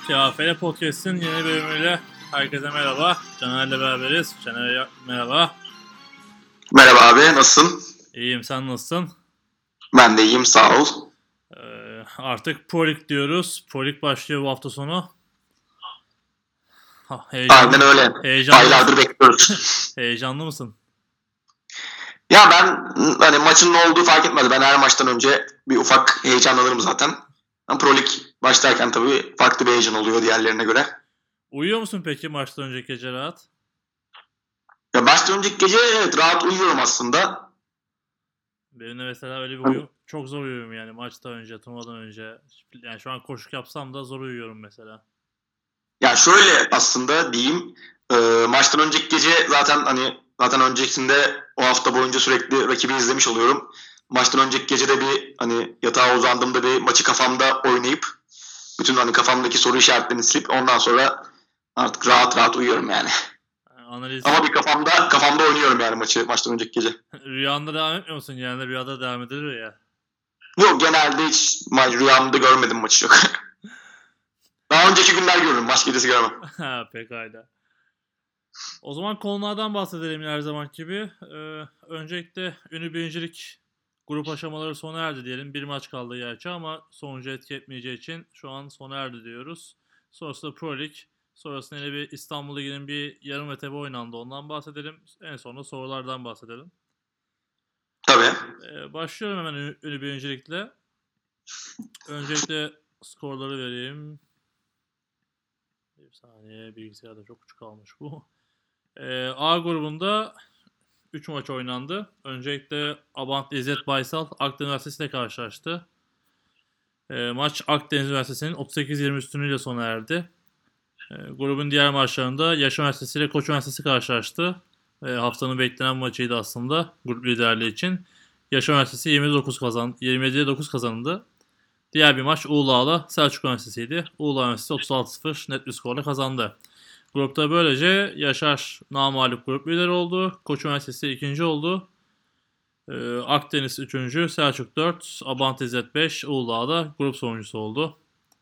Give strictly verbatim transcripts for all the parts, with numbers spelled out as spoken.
T A F L Podcast'in yeni bölümüyle herkese merhaba. Caner'le beraberiz. Caner merhaba. Merhaba abi, nasılsın? İyiyim, sen nasılsın? Ben de iyiyim, sağ ol. Ee, artık Pro Lig diyoruz. Pro Lig başlıyor bu hafta sonu. Ha, heyecanlı, Aynen öyle. Heyecanlı Aylardır mısın? bekliyoruz. Heyecanlı mısın? Ya ben hani maçın ne olduğu fark etmedi. Ben her maçtan önce bir ufak heyecanlanırım zaten. Ama Pro Lig başlarken tabii farklı bir heyecan oluyor diğerlerine göre. Uyuyor musun peki maçtan önceki gece rahat? Ya maçtan önceki gece evet rahat uyuyorum aslında. Benim de mesela öyle bir uyum. Çok zor uyuyorum yani maçtan önce, turnuvadan önce. Yani şu an koşuk yapsam da zor uyuyorum mesela. Ya şöyle aslında diyeyim. E, maçtan önceki gece zaten hani zaten öncesinde o hafta boyunca sürekli rakibi izlemiş oluyorum. Maçtan önceki gece de bir hani yatağa uzandığımda bir maçı kafamda oynayıp bütün hani kafamdaki soru işaretlerini silip ondan sonra artık rahat rahat uyuyorum yani. Analiz. Ama bir kafamda kafamda oynuyorum yani maçı maçtan önceki gece. Rüyanda devam etmiyor musun? Yani rüyada devam edilir ya. Yok genelde hiç maç rüyamda görmedim maçı yok. Daha önceki günler görürüm. Maç gecesi görmem. Ha, pekala. O zaman konulardan bahsedelim her zaman gibi. Ee, öncelikle ünlü birincilik grup aşamaları sona erdi diyelim. Bir maç kaldı gerçi ama sonucu etki etmeyeceği için şu an sona erdi diyoruz. Sonrasında Pro Lig. Sonrasında yine bir İstanbul Ligi'nin bir yarım etape oynandı. Ondan bahsedelim. En sonunda sorulardan bahsedelim. Tabii. Ee, başlıyorum hemen ünlü, ünlü birincilikle. Öncelikle skorları vereyim. Bir saniye, bilgisayarda çok küçük kalmış bu. Ee, A grubunda üç maç oynandı. Öncelikle Abant İzzet Baysal Akdeniz Üniversitesi ile karşılaştı. Ee, maç Akdeniz Üniversitesi'nin otuz sekiz yirmi üstünlüğüyle sona erdi. Ee, grubun diğer maçlarında Yaşar Üniversitesi ile Koç Üniversitesi karşılaştı. Ee, haftanın beklenen maçıydı aslında grup liderliği için. Yaşar Üniversitesi yirmi dokuz kazan, yirmi yediye dokuz kazandı. Diğer bir maç Uludağ'la Selçuk Üniversitesi'ydi. Uludağ Üniversitesi otuz altı sıfır net bir skorla kazandı. Grupta böylece Yaşar namağlup grup lideri oldu. Koç Üniversitesi ikinci oldu. Ee, Akdeniz üçüncü, Selçuk dört, Abant İzzet beş, Uludağ'da grup sonuncusu oldu.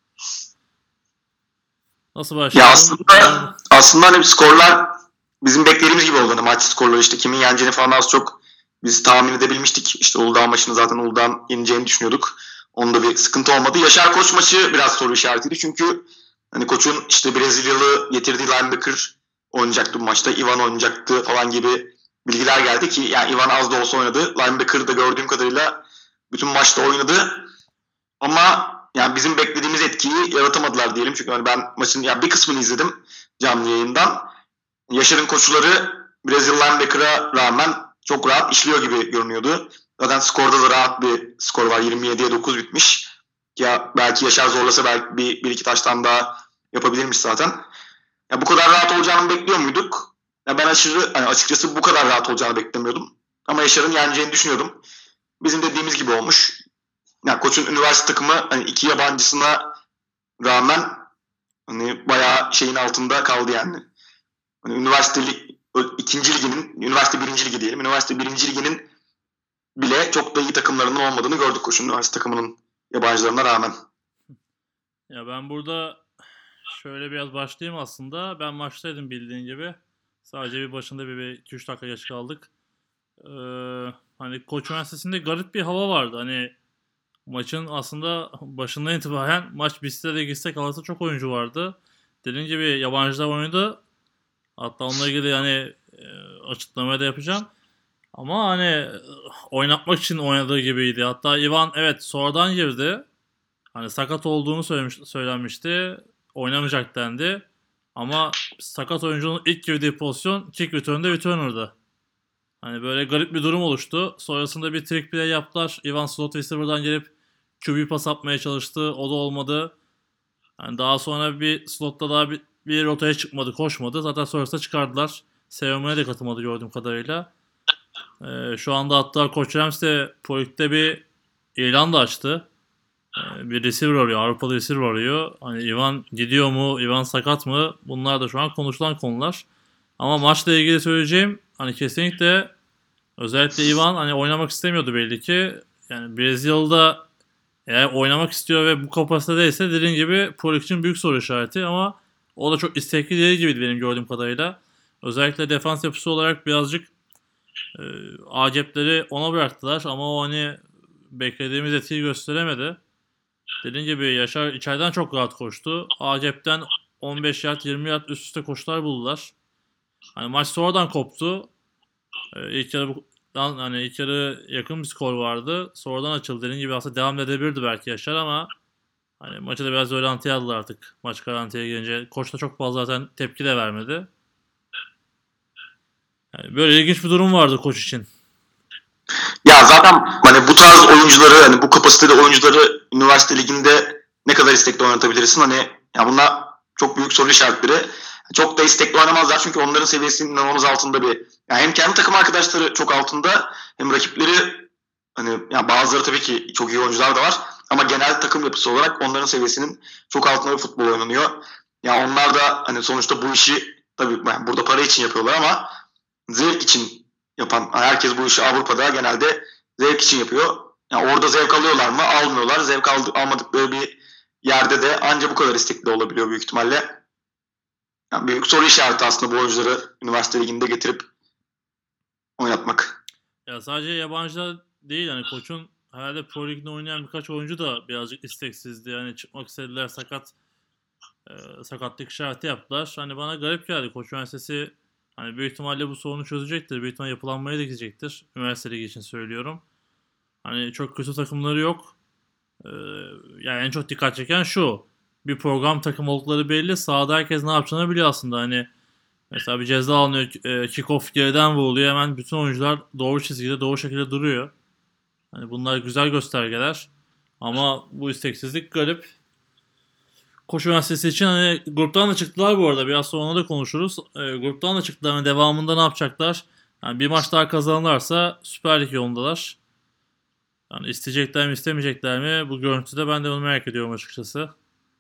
Nasıl başlayalım? Ya aslında aslında hani skorlar bizim beklediğimiz gibi oldu. Hani maç skorları işte kimin yeneceğini falan az çok biz tahmin edebilmiştik. İşte Uludağ maçını zaten Uludağ'ın yeneceğini düşünüyorduk. Onda bir sıkıntı olmadı. Yaşar Koç maçı biraz soru işaretiydi. Çünkü hani Koç'un işte Brezilyalı getirdiği linebacker oynayacaktı bu maçta. Ivan oynayacaktı falan gibi bilgiler geldi ki yani Ivan az da olsa oynadı. Linebacker'da gördüğüm kadarıyla bütün maçta oynadı. Ama yani bizim beklediğimiz etkiyi yaratamadılar diyelim. Çünkü hani ben maçın yani bir kısmını izledim canlı yayından. Yaşar'ın koşuları Brezilya linebacker'a rağmen çok rahat işliyor gibi görünüyordu. Zaten skorda da rahat bir skor var. yirmi yediye dokuz bitmiş. Ya belki Yaşar zorlasa belki bir, bir iki taştan daha yapabilirmiş zaten. Ya bu kadar rahat olacağını bekliyor muyduk? Ya ben aşırı hani açıkçası bu kadar rahat olacağını beklemiyordum. Ama Yaşar'ın yeneceğini düşünüyordum. Bizim dediğimiz gibi olmuş. Yani Koç'un üniversite takımı hani iki yabancısına rağmen hani bayağı şeyin altında kaldı yani. Hani üniversite ikinci liginin, üniversite birinci ligi diyelim. Üniversite birinci liginin bile çok da iyi takımlarının olmadığını gördük Koç'un üniversite takımının yabancılarına rağmen. Ya ben burada şöyle biraz başlayayım aslında. Ben maçtaydım bildiğin gibi. Sadece bir başında bir iki üç dakika geç kaldık. Ee, hani Koç Üniversitesi'nde garip bir hava vardı. Hani maçın aslında başından itibaren maç bitse de gitse kalırsa çok oyuncu vardı. Dediğim gibi yabancılar oynadı. Hatta onunla ilgili yani e, açıklamaya da yapacağım. Ama hani oynatmak için oynadığı gibiydi. Hatta Ivan evet sonradan girdi. Hani sakat olduğunu söylemiş, söylenmişti. Oynamayacak dendi. Ama sakat oyuncunun ilk girdiği pozisyon kick return'de returner'dı. Hani böyle garip bir durum oluştu. Sonrasında bir trick play yaptılar. Ivan slot receiver'dan gelip Q B pas atmaya çalıştı. O da olmadı. Yani daha sonra bir slotta daha bir, bir rotaya çıkmadı, koşmadı. Zaten sonrasında çıkardılar. Seremonine de katılmadı gördüğüm kadarıyla. Ee, şu anda hatta Koç Rams de Pro Lig'de bir ilan da açtı. Ee, bir receiver arıyor, Avrupalı receiver arıyor. Hani Ivan gidiyor mu, Ivan sakat mı? Bunlar da şu an konuşulan konular. Ama maçla ilgili söyleyeceğim hani kesinlikle özellikle Ivan hani oynamak istemiyordu belli ki. Yani Brezilya'da eğer oynamak istiyor ve bu kapasitedeyse dediğin gibi Pro Lig için büyük soru işareti ama o da çok istekli değil gibiydi benim gördüğüm kadarıyla. Özellikle defans yapısı olarak birazcık e, acepleri ona bıraktılar ama o hani beklediğimiz etkiyi gösteremedi. Dediğim gibi Yaşar içeriden çok rahat koştu. Acep'ten on beş yard yirmi yard üst üste koşular buldular. Hani maç sonradan koptu. Ee, ilk yarı bu- hani ilk yarı yakın bir skor vardı. Sonradan açıldı. Dediğim gibi aslında devam edebilirdi belki Yaşar ama hani maçı da biraz öğrentiye aldılar artık. Maç garantiye gelince. Koç da çok fazla zaten tepki de vermedi. Yani böyle ilginç bir durum vardı koç için. Ya zaten hani bu tarz oyuncuları, hani bu kapasitede oyuncuları üniversite liginde ne kadar istekli oynatabilirsin? Hani ya bunlar çok büyük soru işaretleri. Çok da istekli oynamazlar çünkü onların seviyesinin inanılmaz altında bir. Yani hem kendi takım arkadaşları çok altında hem rakipleri, hani yani bazıları tabii ki çok iyi oyuncular da var ama genel takım yapısı olarak onların seviyesinin çok altında bir futbol oynanıyor. Yani onlar da hani sonuçta bu işi tabii yani burada para için yapıyorlar ama zevk için yapan, herkes bu işi Avrupa'da genelde zevk için yapıyor. Yani orada zevk alıyorlar mı? Almıyorlar. Zevk aldı, almadıkları bir yerde de anca bu kadar istekli olabiliyor büyük ihtimalle. Yani büyük soru işareti aslında bu oyuncuları üniversite liginde getirip oynatmak. Ya sadece yabancılar değil hani koçun herhalde Pro Lig'de oynayan birkaç oyuncu da birazcık isteksizdi. Yani çıkmak istediler sakat e, sakatlık işareti yaptılar. Hani bana garip geldi. Koç Üniversitesi hani büyük ihtimalle bu sorunu çözecektir. Büyük ihtimalle yapılanmaya da gidecektir. Üniversite ligi için söylüyorum. Hani çok kötü takımları yok. Ee, yani en çok dikkat çeken şu. Bir program takım oldukları belli. Sahada herkes ne yapacağını biliyor aslında. Hani mesela bir ceza alınıyor. E, kick-off geriden vuruluyor. Hemen bütün oyuncular doğru çizgide, doğru şekilde duruyor. Hani bunlar güzel göstergeler. Ama bu isteksizlik garip. Koç Üniversitesi için hani gruptan da çıktılar bu arada. Biraz sonra onu da konuşuruz. E, gruptan da çıktılar. Yani devamında ne yapacaklar? Yani bir maç daha kazanırlarsa Süper Lig yolundalar. Yani isteyecekler mi istemeyecekler mi? Bu görüntüde ben de onu merak ediyorum açıkçası.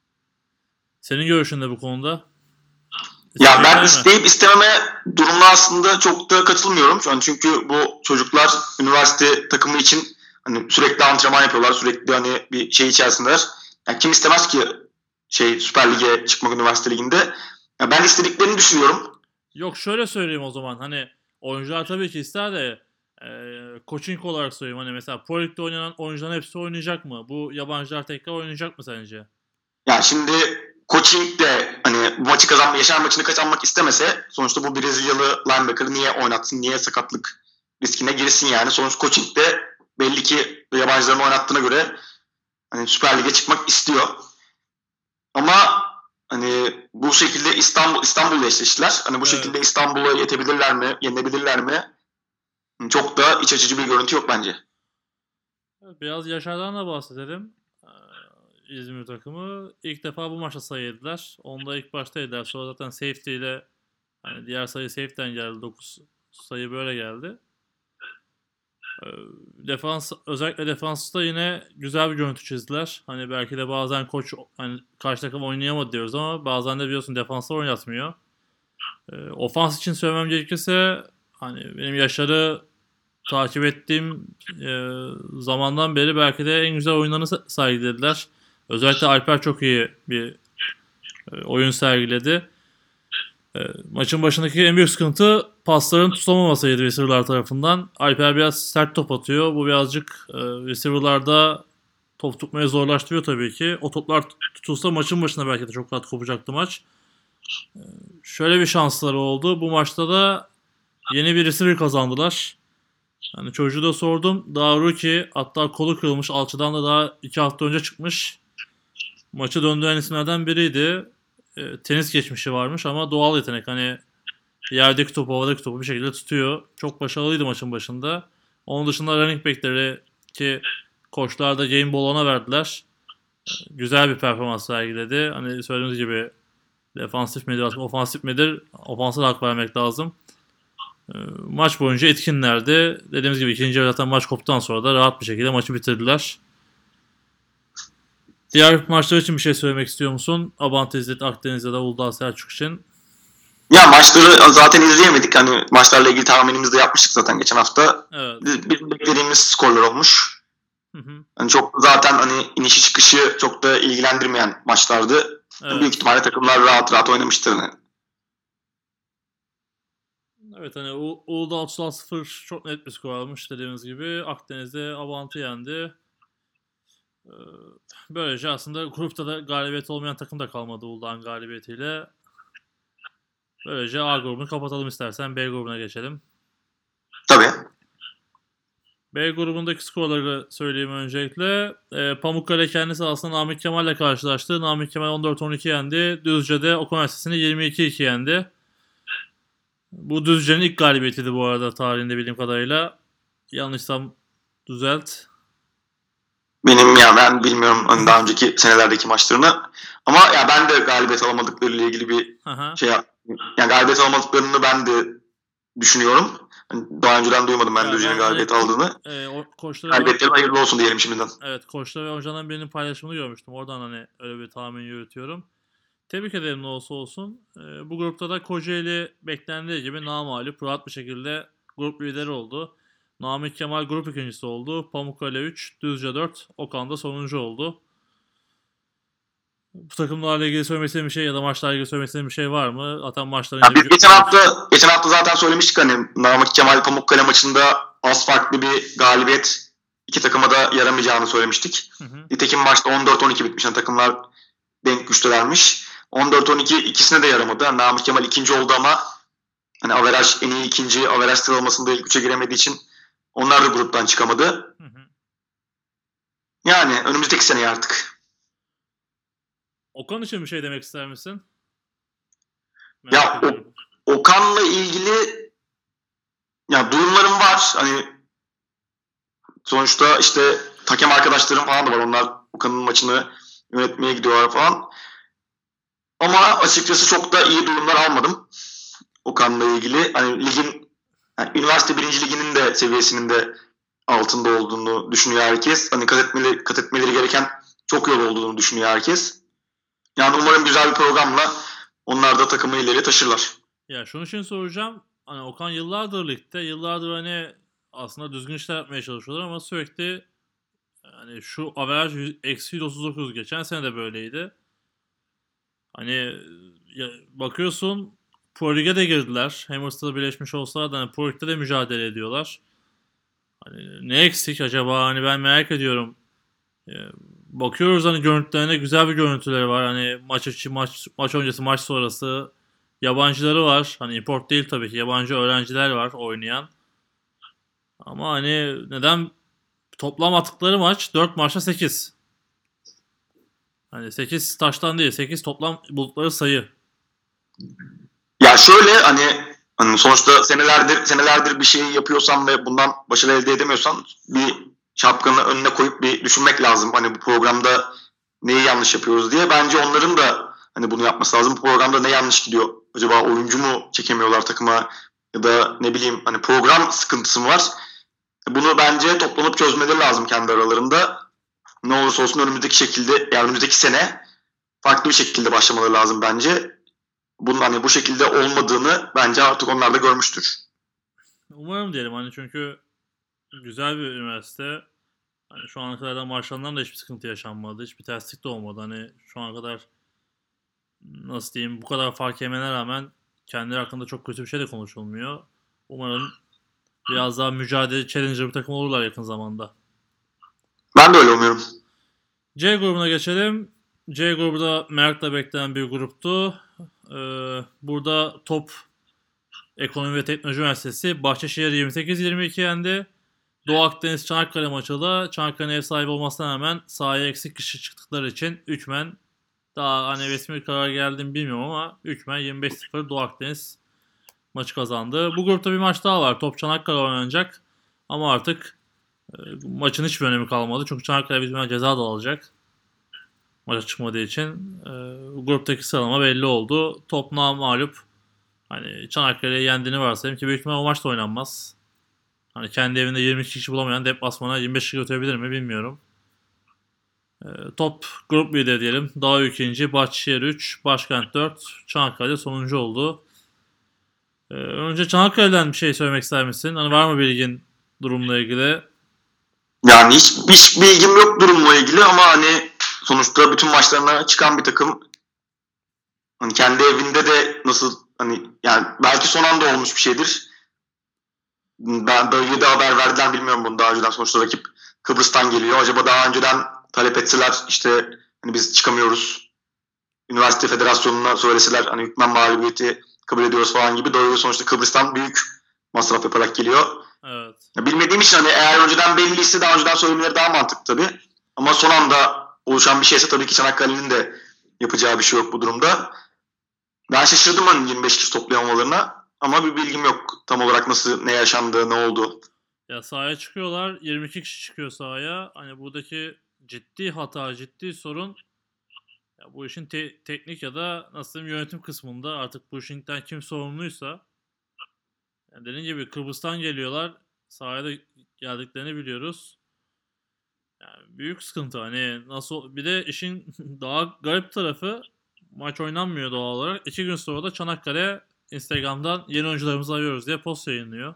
Senin görüşün ne bu konuda? Ya ben İsteyecekler mi? isteyip istememe durumuna aslında çok da katılmıyorum şu an. Çünkü bu çocuklar üniversite takımı için hani sürekli antrenman yapıyorlar. Sürekli hani bir şey içerisindeler. Yani kim istemez ki şey Süper Lig'e çıkmak üniversite liginde. Ya ben istediklerini düşünüyorum. Yok şöyle söyleyeyim o zaman. Hani oyuncular tabii ki ister de e, coaching olarak söyleyeyim. Hani mesela Pro Lig'de oynanan oyuncuların hepsi oynayacak mı? Bu yabancılar tekrar oynayacak mı sence? Yani şimdi coaching de hani bu maçı kazanma, yaşanan maçını kazanmak istemese sonuçta bu Brezilyalı linebacker'ı niye oynatsın, niye sakatlık riskine girsin yani. Sonuç coaching de belli ki yabancıların oynattığına göre hani Süper Lig'e çıkmak istiyor. Ama hani bu şekilde İstanbul İstanbul'la eşleştiler. Hani bu Evet. şekilde İstanbul'a yetebilirler mi, yenebilirler mi? Çok da iç açıcı bir görüntü yok bence. Biraz Yaşar'dan da bahsedelim. Ee, İzmir takımı ilk defa bu maçta sayı yediler. Onda ilk başta yediler. Sonra zaten safety ile hani diğer sayı safety'den geldi. dokuz sayı böyle geldi. Ee, Defans özellikle defansta yine güzel bir görüntü çizdiler. Hani belki de bazen koç hani karşı takım oynayamadı diyoruz ama bazen de biliyorsun defansta oynatmıyor. Ee, ofans için söylemem gerekirse hani benim Yaşar'ı takip ettiğim e, zamandan beri belki de en güzel oyunlarını sa- sergilediler. Özellikle Alper çok iyi bir e, oyun sergiledi. E, maçın başındaki en büyük sıkıntı pasların tutulamamasıydı receiver'lar tarafından. Alper biraz sert top atıyor. Bu birazcık e, receiver'larda top tutmayı zorlaştırıyor tabii ki. O toplar tutulsa maçın başında belki de çok rahat kopacaktı maç. E, şöyle bir şansları oldu. Bu maçta da yeni bir receiver kazandılar. Yani çocuğu da sordum. Daha rookie, hatta kolu kırılmış. Alçıdan da daha iki hafta önce çıkmış. Maçı döndüren isimlerden biriydi. E, tenis geçmişi varmış ama doğal yetenek. Hani yerdeki topu, havadaki topu bir şekilde tutuyor. Çok başarılıydı maçın başında. Onun dışında running back'leri ki koçlar da game ball ona verdiler. E, güzel bir performans sergiledi. Hani söylediğiniz gibi defansif midir, ofansif midir? Ofansa da hak vermek lazım. E, maç boyunca etkinlerdi. Dediğimiz gibi ikinci yarı zaten maç koptuktan sonra da rahat bir şekilde maçı bitirdiler. Diğer maçlar için bir şey söylemek istiyor musun? Abant İzlet, Akdeniz ya da Uludağ Selçuk için. Ya maçları zaten izleyemedik. Hani maçlarla ilgili tahminimizi de yapmıştık zaten geçen hafta. Evet. Bir beklediğimiz skorlar olmuş. Hı hı. Yani çok zaten hani inişi çıkışı çok da ilgilendirmeyen maçlardı. Evet. Büyük ihtimalle takımlar rahat rahat oynamıştır. Yani. Evet hani U- Uludağ otuz sıfır çok net bir skor almış dediğimiz gibi. Akdeniz'de Avant'ı yendi. Ee, Böylece aslında grupta da galibiyet olmayan takım da kalmadı Uludağ'ın galibiyetiyle. Böylece A grubunu kapatalım istersen B grubuna geçelim. Tabii. B grubundaki skorları söyleyeyim öncelikle. Ee, Pamukkale kendisi aslında Namık Kemal'le karşılaştı. Namık Kemal on dört on iki yendi. Düzce'de Okan Üniversitesi'ni yirmi iki iki yendi. Bu Düzce'nin ilk galibiyetiydi bu arada tarihinde bildiğim kadarıyla. Yanlışsam düzelt. Benim ya ben bilmiyorum hani daha önceki senelerdeki maçlarını. Ama ya ben de galibiyet alamadıkları ile ilgili bir Aha. şey yani galibiyet alamadıklarını ben de düşünüyorum. Hani daha önceden duymadım ben Ya Düzce'nin ben galibiyet hani aldığını. e, o, koçları ve Galibiyetlerin hayırlı olsun diyelim şimdiden. evet koçları ve hocadan birinin paylaşımını görmüştüm. Oradan hani öyle bir tahmin yürütüyorum. Tebrik ederim ne olsa olsun. Ee, bu grupta da Kocaeli beklendiği gibi namağlup rahat bir şekilde grup lideri oldu. Namık Kemal grup ikincisi oldu. Pamukkale üç, Düzce dört, Okan da sonuncu oldu. Bu takımlarla ilgili söylemek istediğim bir şey ya da maçlarla ilgili söylemek istediğim bir şey var mı? Zaten maçların Ya yine biz bir geçen hafta geçen hafta zaten söylemiştik hani Namık Kemal Pamukkale maçında az farklı bir galibiyet iki takıma da yaramayacağını söylemiştik. Hı hı. Nitekim maçta on dört on iki bitmiş. Yani takımlar denk güçtelermiş. on dört on iki ikisine de yaramadı. Yani Namık Kemal ikinci oldu ama hani averaj en iyi ikinci averaj sıralamasında ilk üçe giremediği için onlar da gruptan çıkamadı. Hı hı. Yani önümüzdeki seneye artık. Okan için bir şey demek ister misin? Merak Ya o, ediyorum. Okan'la ilgili ya durumlarım var. Hani sonuçta işte hakem arkadaşlarım falan da var. Onlar Okan'ın maçını yönetmeye gidiyorlar falan. Ama açıkçası çok da iyi durumlar almadım Okan'la ilgili. Hani ligin yani üniversite birinci liginin de seviyesinin de altında olduğunu düşünüyor herkes. Hani kat etmeleri, kat etmeleri gereken çok yol olduğunu düşünüyor herkes. Yani umarım güzel bir programla onlar da takımı ileri taşırlar. Ya şunun için soracağım. Hani Okan yıllardır ligde, yıllardır hani aslında düzgün işler yapmaya çalışıyorlar ama sürekli hani şu averaj yüz- eksi yüz otuz dokuz geçen sene de böyleydi. Hani ya, bakıyorsun Pro Lig'e de girdiler. Hammers'ta birleşmiş olsalar da hani Pro Lig'de de mücadele ediyorlar. Hani ne eksik acaba? Hani ben merak ediyorum. Ee, Bakıyoruz hani görüntülerine güzel bir görüntüleri var. Hani maç içi, maç, maç öncesi, maç sonrası yabancıları var. Hani import değil tabii ki. Yabancı öğrenciler var oynayan. Ama hani neden toplam attıkları maç dört maçta sekiz. Hani sekiz taştan değil, sekiz toplam buldukları sayı. Ya şöyle hani, hani sonuçta senelerdir senelerdir bir şey yapıyorsan ve bundan başarı elde edemiyorsan bir şapkanı önüne koyup bir düşünmek lazım. Hani bu programda neyi yanlış yapıyoruz diye. Bence onların da hani bunu yapması lazım. Bu programda ne yanlış gidiyor? Acaba oyuncu mu çekemiyorlar takıma ya da ne bileyim hani program sıkıntısı mı var? Bunu bence toplanıp çözmeleri lazım kendi aralarında. Ne olursa olsun önümüzdeki şekilde yani önümüzdeki sene farklı bir şekilde başlamaları lazım bence. Bunun hani bu şekilde olmadığını bence artık onlar da görmüştür. Umarım diyelim hani çünkü güzel bir üniversite. Hani şu ana kadar da maçlarından da hiçbir sıkıntı yaşanmadı. Hiçbir terslik de olmadı. Hani şu ana kadar nasıl diyeyim bu kadar fark yemene rağmen kendileri hakkında çok kötü bir şey de konuşulmuyor. Umarım biraz daha mücadele challenger bir takım olurlar yakın zamanda. Ben de öyle umuyorum. C grubuna geçelim. C grubu da merakla beklenen bir gruptu. Ee, Burada top Ekonomi ve Teknoloji Üniversitesi Bahçeşehir yirmi sekiz yirmi iki yendi. Doğu Akdeniz Çanakkale maçı da Çanakkale'nin ev sahibi olmasına rağmen sahaya eksik kişi çıktıkları için hükmen daha hani resmi bir karar geldi mi bilmiyorum ama hükmen yirmi beş sıfır Doğu Akdeniz maçı kazandı. Bu grupta bir maç daha var. Top Çanakkale oynanacak. Ama artık e, maçın hiçbir önemi kalmadı. Çünkü Çanakkale bir ceza da alacak. Maça çıkmadığı için. E, gruptaki sıralama belli oldu. Top mağlup. Hani Çanakkale'yi yendiğini varsayayım ki büyük ihtimal o maç da oynanmaz. Hani kendi evinde yirmi iki kişi bulamayan deplasmana yirmi beş kişi götürebilir mi bilmiyorum. E, top grup lideri diyelim. Dağ ikinci, Bahçeşehir üç, Başkent dört, Çanakkale sonuncu oldu. E, önce Çanakkale'den bir şey söylemek ister misin? Hani var mı bilgin durumla ilgili? Yani hiç, hiç bilgim yok durumla ilgili ama hani sonuçta bütün maçlarına çıkan bir takım. Hani kendi evinde de nasıl hani yani belki son anda olmuş bir şeydir. Ben böyle de haber verdiler bilmiyorum bunu daha önceden. Sonuçta rakip Kıbrıs'tan geliyor. Acaba daha önceden talep etseler işte hani biz çıkamıyoruz. Üniversite federasyonuna söyleseler hani hükmen mağlubiyeti kabul ediyoruz falan gibi. Doğru sonuçta Kıbrıs'tan büyük masraf yaparak geliyor. Evet. Ya bilmediğim için hani eğer önceden belliyse daha önceden söylemeleri daha mantıklı tabii. Ama son anda oluşan bir şeyse tabii ki Çanakkale'nin de yapacağı bir şey yok bu durumda. Ben şaşırdım hani yirmi beş kişi toplayamalarına ama bir bilgim yok tam olarak nasıl ne yaşandı ne oldu. Ya sahaya çıkıyorlar. yirmi iki kişi çıkıyor sahaya. Hani buradaki ciddi hata, ciddi sorun ya bu işin te- teknik ya da nasıl diyeyim yönetim kısmında artık bu işinden kim sorumluysa yani dediğim gibi Kıbrıs'tan geliyorlar. Sahaya da geldiklerini biliyoruz. Yani büyük sıkıntı hani nasıl bir de işin daha garip tarafı maç oynanmıyor doğal olarak. İki gün sonra da Çanakkale Instagram'dan yeni oyuncularımızı arıyoruz diye post yayınlıyor.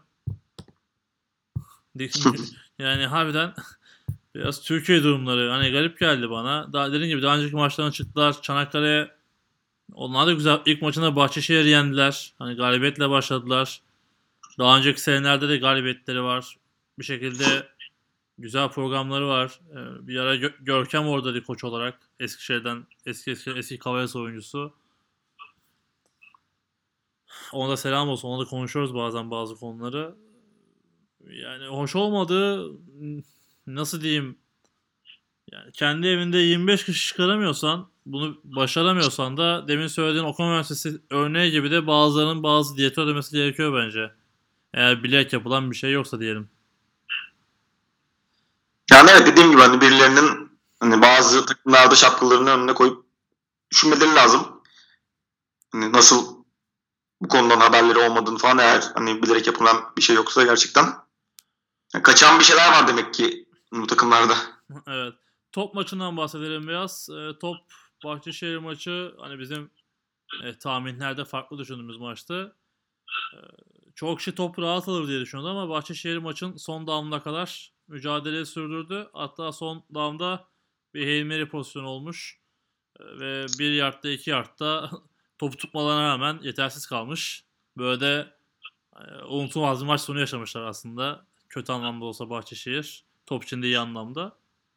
Yani harbiden biraz Türkiye durumları hani garip geldi bana. Daha dediğim gibi daha önceki maçlarına çıktılar. Çanakkale onlar da güzel. İlk maçında Bahçeşehir'i yendiler. Hani galibiyetle başladılar. Daha önceki senelerde de galibiyetleri var. Bir şekilde güzel programları var. Ee, bir ara Gö- Görkem oradaydı koç olarak. Eskişehir'den eski eski eski Kavayas oyuncusu. Ona da selam olsun. Ona da konuşuyoruz bazen bazı konuları. Yani hoş olmadı. Nasıl diyeyim? Yani kendi evinde yirmi beş kişi çıkaramıyorsan, bunu başaramıyorsan da demin söylediğin Okan Üniversitesi örneği gibi de bazılarının bazı diyeti ödemesi gerekiyor bence. Eğer bilerek yapılan bir şey yoksa diyelim. Yani evet dediğim gibi hani birilerinin hani bazı takımlarda şapkalarını önüne koyup düşünmeleri lazım. Hani nasıl bu konudan haberleri olmadığını falan eğer hani bilerek yapılan bir şey yoksa gerçekten. Yani kaçan bir şeyler var demek ki bu takımlarda. Evet. Top maçından bahsedelim biraz. E, top Bahçeşehir maçı hani bizim e, tahminlerde farklı düşündüğümüz maçtı. E, Çok kişi top rahat alır diye düşünüyordu ama Bahçeşehir maçın son damla kadar mücadeleyi sürdürdü. Hatta son damda bir Hail Mary pozisyonu olmuş. E, ve bir yardta iki yardta topu tutmalarına rağmen yetersiz kalmış. Böyle de e, unutulmaz bir maç sonu yaşamışlar aslında. Kötü anlamda olsa Bahçeşehir. Top için de iyi anlamda.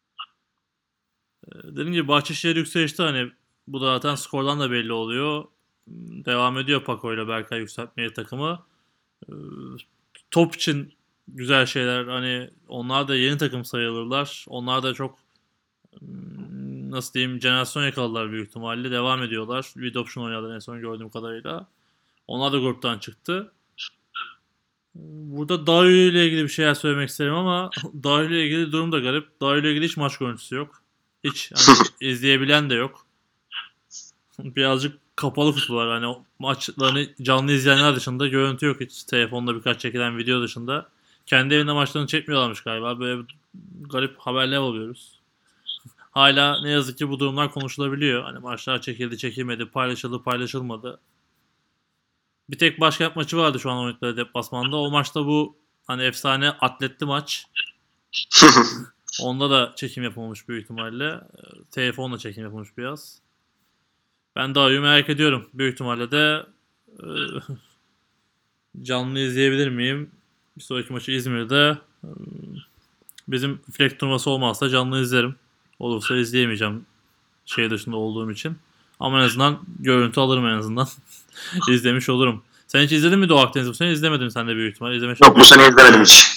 Dediğim gibi Bahçeşehir yükselişte hani bu da zaten skordan da belli oluyor. Devam ediyor Paco ile Berkay yükseltmeye takımı. Ee, Top için güzel şeyler hani onlar da yeni takım sayılırlar. Onlar da çok hmm, nasıl diyeyim jenerasyon yakaladılar büyük ihtimalle. Devam ediyorlar. Bir option oynadı en son gördüğüm kadarıyla. Onlar da gruptan çıktı. Burada Dario ile ilgili bir şeyler söylemek isterim ama Dario ile ilgili durum da garip. Dario ile ilgili hiç maç görüntüsü yok. Hiç hani izleyebilen de yok. Birazcık kapalı kutular. Hani o maçlarını canlı izleyenler dışında görüntü yok hiç. Telefonda birkaç çekilen video dışında. Kendi evinde maçlarını çekmiyorlarmış galiba. Böyle garip haberler alıyoruz. Hala ne yazık ki bu durumlar konuşulabiliyor. Hani maçlar çekildi, çekilmedi, paylaşıldı, paylaşılmadı. Bir tek başkent maçı vardı şu an oynadıkları deplasmanda. O maçta bu hani efsane atletli maç. Onda da çekim yapılmış büyük ihtimalle. Ee, Telefonla çekim yapılmış biraz. Ben daha iyi merak ediyorum. Büyük ihtimalle de e, canlı izleyebilir miyim? Bir sonraki maçı İzmir'de. E, Bizim Fleck turnuvası olmazsa canlı izlerim. Olursa izleyemeyeceğim şey dışında olduğum için. Ama en azından görüntü alırım en azından. İzlemiş olurum. Sen hiç izledin mi Doğu Akdeniz bu sene? İzlemedin sen de büyük ihtimalle. İzleme Yok bu şansın. sene izlemedim hiç.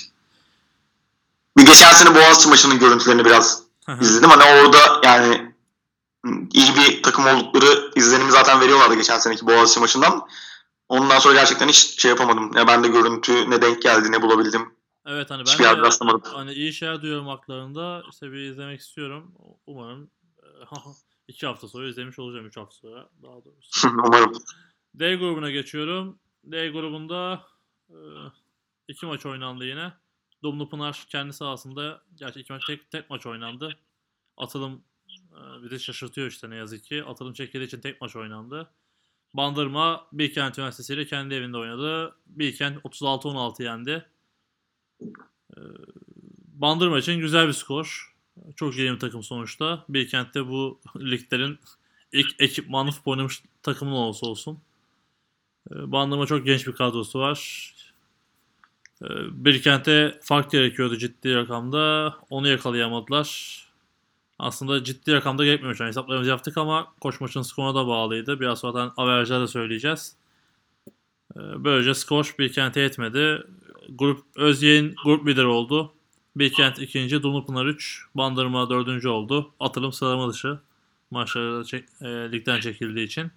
Bir geçen sene Boğaziçi maçının görüntülerini biraz izledim. Hani orada yani iyi bir takım oldukları izlenimi zaten veriyorlardı geçen seneki Boğaziçi maçından. Ondan sonra gerçekten hiç şey yapamadım. Ya ben de görüntü ne denk geldi ne bulabildim. Evet hani ben Hiçbir yerde de rastlamadım. hani iyi şeyler duyuyorum haklarında. İşte bir izlemek istiyorum. Umarım e, iki hafta sonra izlemiş olacağım. Üç hafta sonra daha doğrusu. Umarım. D grubuna geçiyorum. D grubunda e, iki maç oynandı yine. Dumlupınar kendi sahasında gerçi iki maç tek, tek maç oynandı. Atılım e, bizi şaşırtıyor işte ne yazık ki. Atılım çekildiği için tek maç oynandı. Bandırma Bilkent Üniversitesi ile kendi evinde oynadı. Bilkent otuz altı on altı yendi. E, Bandırma için güzel bir skor. Çok iyi bir takım sonuçta. Bilkent'te bu liglerin ilk ekipmanlı futbol oynamış takımın olsa olsun. Ee, Bandırma çok genç bir kadrosu var. Ee, Bilkent'e fark gerekiyordu ciddi rakamda. Onu yakalayamadılar. Aslında ciddi rakamda gerekmiyormuş. Yani hesaplarımızı yaptık ama koç maçın skoruna da bağlıydı. Biraz sonradan averajlar da söyleyeceğiz. Ee, Böylece skor Bilkent'e yetmedi. Grup Özyeğin grup lideri oldu. Bilkent ikinci, Dumlupınar üç, Bandırma dördüncü oldu. Atılım sıralama dışı maçları çek, e, ligden çekildiği için.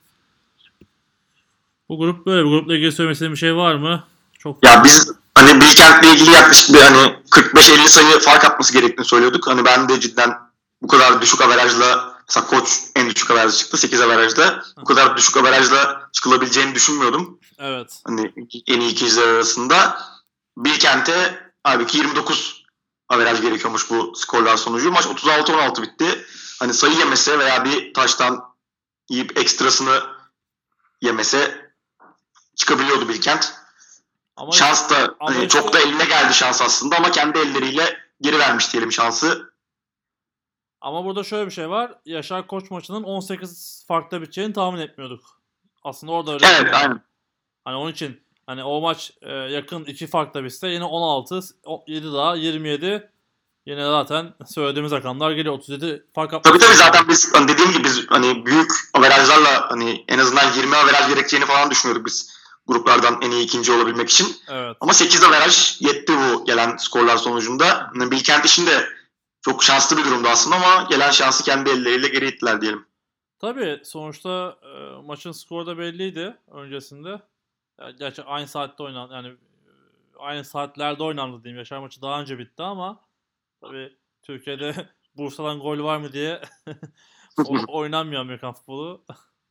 Bu grup böyle. Bu grupla ilgili söylemek istediğim bir şey var mı? Çok Ya biz hani Bilkent'le ilgili yaklaşık bir hani kırk beş elli sayı fark atması gerektiğini söylüyorduk. Hani ben de cidden bu kadar düşük averajla, mesela koç en düşük averajla çıktı sekiz averajla. Bu kadar düşük averajla çıkılabileceğini düşünmüyordum. Evet. Hani en iyi ikinciler arasında. Bilkent'e halbuki yirmi dokuz averaj gerekiyormuş bu skorlar sonucu. Maç otuz altı on altı bitti. Hani sayı yemese veya bir taştan yiyip ekstrasını yemese çıkabiliyordu Bilkent. Ama Şans da ama hani işte- çok da eline geldi şans aslında ama kendi elleriyle geri vermiş diyelim şansı. Ama burada şöyle bir şey var. Yaşar Koç maçının on sekiz farkta biteceğini tahmin etmiyorduk. Aslında orada öyle bir şey Evet, var. aynen. Hani onun için hani o maç e, yakın iki farkta bitse yine on altı, o- yedi daha yirmi yedi. Yine zaten söylediğimiz rakamlar geliyor. otuz yedi fark Tabii atması tabii lazım. zaten biz hani dediğim gibi biz hani büyük averajlarla hani en azından yirmi averaj gerekeceğini falan düşünüyorduk biz gruplardan en iyi ikinci olabilmek için. Evet. Ama sekiz averaj yetti bu gelen skorlar sonucunda. Yani Bilkent için de çok şanslı bir durumdu aslında ama gelen şansı kendi elleriyle geri ittiler diyelim. Tabii sonuçta e, maçın skoru da belliydi öncesinde. Yani gerçi aynı saatte oynan yani e, aynı saatlerde oynandı diyeyim. Yaşar maçı daha önce bitti ama tabii Türkiye'de Bursa'dan gol var mı diye o- oynanmıyor Amerikan futbolu.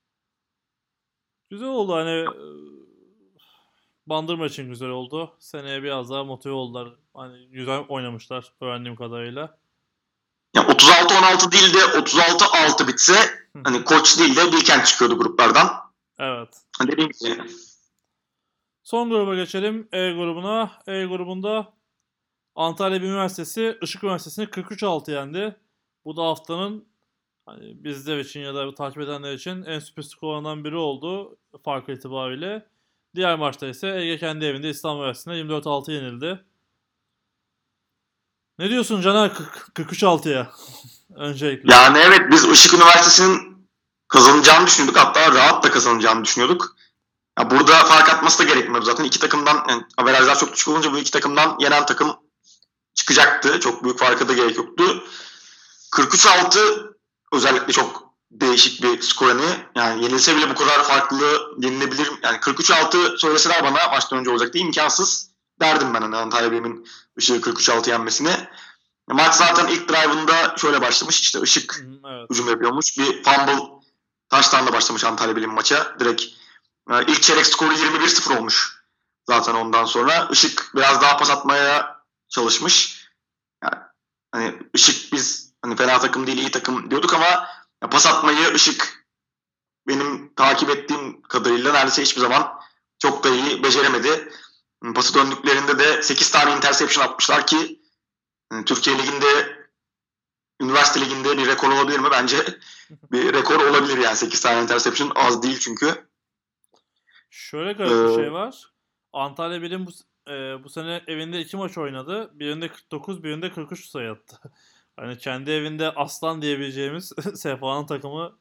Güzel oldu hani e, Bandırma için güzel oldu. Seneye biraz daha motive oldular. Hani güzel oynamışlar öğrendiğim kadarıyla. Ya otuz altı on altı değil de otuz altı altı bitse hani koç değil de Bilkent çıkıyordu gruplardan. Evet. Hani dediğim gibi. Son gruba geçelim. E grubuna. E grubunda Antalya Üniversitesi Işık Üniversitesi'ni kırk üç altı yendi. Bu da haftanın hani bizler için ya da takip edenler için en sürpriz skorlarından biri oldu fark itibariyle. Diğer maçta ise Ege kendi evinde İstanbul Üniversitesi'ne yirmi dört altı yenildi. Ne diyorsun Caner kırk üç altıya? Öncelikle. Yani evet biz Işık Üniversitesi'nin kazanacağını düşünüyorduk. Hatta rahat da kazanacağını düşünüyorduk. Ya burada fark atması da gerekmiyordu zaten. İki takımdan yani averajlar çok düşük olunca bu iki takımdan yenen takım çıkacaktı. Çok büyük farka da gerek yoktu. kırk üç altı özellikle çok değişik bir skor hani. Yani yenilse bile bu kadar farklı yenilebilir. Yani kırk üç altı söyleseler bana maçtan önce olacak diye imkansız derdim ben hani Antalya Bilim'in Işık'ı kırk üç altı yenmesini. Maç zaten ilk drive'ında şöyle başlamış. İşte Işık Hı, evet. hücum yapıyormuş. Bir fumble taştanla başlamış Antalya Bilim maça. Direkt e, ilk çeyrek skoru yirmi bir sıfır olmuş. Zaten ondan sonra Işık biraz daha pas atmaya çalışmış. Yani, hani Işık biz hani fena takım değil iyi takım diyorduk ama ya pas atmayı Işık benim takip ettiğim kadarıyla neredeyse hiçbir zaman çok da iyi beceremedi. Pası döndüklerinde de sekiz tane interception atmışlar ki yani Türkiye Ligi'nde üniversite liginde bir rekor olabilir mi? Bence bir rekor olabilir yani. sekiz tane interception az değil çünkü. Şöyle garip bir Ee, şey var. Antalya Bilim bu, e, bu sene evinde iki maç oynadı. Birinde kırk dokuz, birinde kırk üç sayı attı. Hani kendi evinde aslan diyebileceğimiz Sefa'nın takımı.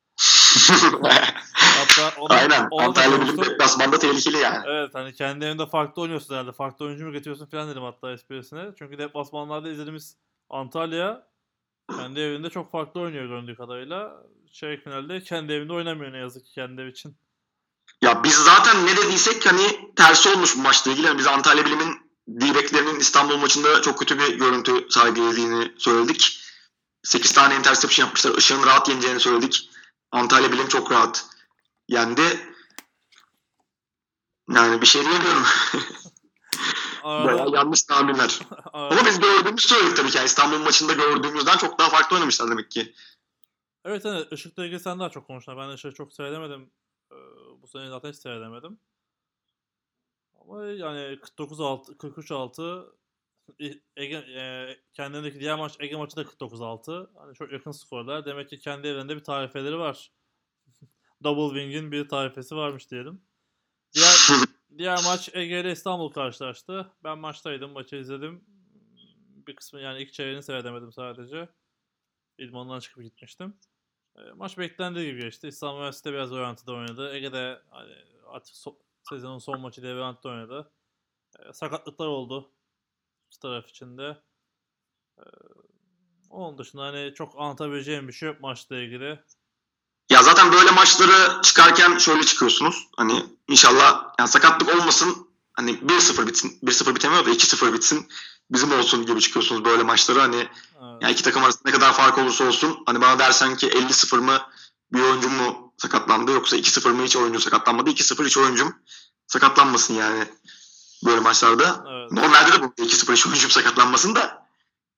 Hatta onu, Aynen. onu da Antalya Bilim konuştuk. deplasmanda tehlikeli yani. Evet hani kendi evinde farklı oynuyorsun herhalde. Farklı oyuncu mu getiriyorsun falan dedim hatta esprisine. Çünkü deplasmanlarda izlediğimiz Antalya kendi evinde çok farklı oynuyor göründüğü kadarıyla. Çeyrek finalde kendi evinde oynamıyor ne yazık ki kendi ev için. Ya biz zaten ne dediysek hani tersi olmuş bu maçla ilgili. Yani biz Antalya Bilim'in D-back'lerinin İstanbul maçında çok kötü bir görüntü sergilediğini söyledik. sekiz tane interception yapmışlar. Işık'ın rahat yeneceğini söyledik. Antalya Bilim çok rahat yendi. Yani bir şey diyemiyorum. Bayağı yanlış tahminler. Ama biz gördüğümüz söyledik tabii ki. Yani İstanbul maçında gördüğümüzden çok daha farklı oynamışlar demek ki. Evet evet Işık'la ilgili sen daha çok konuştun. Ben Işık'ı çok seyredemedim. Ee, bu sene zaten hiç seyredemedim. Ama yani kırk dokuz altı, kırk üç altı Ege, e, kendilerindeki diğer maç Ege maçı da kırk dokuz altı. Hani çok yakın skorlar. Demek ki kendi evlerinde bir tarifeleri var. Double Wing'in bir tarifesi varmış diyelim. Diğer diğer maç Ege ile İstanbul karşılaştı. Ben maçtaydım. Maçı izledim. Bir kısmı yani ilk çeyreğini seyredemedim sadece. İdmandan çıkıp gitmiştim. E, maç beklendiği gibi geçti. İstanbul Üniversitesi biraz Orient'de oynadı. Ege de hani artık so- sezonun son maçı diye Orient'de oynadı. E, sakatlıklar oldu iki taraf için de. E, Onun dışında hani çok anlatabileceğim bir şey yok maçla ilgili. Ya zaten böyle maçları çıkarken şöyle çıkıyorsunuz. Hani inşallah yani sakatlık olmasın. Hani bir sıfır bitsin. bir sıfır bitemiyor da iki sıfır bitsin. Bizim olsun gibi çıkıyorsunuz böyle maçları. Hani Evet. yani iki takım arasında ne kadar fark olursa olsun. Hani bana dersen ki elli sıfır mı bir oyuncum mu sakatlandı yoksa iki sıfır mı hiç oyuncu sakatlanmadı. iki sıfır hiç oyuncum sakatlanmasın yani böyle maçlarda. Evet. Normalde de bu iki sıfır hiç oyuncum sakatlanmasın da.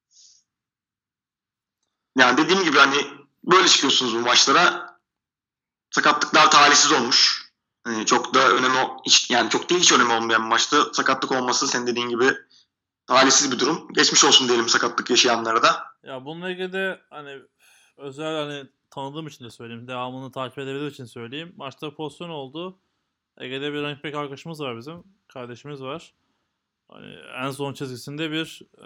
Yani dediğim gibi hani böyle çıkıyorsunuz bu maçlara. Sakatlıklar talihsiz olmuş. Yani çok da önemi hiç yani çok değil hiç önemi olmayan bir maçtı. Sakatlık olması senin dediğin gibi talihsiz bir durum. Geçmiş olsun diyelim sakatlık yaşayanlara da. Ya bununla ilgili de hani özel hani tanıdığım için de söyleyeyim. Devamını takip edebildiğim için söyleyeyim. Maçta pozisyon oldu. Ege'de bir running back arkadaşımız var bizim. Kardeşimiz var. Hani en son çizgisinde bir e,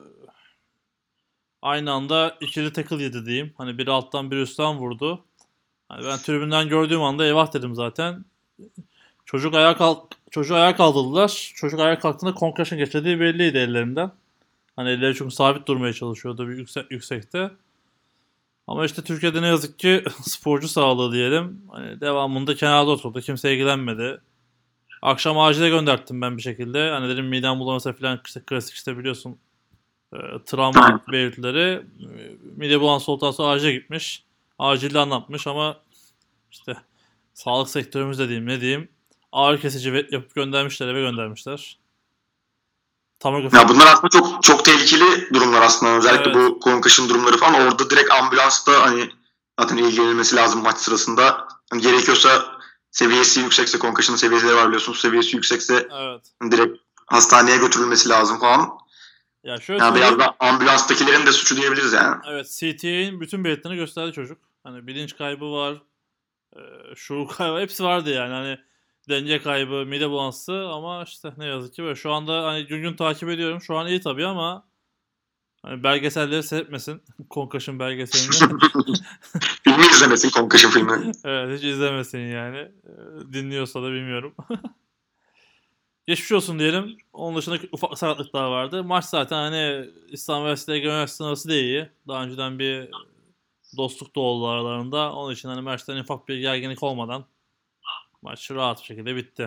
aynı anda ikili tackle yedi diyeyim. Hani biri alttan biri üstten vurdu. Hani ben tribünden gördüğüm anda eyvah dedim zaten. Çocuk ayağa kalk çocuğu ayağa kaldırdılar. Çocuk ayağa kalktığında concussion geçirdiği belliydi ellerinden. Hani elleri çünkü sabit durmaya çalışıyordu bir yüksek, yüksekte. Ama işte Türkiye'de ne yazık ki sporcu sağlığı diyelim. Hani devamında kenarda oturdu. Kimse ilgilenmedi. Akşam acile gönderttim ben bir şekilde. Hani dedim midem bulanırsa falan işte klasik işte biliyorsun e, travma belirtileri. E, Mide bulantısı olduktan sonra acile gitmiş. Acilde anlatmış ama işte sağlık sektörümüz de diyeyim ne diyeyim. Ağrı kesici ve- yapıp göndermişler eve göndermişler. Tomografi. Ya bunlar aslında çok çok tehlikeli durumlar aslında. Özellikle Evet. bu concussion durumları falan. Orada direkt ambulansta hani zaten ilgilenilmesi lazım maç sırasında. Hani gerekiyorsa seviyesi yüksekse concussion seviyeleri var biliyorsunuz. Seviyesi yüksekse Evet. direkt hastaneye götürülmesi lazım falan. Ya şöyle Yani biraz söyleyeyim. da ambulanstakilerin de suçu diyebiliriz yani. Evet, C T A'nin bütün belirtilerini gösterdi çocuk. Hani bilinç kaybı var, e, şuur kaybı hepsi vardı yani. Hani denge kaybı, mide bulantısı ama işte ne yazık ki böyle. Şu anda hani gün gün takip ediyorum. Şu an iyi tabii ama hani belgeselleri seyretmesin. Concussion belgeselini. Filmi izlemesin concussion filmi. Evet, hiç izlemesin yani. E, Dinliyorsa da bilmiyorum. Geçmiş olsun diyelim. Onun dışında ufak sakatlıklar vardı. Maç zaten hani İstanbul Üniversitesi Ege Üniversitesi arası da iyi. Daha önceden bir dostluk da oldu aralarında. Onun için hani maçtan ufak bir gerginlik olmadan maç rahat bir şekilde bitti.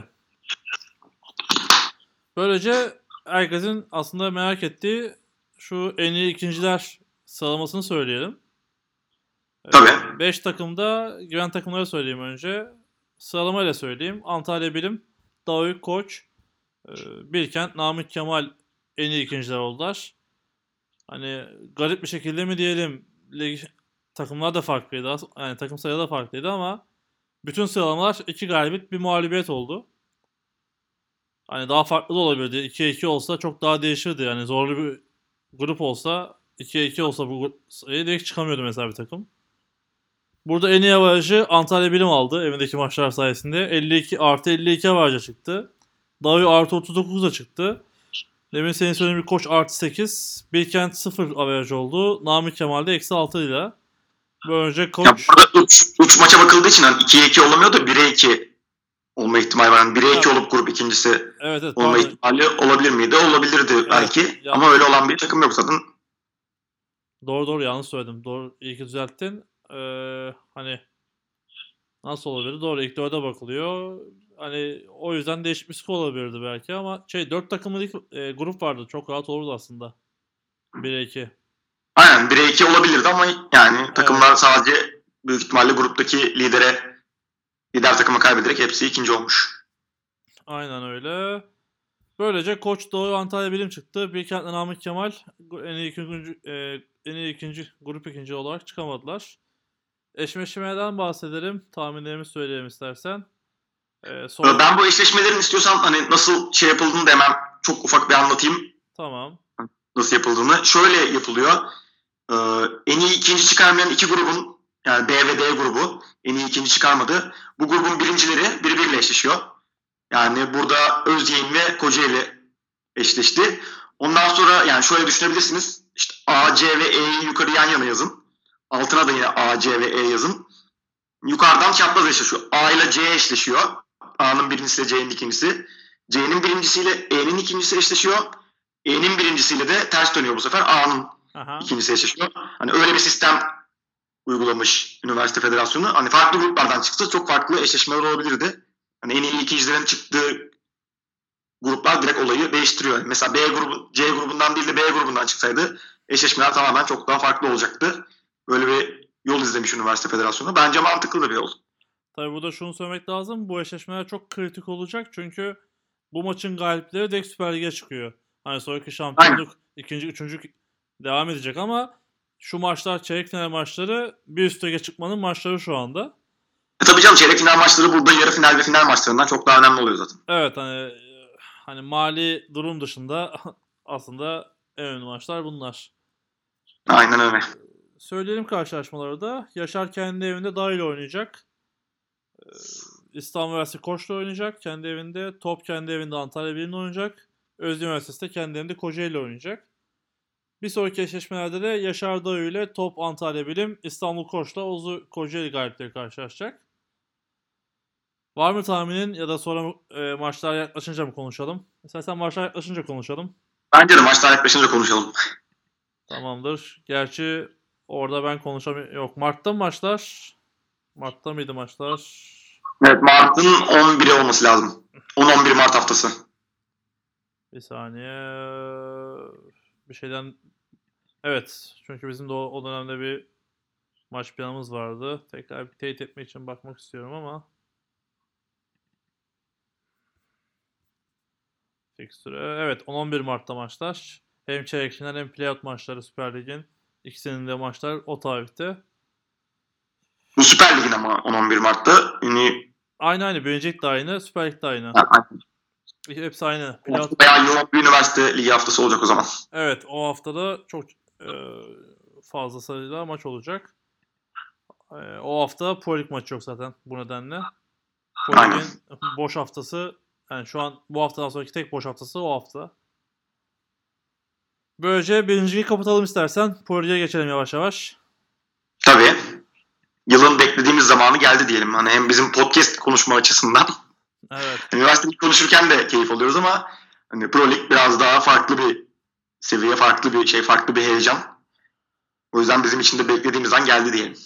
Böylece herkesin aslında merak ettiği şu en iyi ikinciler sıralamasını söyleyelim. Tabii. beş takımda giren takımları söyleyeyim önce. Sıralamayla söyleyeyim. Antalya Bilim, Davut Koç, e, Bilkent, Namık Kemal en iyi ikinciler oldular. Hani garip bir şekilde mi diyelim lig takımlar da farklıydı. Yani takım sayıları da farklıydı ama bütün sıralamalar iki galibiyet bir mağlubiyet oldu. Hani daha farklı da olabilirdi. ikiye iki olsa çok daha değişirdi. Yani zorlu bir grup olsa ikiye iki olsa bu sayı direkt çıkamıyordu mesela bir takım. Burada en iyi avarajı Antalya Bilim aldı evindeki maçlar sayesinde. elli iki artı elli iki avaraja çıktı. Davi artı otuz dokuz'a çıktı. Demin senin söylediğin bir Koç artı sekiz. Bilkent sıfır averaj oldu. Namık Kemal de eksi altı ile. Böylece Ya Koç... burada üç maça bakıldığı için hani ikiye iki olamıyor da bire iki olma ihtimali var. Yani bire iki olup grup ikincisi Evet evet olma pardon. ihtimali olabilir miydi? Olabilirdi Evet, belki. yanlış. Ama öyle olan bir takım yok zaten. Doğru doğru yanlış söyledim. Doğru iyi ki düzelttin. Ee, hani nasıl olabilir? Doğru ilk dörde bakılıyor. Hani o yüzden değişik bir skor olabilirdi belki ama şey dört takımlık e, grup vardı. Çok rahat olurdu aslında. bire iki. Aynen bire iki olabilirdi ama yani Evet. takımlar sadece büyük ihtimalle gruptaki lidere lider takımı kaybederek hepsi ikinci olmuş. Aynen öyle. Böylece Koç Doğu Antalya Bilim çıktı. Bilkent'le Namık Kemal en iyi ikinci, e, en iyi ikinci grup ikinci olarak çıkamadılar. Eşleşmeden bahsedelim. Tahminlerimi söyleyelim istersen. Ee, son... Ben bu eşleşmelerin istiyorsan hani nasıl şey yapıldığını da hemen çok ufak bir anlatayım. Tamam. nasıl yapıldığını. Şöyle yapılıyor. Ee, en iyi ikinci çıkarmayan iki grubun, yani B ve D grubu en iyi ikinci çıkarmadı. Bu grubun birincileri birbiriyle eşleşiyor. Yani burada Özyeğin ve Kocaeli eşleşti. Ondan sonra yani şöyle düşünebilirsiniz. İşte A, C ve E'yi yukarı yan yana yazın. Altına da yine A, C ve E yazın. Yukarıdan çapraz eşleşiyor. A ile C eşleşiyor. A'nın birincisiyle C'nin ikincisi. C'nin birincisiyle E'nin ikincisi eşleşiyor. E'nin birincisiyle de ters dönüyor bu sefer. A'nın Aha. ikincisi eşleşiyor. Hani öyle bir sistem uygulamış Üniversite Federasyonu. Hani farklı gruplardan çıksa çok farklı eşleşmeler olabilirdi. Hani en iyi ikincilerin çıktığı gruplar direkt olayı değiştiriyor. Mesela B grubu, C grubundan değil de B grubundan çıksaydı eşleşmeler tamamen çok daha farklı olacaktı. Böyle bir yol izlemiş Üniversite Federasyonu. Bence mantıklı da bir yol. Tabii burada şunu söylemek lazım. Bu eşleşmeler çok kritik olacak. Çünkü bu maçın galipleri direkt Süper Lig'e çıkıyor. Hani sonraki şampiyonluk Aynen. ikinci, üçüncü devam edecek ama şu maçlar, çeyrek final maçları bir üst lige çıkmanın maçları şu anda. E tabii canım, çeyrek final maçları burada yarı final ve final maçlarından çok daha önemli oluyor zaten. Evet, hani hani mali durum dışında aslında en önemli maçlar bunlar. Aynen öyle. Söyleyelim karşılaşmaları da. Yaşar kendi evinde dahil oynayacak. İstanbul Üniversitesi Koç'la oynayacak kendi evinde. Top kendi evinde Antalya Bilim'le oynayacak. Özyeğin Üniversitesi de kendi evinde Kocaeli'yle oynayacak. Bir sonraki eşleşmelerde de Yaşar Dağ ile Top Antalya Bilim, İstanbul Koç'la Ozu Kocaeli galipleri karşılaşacak. Var mı tahminin ya da sonra e, maçlar yaklaşınca mı konuşalım? Mesela sen maçlar yaklaşınca konuşalım. Bence de maçlar yaklaşınca konuşalım. Tamamdır. Gerçi orada ben konuşamıyorum. Yok, Mart'ta mı maçlar? Mart'ta mıydı maçlar? Evet, Mart'ın on biri olması lazım. on on bir Mart haftası. Bir saniye. Bir şeyden... Evet. Çünkü bizim de o, o dönemde bir maç planımız vardı. Tekrar bir teyit etmek için bakmak istiyorum ama... Fikstüre. Evet, on on bir Mart'ta maçlar. Hem çeyrek final hem playout maçları Süper Lig'in. İkisinin de maçlar o tarihte. Bu Süper Lig'in ama on on bir Mart'ta. Ünlü... Aynı aynı. Birincilik de aynı. Süper Lig de aynı. Ha, aynen. Hepsi aynı. Playout... Bayağı yoğun bir üniversite ligi haftası olacak o zaman. Evet, o haftada çok e, fazla sayıda maç olacak. E, o hafta Pro Lig maçı yok zaten bu nedenle. Pro Lig'in boş haftası, yani şu an bu haftadan sonraki tek boş haftası o hafta. Böylece birinciyi kapatalım istersen. Pro Lig'e geçelim yavaş yavaş. Tabii. Yılın beklediğimiz zamanı geldi diyelim. Hani hem bizim podcast konuşma açısından. Evet. Üniversitede konuşurken de keyif alıyoruz ama hani Pro Lig biraz daha farklı bir seviye, farklı bir şey, farklı bir heyecan. O yüzden bizim için de beklediğimiz an geldi diyelim.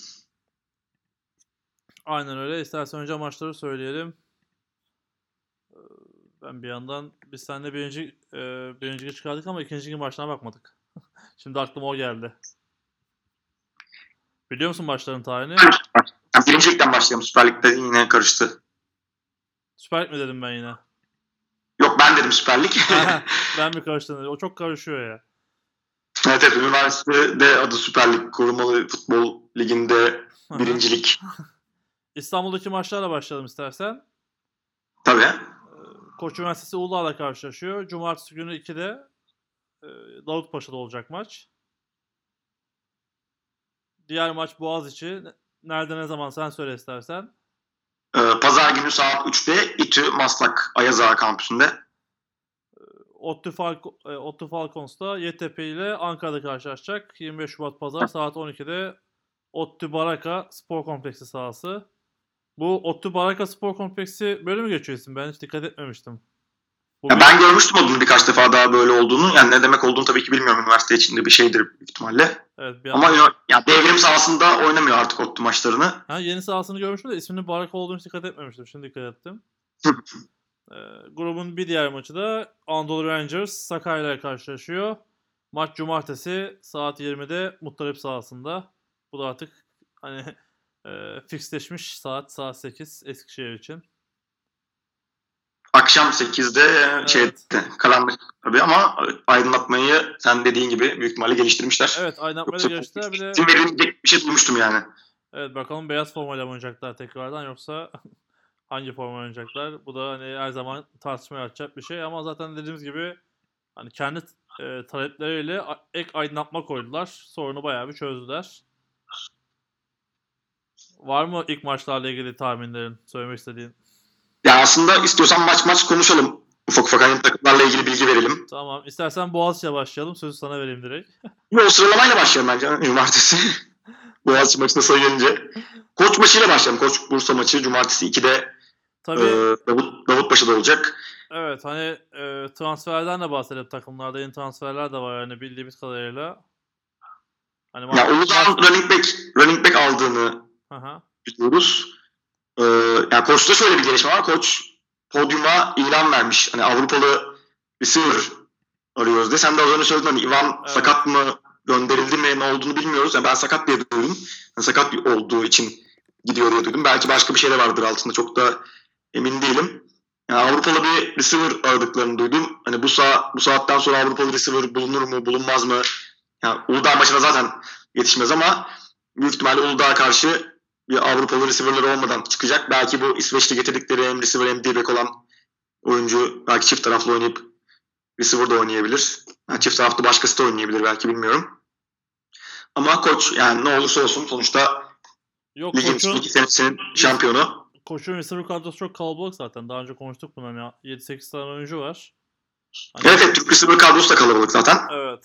Aynen öyle. İstersen önce maçları söyleyelim. Ben bir yandan biz seninle birinci e, birinci çıkardık ama ikinci gün maçlarına bakmadık. Şimdi aklıma o geldi. Biliyor musun maçların tarihini? Yani birinci ligden başlayalım. Süper Lig'de yine karıştı. Süper Lig mi dedim ben yine? Yok, ben dedim Süper Lig. Ben mi karıştırdım? O çok karışıyor ya. Evet evet. Üniversitede adı Süper Lig. Korumalı Futbol Ligi'nde birincilik. İstanbul'daki maçlarla başlayalım istersen. Tabii. Koç Üniversitesi Uludağ'la karşılaşıyor. Cumartesi günü ikide e, Davutpaşa'da olacak maç. Diğer maç Boğaziçi. Nerede ne zaman sen söyle istersen. Pazar günü saat üçte İTÜ Maslak Ayaz Ağa kampüsünde. ODTÜ, Falco, ODTÜ Falcons'ta Y T P ile Ankara'da karşılaşacak. yirmi beş Şubat Pazar saat on ikide ODTÜ Baraka Spor Kompleksi sahası. Bu ODTÜ Baraka Spor Kompleksi böyle mi geçiyor isim? Ben hiç dikkat etmemiştim. Ya ben görmüştüm adını birkaç defa daha böyle olduğunu. Yani ne demek olduğunu tabii ki bilmiyorum. Üniversite içinde bir şeydir büyük ihtimalle. Evet, bir Ama ya, ya devrim sahasında oynamıyor artık ODTÜ maçlarını. Ha, yeni sahasını görmüştüm de isminin Baraka olduğunu hiç dikkat etmemiştim. Şimdi dikkat ettim. e, grubun bir diğer maçı da Anadolu Rangers Sakarya'yla karşılaşıyor. Maç cumartesi saat yirmide Muttalip sahasında. Bu da artık hani e, fixleşmiş saat saat sekiz Eskişehir için. Akşam sekizde evet. Şeyde karanlık tabii ama aydınlatmayı sen dediğin gibi büyük ihtimalle geliştirmişler. Evet, aydınlatmayı geliştirmişler. Bir de İzin verilecek bir şey duymuştum yani. Evet, bakalım beyaz formayla mı oynayacaklar tekrardan yoksa hangi forma oynayacaklar? Bu da hani her zaman tartışmaya açacak bir şey ama zaten dediğimiz gibi hani kendi e, talepleriyle a- ek aydınlatma koydular. Sorunu bayağı bir çözdüler. Var mı ilk maçlarla ilgili tahminlerin, söylemek istediğin? Ya aslında istiyorsan maç maç konuşalım. Ufak ufak hani takımlarla ilgili bilgi verelim. Tamam. İstersen Boğaziçi'yle başlayalım. Sözü sana vereyim direkt. Ve o sıralamayla başlayalım bence cumartesi. Boğaziçi maçına sayı gelince. Koç maçıyla başlayalım. Koç Bursa maçı cumartesi ikide e, Tabii Davut, Davutpaşa'da olacak. evet hani e, transferden de bahsedelim. Takımlarda yeni transferler de var yani bildiğimiz kadarıyla. Hani maç... Ya Uludağ'ın maç... running back, running back aldığını Aha. biliyoruz. Ee, yani koçta şöyle bir gelişme var. Koç podyuma ilan vermiş. Hani Avrupalı receiver arıyoruz diye. Sen de az önce söyledin hani Ivan Evet. sakat mı, gönderildi mi, ne olduğunu bilmiyoruz. Yani ben sakat diye duydum. Yani sakat olduğu için gidiyor diye duydum. Belki başka bir şey de vardır altında. Çok da emin değilim. Yani Avrupalı bir receiver aradıklarını duydum. Hani bu saat bu saatten sonra Avrupalı receiver bulunur mu, bulunmaz mı? Yani Uludağ maçına zaten yetişmez ama büyük ihtimalle Uludağ'a karşı bir Avrupalı receiver'ları olmadan çıkacak. Belki bu İsveç'te getirdikleri hem receiver hem D-back olan oyuncu belki çift taraflı oynayıp receiver da oynayabilir. Yani çift taraflı başkası da oynayabilir belki, bilmiyorum. Ama koç yani ne olursa olsun sonuçta Yok ligin koçun, iki senesinin şampiyonu. koçun receiver kadrosu çok kalabalık zaten. Daha önce konuştuk bunu. Hani yedi sekiz tane oyuncu var. Hani... Evet evet, Türk receiver kadrosu da kalabalık zaten. Evet.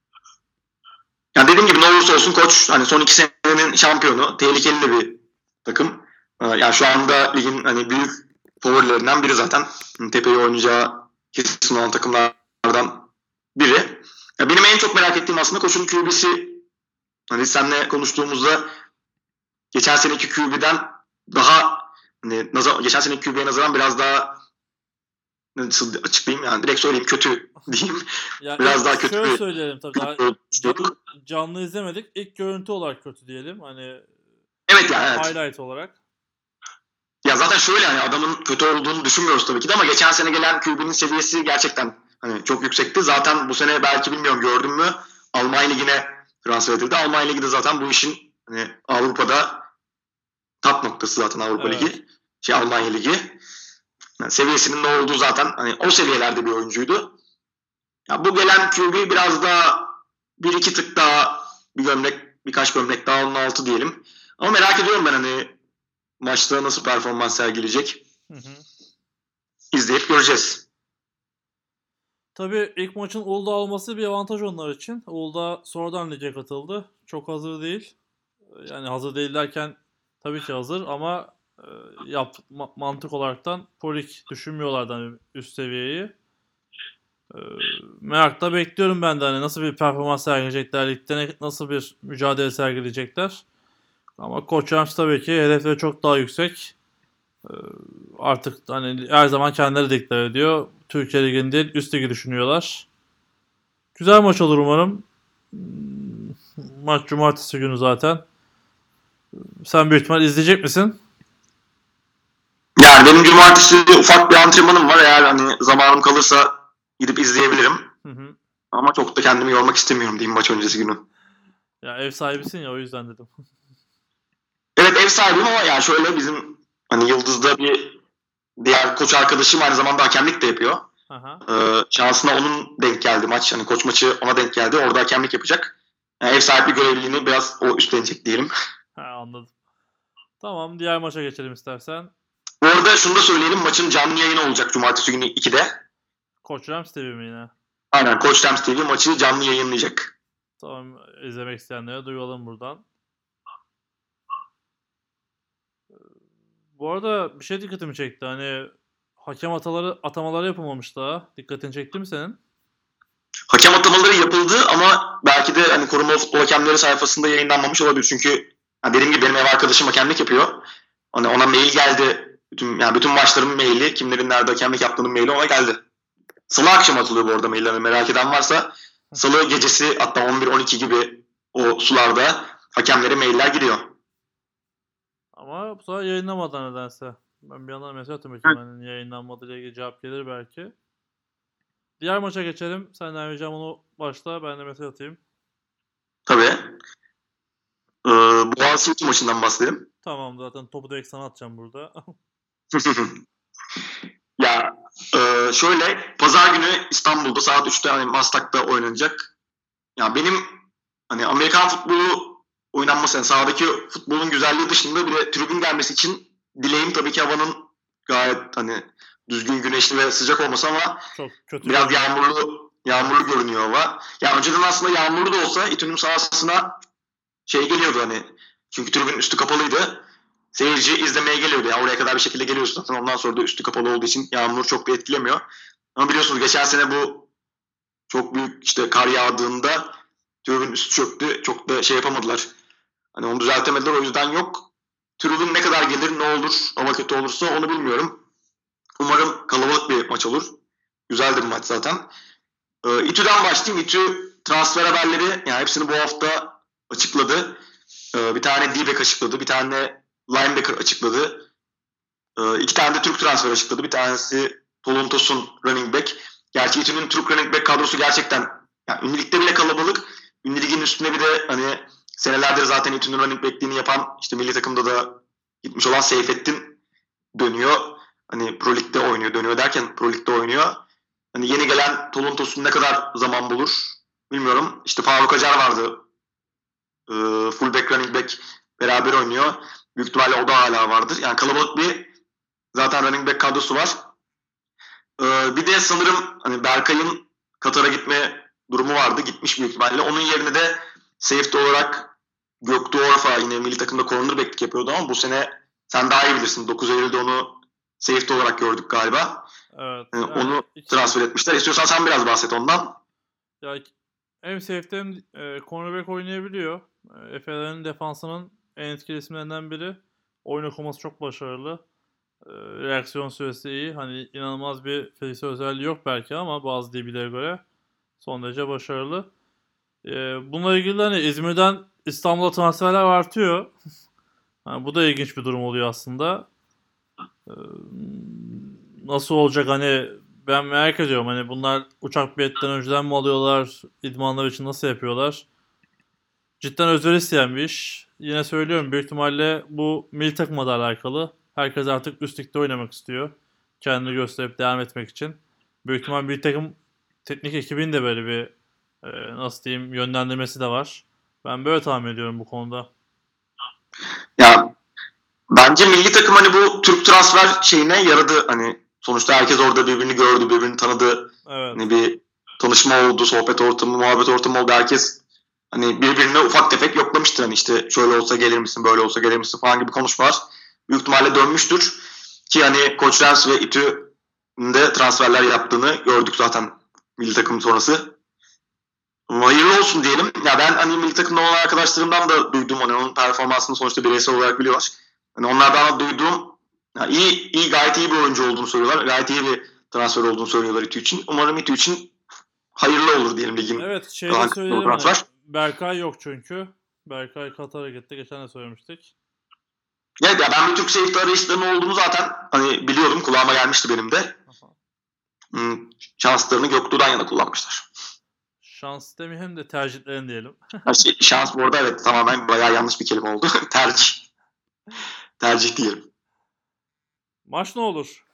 Yani dediğim gibi ne olursa olsun koç hani son iki senenin şampiyonu, tehlikeli de bir takım. Yani şu anda ligin hani büyük favorilerinden biri zaten. Tepe'yi oynayacağı kesin olan takımlardan biri. Ya benim en çok merak ettiğim aslında koçun Q B'si. Hani seninle konuştuğumuzda geçen seneki Q B'den daha hani nazar, geçen seneki Q B'ye nazaran biraz daha nasıl açıklayayım yani direkt söyleyeyim kötü diyeyim. Ya Biraz daha kötü şöyle bir söyleyelim tabii daha ca- canlı izlemedik. İlk görüntü olarak kötü diyelim. Hani evet yani evet. Highlight olarak. Ya zaten şöyle hani adamın kötü olduğunu düşünmüyoruz tabii ki de ama geçen sene gelen Q B'nin seviyesi gerçekten hani çok yüksekti. Zaten bu sene belki bilmiyorum gördün mü Almanya Ligi'ne transfer edildi. Almanya Ligi de zaten bu işin hani Avrupa'da top noktası zaten Avrupa Evet. Ligi. Şey Almanya Ligi. Yani seviyesinin ne olduğu zaten hani o seviyelerde bir oyuncuydu. Ya bu gelen Q B biraz daha bir iki tık daha bir gömlek birkaç gömlek daha onun altı diyelim. Ama merak ediyorum ben hani maçta nasıl performans sergileyecek. Hı hı. İzleyip göreceğiz. Tabii ilk maçın Uludağ olması bir avantaj onlar için. Uludağ sonradan lige katıldı. Çok hazır değil. Yani hazır değil derken tabii ki hazır ama e, yap, ma- mantık olaraktan Polik düşünmüyorlardı hani üst seviyeyi. E, merakla bekliyorum ben de hani nasıl bir performans sergileyecekler, ligde ne- nasıl bir mücadele sergileyecekler. Ama Koç Rams tabii ki hedefleri çok daha yüksek. E, artık hani her zaman kendileri dikte ediyor. Türkiye Ligi'ni değil üst ligi düşünüyorlar. Güzel maç olur umarım. Hmm, Maç cumartesi günü zaten. Sen büyük ihtimal izleyecek misin? Yani benim cumartesi ufak bir antrenmanım var. Eğer hani zamanım kalırsa gidip izleyebilirim. Hı hı. Ama çok da kendimi yormak istemiyorum diyeyim maç öncesi günü. Ya ev sahibisin ya o yüzden dedim. Evet ev sahibiyim ama yani şöyle bizim hani Yıldız'da bir diğer koç arkadaşım aynı zamanda hakemlik de yapıyor. Aha. Ee, şansına onun denk geldi maç. Hani koç maçı ona denk geldi. Orada hakemlik yapacak. Yani ev sahipliği görevliliğini biraz o üstlenecek diyelim. Ha, anladım. Tamam diğer maça geçelim istersen. Bu arada şunu da söyleyelim. Maçın canlı yayını olacak cumartesi günü ikide. Koç Rams T V mi yine? Aynen Koç Rams T V maçı canlı yayınlayacak. Tamam izlemek isteyenlere duyuralım buradan. Bu arada bir şey dikkatimi çekti. Hani hakem ataları, atamaları yapılmamış daha. Dikkatini çekti mi senin? Hakem atamaları yapıldı ama belki de hani koruma futbol hakemleri sayfasında yayınlanmamış olabilir. Çünkü yani dediğim gibi benim ev arkadaşım hakemlik yapıyor. Hani ona mail geldi. Bütün, yani bütün maçların maili, kimlerin nerede hakemlik yaptığının maili ona geldi. Salı akşam atılıyor bu arada mailler. Merak eden varsa salı gecesi hatta on bir on iki gibi o sularda hakemlere mailler gidiyor. Ama bu sefer yayınlamadan nedense. Ben bir yandan mesaj atayım bakayım. Hani yayınlanmadı ile ilgili cevap gelir belki. Diğer maça geçelim. Senden ricam onu başla. Ben de mesaj atayım. Tabii. Ee, Boğaziçi maçından bahsedelim. Tamam zaten topu direkt sana atacağım burada. Ya Ee, şöyle pazar günü İstanbul'da saat üçte hani Maslak'ta oynanacak. Ya benim hani Amerikan futbolu oynanması yani sahadaki futbolun güzelliği dışında bir de tribün gelmesi için dileğim tabii ki havanın gayet hani düzgün güneşli ve sıcak olması ama Çok kötü biraz görünüyor. yağmurlu yağmurlu görünüyor hava. Ya önceden aslında yağmurlu da olsa İTÜ'nün sahasına şey geliyordu hani çünkü tribünün üstü kapalıydı. Seyirci izlemeye geliyordu ya oraya kadar bir şekilde geliyorsun zaten ondan sonra da üstü kapalı olduğu için yağmur çok bir etkilemiyor. Ama biliyorsunuz geçen sene bu çok büyük işte kar yağdığında tribün üstü çöktü. Çok da şey yapamadılar. Hani onu düzeltemediler o yüzden yok. Tribün ne kadar gelir ne olur hava kötü olursa onu bilmiyorum. Umarım kalabalık bir maç olur. Güzel bir maç zaten. Ee, İTÜ'den başlayayım. İTÜ transfer haberleri yani hepsini bu hafta açıkladı. Ee, bir tane D-back açıkladı. Bir tane linebacker açıkladı. Ee, iki tane de Türk transfer açıkladı. Bir tanesi Tolontos'un running back. Gerçi İTÜ'nün Türk running back kadrosu gerçekten yani ünlü ligde bile kalabalık. Ünlü ligin üstüne bir de hani senelerdir zaten İTÜ'nün running back'liğini yapan işte milli takımda da gitmiş olan Seyfettin dönüyor. Hani Pro Lig'de oynuyor. Dönüyor derken Pro Lig'de oynuyor. Hani yeni gelen Tolontos'un ne kadar zaman bulur bilmiyorum. İşte Faruk Acar vardı. Ee, fullback running back beraber oynuyor. Büyük ihtimalle o da hala vardır. Yani kalabalık bir zaten running back kadrosu var. Ee, bir de sanırım hani Berkay'ın Katar'a gitme durumu vardı. Gitmiş büyük ihtimalle. Onun yerine de safety olarak Göktuğ Orfa yine milli takımda cornerback'lik yapıyordu ama bu sene sen daha iyi bilirsin. dokuz Eylül'de onu safety olarak gördük galiba. Evet. Yani Yani onu iki- transfer etmişler. İstiyorsan sen biraz bahset ondan. Ya hem safety hem e, cornerback oynayabiliyor. E, Efe'lerin defansının en etkili isimlerinden biri. Oyun okuması çok başarılı. E, reaksiyon süresi iyi. Hani inanılmaz bir fiziksel özelliği yok belki ama bazı D B'lere göre son derece başarılı. E, bununla ilgili hani İzmir'den İstanbul'a transferler artıyor. Yani bu da ilginç bir durum oluyor aslında. E, nasıl olacak hani ben merak ediyorum. Hani bunlar uçak biletten önceden mi alıyorlar? İdmanlar için nasıl yapıyorlar? Cidden özel isteyen bir iş. Yine söylüyorum büyük ihtimalle bu milli takımla da alakalı. Herkes artık üst ligde oynamak istiyor. Kendini gösterip devam etmek için. Büyük ihtimal milli takım teknik ekibinin de böyle bir e, nasıl diyeyim yönlendirmesi de var. Ben böyle tahmin ediyorum bu konuda. Ya bence milli takım hani bu Türk transfer şeyine yaradı. Hani sonuçta herkes orada birbirini gördü, birbirini tanıdı. Evet. Hani bir tanışma oldu, sohbet ortamı, muhabbet ortamı oldu. Herkes hani birbirine ufak tefek yoklamıştır. Hani işte şöyle olsa gelir misin, böyle olsa gelir misin falan gibi konuşmalar büyük ihtimalle dönmüştür. Ki hani Koç Rens ve İTÜ'nün de transferler yaptığını gördük zaten milli takım sonrası. Hayırlı olsun diyelim. Ya ben hani milli takımda olan arkadaşlarımdan da duydum hani onun performansını sonuçta bireysel olarak biliyorlar. Hani onlardan da duyduğum ya iyi, iyi gayet iyi bir oyuncu olduğunu söylüyorlar. Gayet iyi bir transfer olduğunu söylüyorlar İTÜ için. Umarım İTÜ için hayırlı olur diyelim ligin Evet şeyde kalan söyleyelim hani transfer. Berkay yok çünkü. Berkay Katar'a gitti. Geçen de söylemiştik. Evet ya ben bir Türk safety arayışlarının olduğunu zaten hani biliyordum. Kulağıma gelmişti benim de. Hmm, şanslarını Göktuğ'dan yana kullanmışlar. Şans demeyelim de tercihlerini diyelim. Her şey, şans bu arada evet tamamen bayağı yanlış bir kelime oldu. Tercih. Tercih diyelim. Maç ne olur?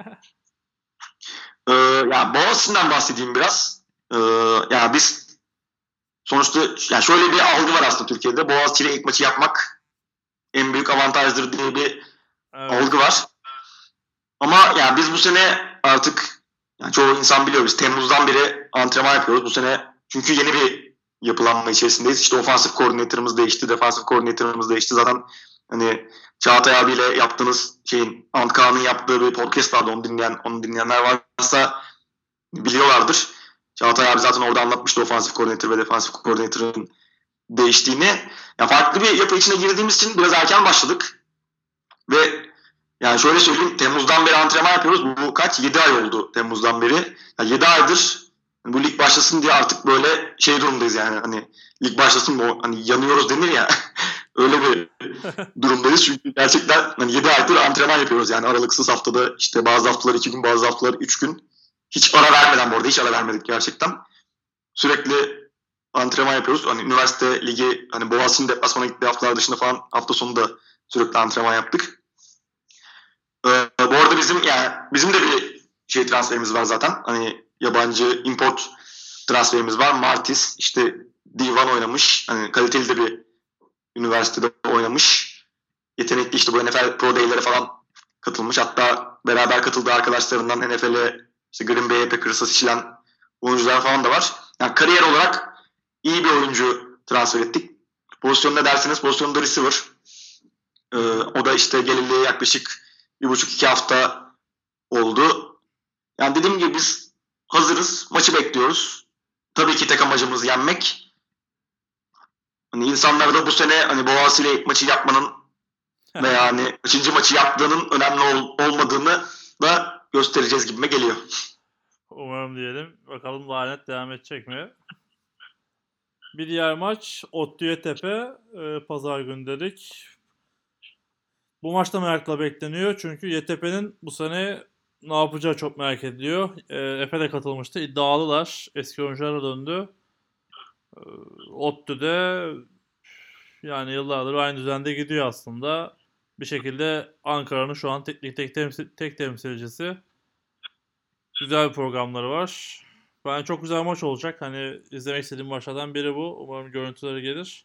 Ee, ya Boğaziçi'nden bahsedeyim biraz. Ee, yani biz sonuçta yani şöyle bir algı var aslında Türkiye'de. Boğaziçi ile ilk maçı yapmak en büyük avantajdır diye bir Evet. algı var. Ama yani biz bu sene artık yani çoğu insan biliyor biz Temmuz'dan beri antrenman yapıyoruz. Bu sene çünkü yeni bir yapılanma içerisindeyiz. İşte ofansif koordinatörümüz değişti, defansif koordinatörümüz değişti. Zaten hani Çağatay abiyle yaptığınız şeyin Antkan'ın yaptığı bir podcast vardı. Onu dinleyen, onu dinleyenler varsa biliyorlardır. Çağatay abi zaten orada anlatmıştı ofansif koordinatör ve defansif koordinatörün değiştiğini. Yani farklı bir yapı içine girdiğimiz için biraz erken başladık. Ve yani şöyle söyleyeyim Temmuz'dan beri antrenman yapıyoruz. Bu kaç? yedi ay oldu Temmuz'dan beri. Yani yedi aydır bu lig başlasın diye artık böyle şey durumdayız yani. Hani lig başlasın mı hani yanıyoruz denir ya. Öyle bir durumdayız. Çünkü gerçekten hani yedi aydır antrenman yapıyoruz. Yani aralıksız haftada işte bazı haftalar iki gün bazı haftalar üç gün. Hiç ara vermeden bu arada hiç ara vermedik gerçekten. Sürekli antrenman yapıyoruz. Hani üniversite ligi hani Boğaziçi'nin deplasmana gittiği haftalar dışında falan hafta sonu da sürekli antrenman yaptık. Ee, bu arada bizim yani bizim de bir şey transferimiz var zaten. Hani yabancı import transferimiz var. Martis işte Divan oynamış. Hani kaliteli de bir üniversitede oynamış. Yetenekli işte bu N F L Pro Day'lere falan katılmış. Hatta beraber katıldığı arkadaşlarından N F L'e işte Green Bay'e Packers'a seçilen oyuncular falan da var. Yani kariyer olarak iyi bir oyuncu transfer ettik. Pozisyonda derseniz pozisyonda receiver. Ee, o da işte geleli yaklaşık bir buçuk iki hafta oldu. Yani dediğim gibi biz hazırız. Maçı bekliyoruz. Tabii ki tek amacımız yenmek. Hani insanlar da bu sene hani Boğaziçi ile ilk maçı yapmanın veya hani kaçıncı maçı yaptığının önemli ol, olmadığını da göstereceğiz gibime geliyor. Umarım diyelim. Bakalım lanet devam edecek mi? Bir diğer maç ODTÜ Yeditepe. Ee, Pazar günü dedik. Bu maçta merakla bekleniyor. Çünkü Y T P'nin bu sene ne yapacağı çok merak ediliyor. E, Efe de katılmıştı. İddialılar. Eski oyunculara döndü. E, ODTÜ'de yani yıllardır aynı düzende gidiyor aslında. Bir şekilde Ankara'nın şu an teknik tek, temsil, tek temsilcisi. Güzel bir programları var. Ben çok güzel maç olacak. Hani izlemek istediğim maçlardan biri bu. Umarım görüntüleri gelir.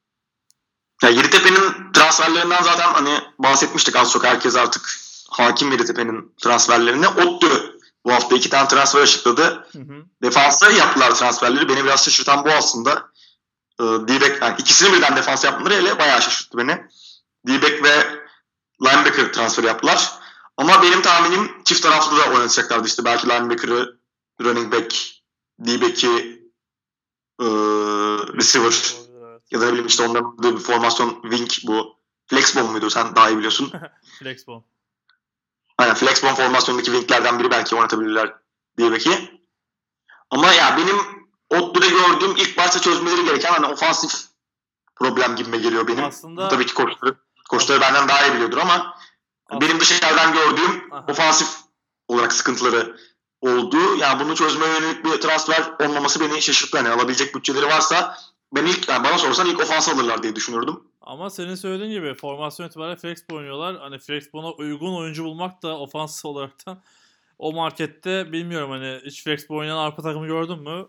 Ya Yeditepe'nin transferlerinden zaten hani bahsetmiştik az çok, herkes artık hakim Yeditepe'nin transferlerine. ODTÜ bu hafta iki tane transfer açıkladı. Hı hı. Defansa yaptılar transferleri. Beni biraz şaşırtan bu aslında. Ee, D-back, yani ikisini birden defans yapmaları hele bayağı şaşırttı beni. D-back ve linebacker transferi yaptılar. Ama benim tahminim çift taraflı da oynatacaklardı işte. Belki linebacker'ı, running back, D-back'i, e, receiver ya da ne bileyim işte onların bir formasyon wing bu. Flexbone muydu? Sen daha iyi biliyorsun. Flexbone. Aynen, Flexbone formasyonundaki winglerden biri belki oynatabilirler D-back'i. Ama ya benim ODTÜ'de gördüğüm ilk başta çözmeleri gereken hani ofansif problem gibime geliyor benim. Aslında tabii ki koçları, koçları benden daha iyi biliyordur ama aslında benim dışarıdan gördüğüm aha, ofansif olarak sıkıntıları oldu. Yani bunu çözmeye yönelik bir transfer olmaması beni şaşırttı. Hani alabilecek bütçeleri varsa ben ilk, yani bana sorsan ilk ofans alırlar diye düşünürdüm. Ama senin söylediğin gibi formasyon itibariyle Flexbone oynuyorlar. Hani Flexbone'a uygun oyuncu bulmak da ofansif olaraktan o markette bilmiyorum, hani hiç Flexbone oynayan arpa takımı gördün mü?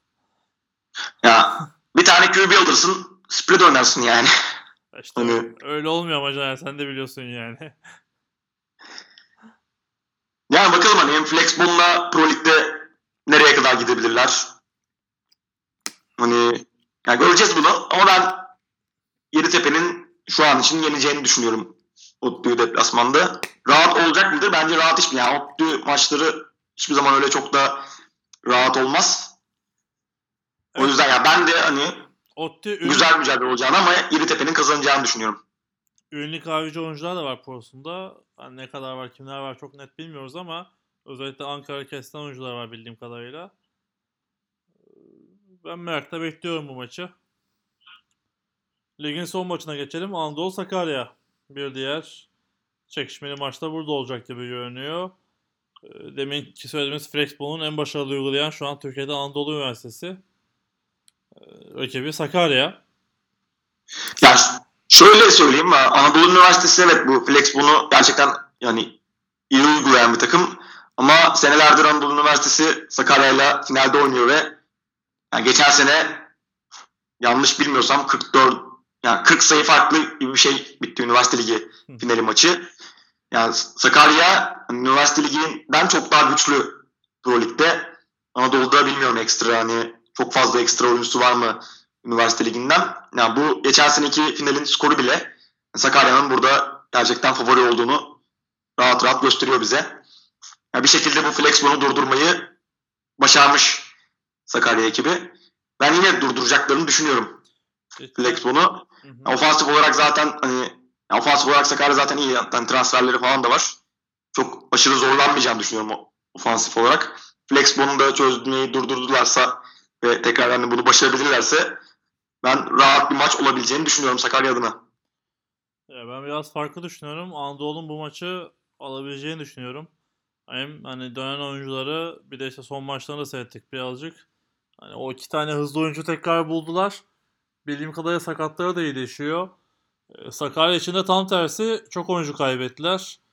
Ya bir tane Q B alırsın, spread oynarsın yani. İşte hani öyle olmuyor ama Caner, sen de biliyorsun yani. Yani bakalım hani hem Flexbone'la Pro Lig'de nereye kadar gidebilirler. Hani yani göreceğiz bunu ama ben Yeditepe'nin şu an için yeneceğini düşünüyorum ODTÜ deplasmanda. Rahat olacak mıdır? Bence rahat hiçbir. Yani ODTÜ maçları hiçbir zaman öyle çok da rahat olmaz. Evet. O yüzden ya ben de hani ODTÜ güzel ünlü, mücadele olacağını ama Yeditepe'nin kazanacağını düşünüyorum. Ünlü kahveci oyuncular da var prosunda. Yani ne kadar var, kimler var çok net bilmiyoruz ama özellikle Ankara kesilen oyuncular var bildiğim kadarıyla. Ben merakla bekliyorum bu maçı. Ligin son maçına geçelim. Anadolu Sakarya. Bir diğer çekişmeli maçta burada olacak gibi görünüyor. Deminki söylediğimiz Flexbone'un en başarılı uygulayan şu an Türkiye'de Anadolu Üniversitesi. Rakibi Sakarya. Ya şöyle söyleyeyim, Anadolu Üniversitesi evet bu Flexbone'u gerçekten yani iyi uygulayan bir takım. Ama senelerdir Anadolu Üniversitesi Sakarya'yla finalde oynuyor ve yani geçen sene yanlış bilmiyorsam kırk dört yani kırk sayı farklı gibi bir şey bitti üniversite ligi finali maçı. Yani Sakarya üniversite liginden çok daha güçlü Pro Lig'de. Anadolu'da bilmiyorum ekstra hani çok fazla ekstra oyuncusu var mı üniversite liginden. Yani bu geçen seneki finalin skoru bile Sakarya'nın burada gerçekten favori olduğunu rahat rahat gösteriyor bize. Yani bir şekilde bu Flexbone'u durdurmayı başarmış Sakarya ekibi. Ben yine durduracaklarını düşünüyorum Flexbone'u. Yani ofansif olarak zaten hani yani ofansif olarak Sakarya zaten iyi. Yani transferleri falan da var. Çok aşırı zorlanmayacağını düşünüyorum ofansif olarak. Flexbone'u da çözmeyi durdurdularsa ve tekrar hani bunu başarabilirlerse ben rahat bir maç olabileceğini düşünüyorum Sakarya adına. Ya ben biraz farklı düşünüyorum. Anadolu'nun bu maçı alabileceğini düşünüyorum. Hem hani dönen oyuncuları bir de işte son maçlarını da seyrettik birazcık. Hani o iki tane hızlı oyuncu tekrar buldular. Bildiğim kadarıyla sakatları da iyileşiyor. Sakarya için de tam tersi çok oyuncu kaybettiler.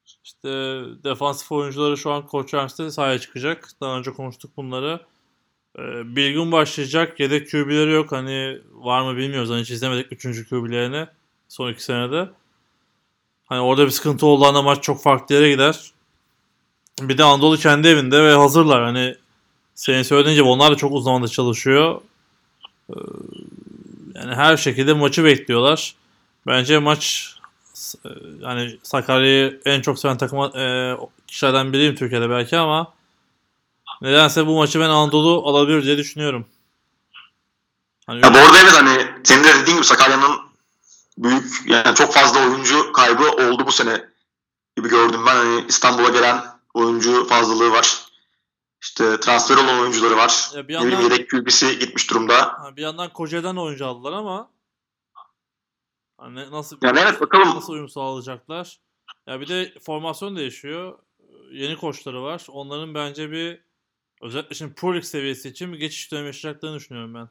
İşte defansif oyuncuları şu an Koç Rams'te sahaya çıkacak. Daha önce konuştuk bunları. Ee, Bilgun başlayacak. Yedek Q B'leri yok. Hani var mı bilmiyoruz. Hani hiç izlemedik üçüncü Q B'lerini son iki senede. Hani orada bir sıkıntı olduğunda maç çok farklı yere gider. Bir de Anadolu kendi evinde ve hazırlar. Hani senin söylediğin gibi onlar da çok uzun zamandır çalışıyor. Ee, Yani her şekilde maçı bekliyorlar. Bence maç e, yani Sakarya'yı en çok seven takım e, kişilerden biriyim Türkiye'de belki ama nedense bu maçı ben Anadolu alabilir diye düşünüyorum. Hani Ya bu arada evet, hani senin de dediğin gibi Sakarya'nın büyük, yani çok fazla oyuncu kaybı oldu bu sene gibi gördüm ben. Hani İstanbul'a gelen oyuncu fazlalığı var. İşte transfer olan oyuncuları var. ya bir Ne bileyim, yandan yedek kulübesi gitmiş durumda. ha, bir yandan Kocaeli'den oyuncu aldılar ama hani nasıl Yani evet, nasıl, bakalım. nasıl uyum sağlayacaklar? Ya bir de formasyon değişiyor. Yeni koçları var. Onların bence bir özellikle şimdi Pro Lig seviyesi için bir geçiş dönemi yaşayacaklarını düşünüyorum ben.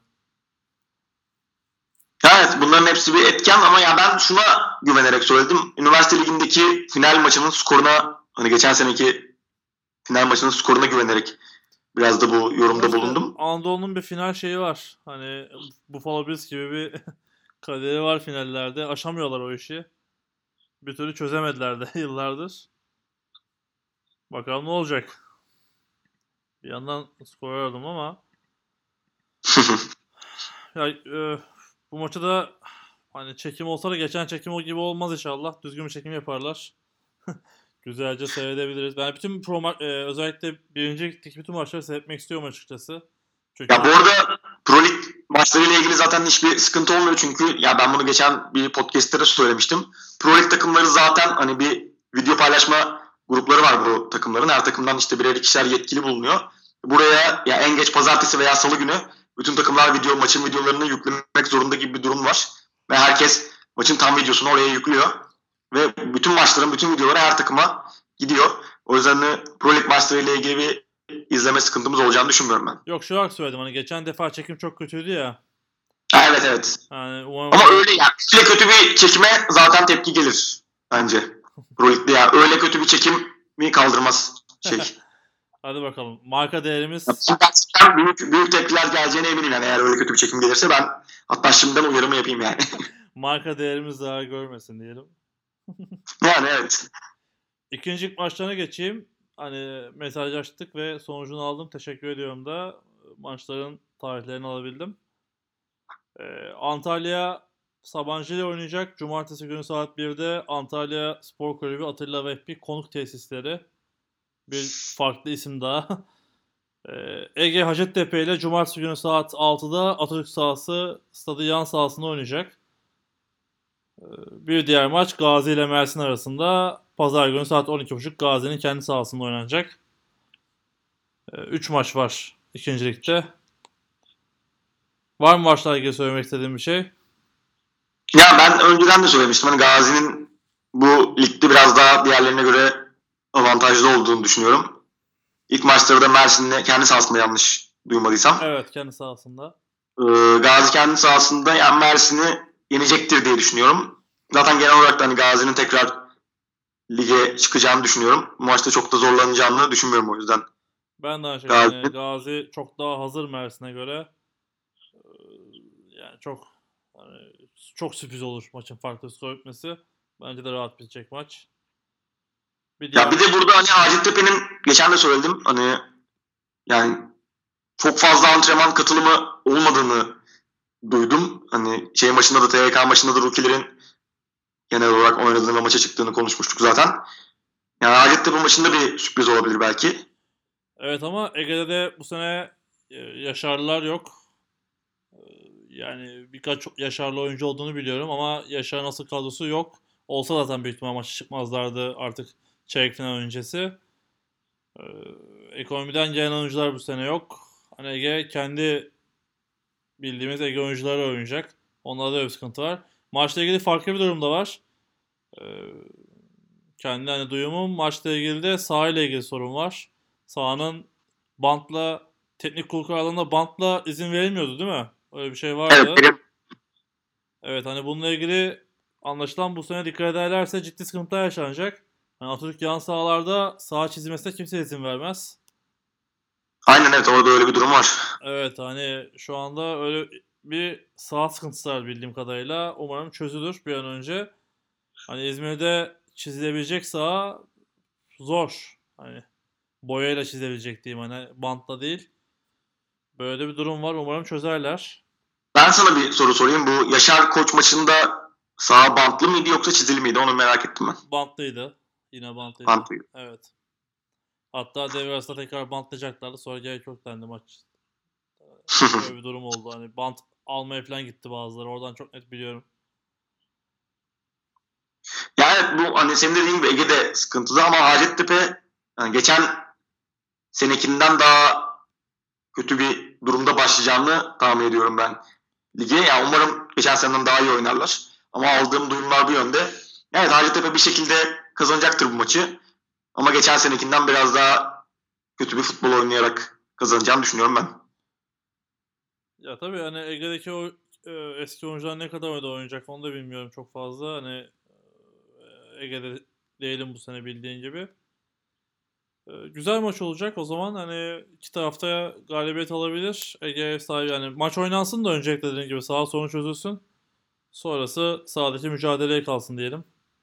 Evet, bunların hepsi bir etken ama ya ben şuna güvenerek söyledim. Üniversite ligindeki final maçının skoruna, hani geçen seneki final maçının skoruna güvenerek biraz da bu Ama yorumda işte bulundum. Anadolu'nun bir final şeyi var. Hani Buffalo Bills gibi bir kaderi var finallerde. Aşamıyorlar o işi. Bir türlü çözemediler de yıllardır. Bakalım ne olacak. Bir yandan skor aradım ama ya, e, bu maçı da hani çekim olsa da geçen çekim o gibi olmaz inşallah. Düzgün bir çekim yaparlar. Güzelce seyredebiliriz. Ben bütün pro ma- e, özellikle birinci ligdeki bütün maçları seyretmek istiyorum açıkçası. Ya bu Çünkü arada Pro Lig maçlarıyla ilgili zaten hiçbir sıkıntı olmuyor çünkü ya ben bunu geçen bir podcast'te de söylemiştim. Pro Lig takımları zaten hani bir video paylaşma grupları var bu takımların. Her takımdan işte birer ikişer yetkili bulunuyor. Buraya ya en geç pazartesi veya salı günü bütün takımlar video maçın videolarını yüklemek zorunda gibi bir durum var. Ve herkes maçın tam videosunu oraya yüklüyor. Ve bütün maçların bütün videoları her takıma gidiyor. O yüzden de Pro Lig maçlarıyla ilgili bir izleme sıkıntımız olacağını düşünmüyorum ben. yok şu an söyledim hani geçen defa çekim çok kötüydü ya. Ha, evet evet. Yani umarım Ama bu öyle yani öyle kötü bir çekime zaten tepki gelir bence. Pro Lig'de ya öyle kötü bir çekim mi kaldırmaz şey. hadi bakalım. Marka değerimiz Şimdi gerçekten büyük, büyük tepkiler geleceğine eminim yani eğer öyle kötü bir çekim gelirse ben hatta şimdiden uyarımı yapayım yani. marka değerimiz zarar görmesin diyelim. Yani evet. İkinci maçlarına geçeyim. Hani mesajlaştık ve sonucunu aldım. Teşekkür ediyorum da maçların tarihlerini alabildim. Ee, Antalya Sabancı ile oynayacak. Cumartesi günü saat birde Antalya Spor Kulübü Atilla Vehbi konuk tesisleri. Bir farklı isim daha. Ee, Ege Hacettepe ile Cumartesi günü saat altıda Atatürk sahası stadı yan sahasında oynayacak. Ee, Bir diğer maç Gazi ile Mersin arasında Pazar günü saat on iki buçuk Gazi'nin kendi sahasında oynanacak. üç maç var ikincilikte. Var mı maçlarla ilgili söylemek istediğim bir şey? Ya ben önceden de söylemiştim hani Gazi'nin bu ligde biraz daha diğerlerine göre avantajlı olduğunu düşünüyorum. İlk maçları da Mersin'le kendi sahasında yanlış duymadıysam. Evet kendi sahasında. Ee, Gazi kendi sahasında yani Mersin'i yenecektir diye düşünüyorum. Zaten genel olarak da hani Gazi'nin tekrar lige çıkacağını düşünüyorum. Bu maçta çok da zorlanacağını düşünmüyorum o yüzden. Ben de aynı şekilde Gazi. hani Gazi çok daha hazır Mersin'e göre. Ee, Yani çok hani çok sürpriz olur maçın farklı skor bitmesi. Bence de rahat bitecek maç. Bir Ya diğer bir de burada hani Hacettepe'nin geçen de söyledim hani yani çok fazla antrenman katılımı olmadığını duydum. Hani şey maçında da T Y K maçında da rookie'lerin genel olarak oynadığını ve maça çıktığını konuşmuştuk zaten. Yani Hacettepe maçında bir sürpriz olabilir belki. evet ama Ege'de de bu sene e, Yaşarlılar yok. Ee, Yani birkaç Yaşarlı oyuncu olduğunu biliyorum ama Yaşar'ın asıl kadrosu yok. Olsa zaten büyük ihtimal maça çıkmazlardı artık çeyrek final öncesi. Ee, Ekonomiden gelen oyuncular bu sene yok. Hani Ege kendi bildiğimiz Ege oyuncuları oynayacak. Onlarda da bir sıkıntı var. Maçla ilgili farklı bir durum da var. Ee, Kendi hani duyumum maçla ilgili de sahayla ilgili sorun var. Sahanın bantla teknik kurulu kararlarında bantla izin verilmiyordu değil mi? Öyle bir şey Evet vardı. benim Evet hani bununla ilgili anlaşılan bu sene dikkat ederlerse ciddi sıkıntılar yaşanacak. Yani Atatürk yan sahalarda saha çizilmesine kimse izin vermez. Aynen, evet, orada öyle bir durum var. Evet, hani şu anda öyle bir saha sıkıntısı var bildiğim kadarıyla. Umarım çözülür bir an önce. Hani İzmir'de çizilebilecek saha zor. Hani boyayla çizebilecek diyeyim, hani bantla değil. Böyle bir durum var. Umarım çözerler. Ben sana bir soru sorayım. Bu Yaşar Koç maçında saha bantlı mıydı yoksa çizili miydi? Onu merak ettim ben. Bantlıydı. Yine bantlıydı. Bantlıydı. Evet. Hatta devre arasında tekrar bantlayacaklardı. Sonra gerek yok dendi maç. Böyle bir durum oldu. Hani bant almaya falan gitti bazıları. Oradan çok net biliyorum. Yani bu hani senin dediğin gibi Ege'de sıkıntılı ama Hacettepe yani geçen senekinden daha kötü bir durumda başlayacağını tahmin ediyorum ben lige. Yani umarım geçen seneden daha iyi oynarlar. Ama aldığım durumlar bu yönde. Evet, Hacettepe bir şekilde kazanacaktır bu maçı. Ama geçen senekinden biraz daha kötü bir futbol oynayarak kazanacağını düşünüyorum ben. Ya tabii hani Ege'deki o e, eski oyuncular ne kadar orada oynayacak onu da bilmiyorum çok fazla. Hani e, Ege'de değilim bu sene bildiğin gibi. E, güzel maç olacak o zaman. Hani iki tarafta galibiyet alabilir. Ege ev sahibi, yani maç oynansın da öncelikle dediğim gibi saha sonu çözülsün. Sonrası sahadaki mücadeleye kalsın diyelim.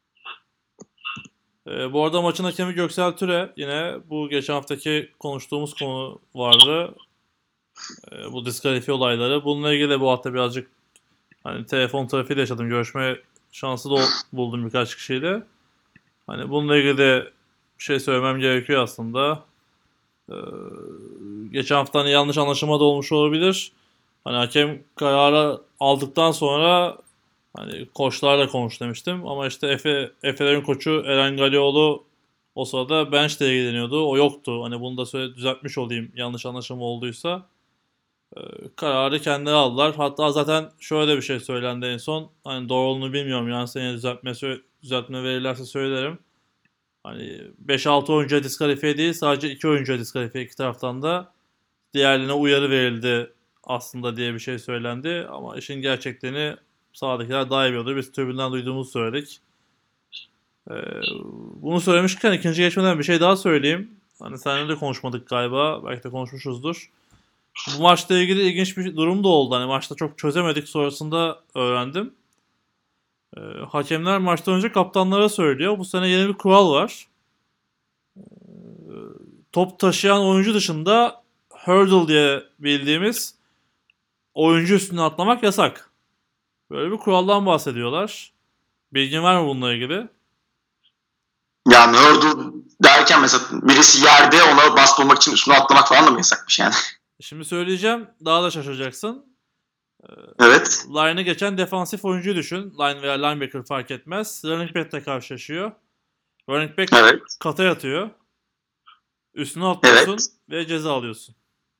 E, bu arada maçın hakemi Göksel Türe. Yine bu geçen haftaki konuştuğumuz konu vardı. E, bu diskalifiye olayları. Bununla ilgili de bu hafta birazcık hani telefon trafiği de yaşadım. Görüşme şansı da buldum birkaç kişiyle. Hani bununla ilgili de bir şey söylemem gerekiyor aslında. Ee, geçen hafta hani yanlış anlaşılma da olmuş olabilir. Hani hakem kararı aldıktan sonra hani koçlarla konuş demiştim. Ama işte Efe, Efe'lerin koçu Eren Galioğlu o sırada bench'le ilgileniyordu. O yoktu. Hani bunu da söyle düzeltmiş olayım yanlış anlaşılma olduysa. Ee, kararı kendileri aldılar. Hatta zaten şöyle bir şey söylendi en son. Hani doğruluğunu bilmiyorum. Yani seneye düzeltme, düzeltme verirlerse söylerim. Hani beş altı oyuncuya diskalifiye değil, sadece iki oyuncuya diskalifiye iki taraftan da. Diğerlerine uyarı verildi aslında diye bir şey söylendi. Ama işin gerçeklerini sahadakiler daha iyi biliyordu. Biz tribünden duyduğumuzu söyledik. Ee, bunu söylemişken ikinci geçmeden bir şey daha söyleyeyim. Hani seninle de konuşmadık galiba. Belki de konuşmuşuzdur. Bu maçla ilgili ilginç bir durum da oldu. Hani maçta çok çözemedik, sonrasında öğrendim. Ee, hakemler maçtan önce kaptanlara söylüyor. Bu sene yeni bir kural var. Ee, top taşıyan oyuncu dışında hurdle diye bildiğimiz oyuncu üstüne atlamak yasak. Böyle bir kuraldan bahsediyorlar. Bilgin var mı bununla ilgili? Yani hurdle derken mesela birisi yerde ona bast olmak için üstüne atlamak falan da mı yasakmış yani? Şimdi söyleyeceğim, daha da şaşıracaksın. Ee, Evet. Line'ı geçen defansif oyuncuyu düşün. Line veya linebacker fark etmez. Running back'le karşılaşıyor. Running back Evet. kata yatıyor. Üstüne atlıyorsun Evet. ve ceza alıyorsun.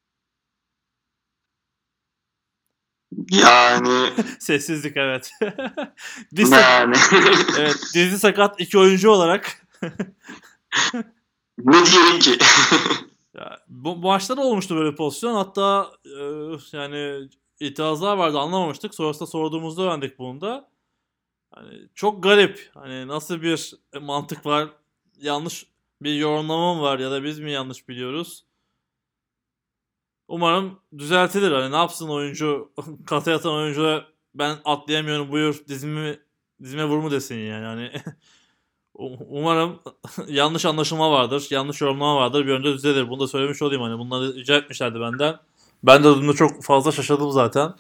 Yani Sessizlik, evet. Diz sak- yani evet, dizi sakat iki oyuncu olarak ne diyelim ki? ya, bu, bu maçta da olmuştu böyle pozisyon. Hatta e, yani itirazlar vardı, anlamamıştık. Sonrasında sorduğumuzda öğrendik bunu da. Hani çok garip. Hani nasıl bir mantık var? Yanlış bir yorumlama mı var ya da biz mi yanlış biliyoruz? Umarım düzeltilir. Hani ne yapsın oyuncu, kata yatan oyuncuya ben atlayamıyorum buyur dizimi dizime vur mu desin yani. Hani umarım yanlış anlaşılma vardır, yanlış yorumlama vardır, bir yönde düzelir. Bunu da söylemiş olayım, hani bunları rica etmişlerdi benden. Ben de bunu çok fazla şaşırdım zaten.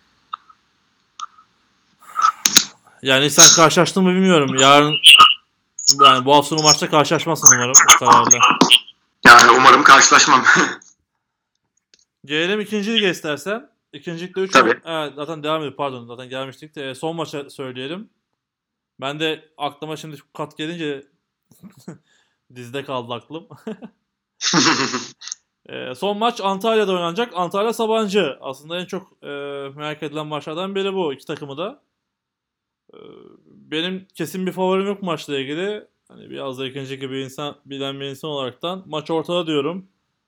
Yani sen karşılaştın mı bilmiyorum. Yarın, yani bu hafta sonu maçta karşılaşmazsın umarım bu kararla. Yani umarım karşılaşmam. Gelelim ikinci lige istersen. İkincilikte üç Tabii. evet, zaten devam ediyor, pardon, zaten gelmiştik de son maça söyleyelim. Ben de aklıma şimdi kat gelince dizide kaldı aklım. E, son maç Antalya'da oynanacak. Antalya Sabancı. Aslında en çok e, merak edilen maçlardan biri bu. İki takımı da. E, benim kesin bir favorim yok maçla ilgili. Hani biraz da ikinci gibi insan, bilen bir insan olaraktan maç ortada diyorum.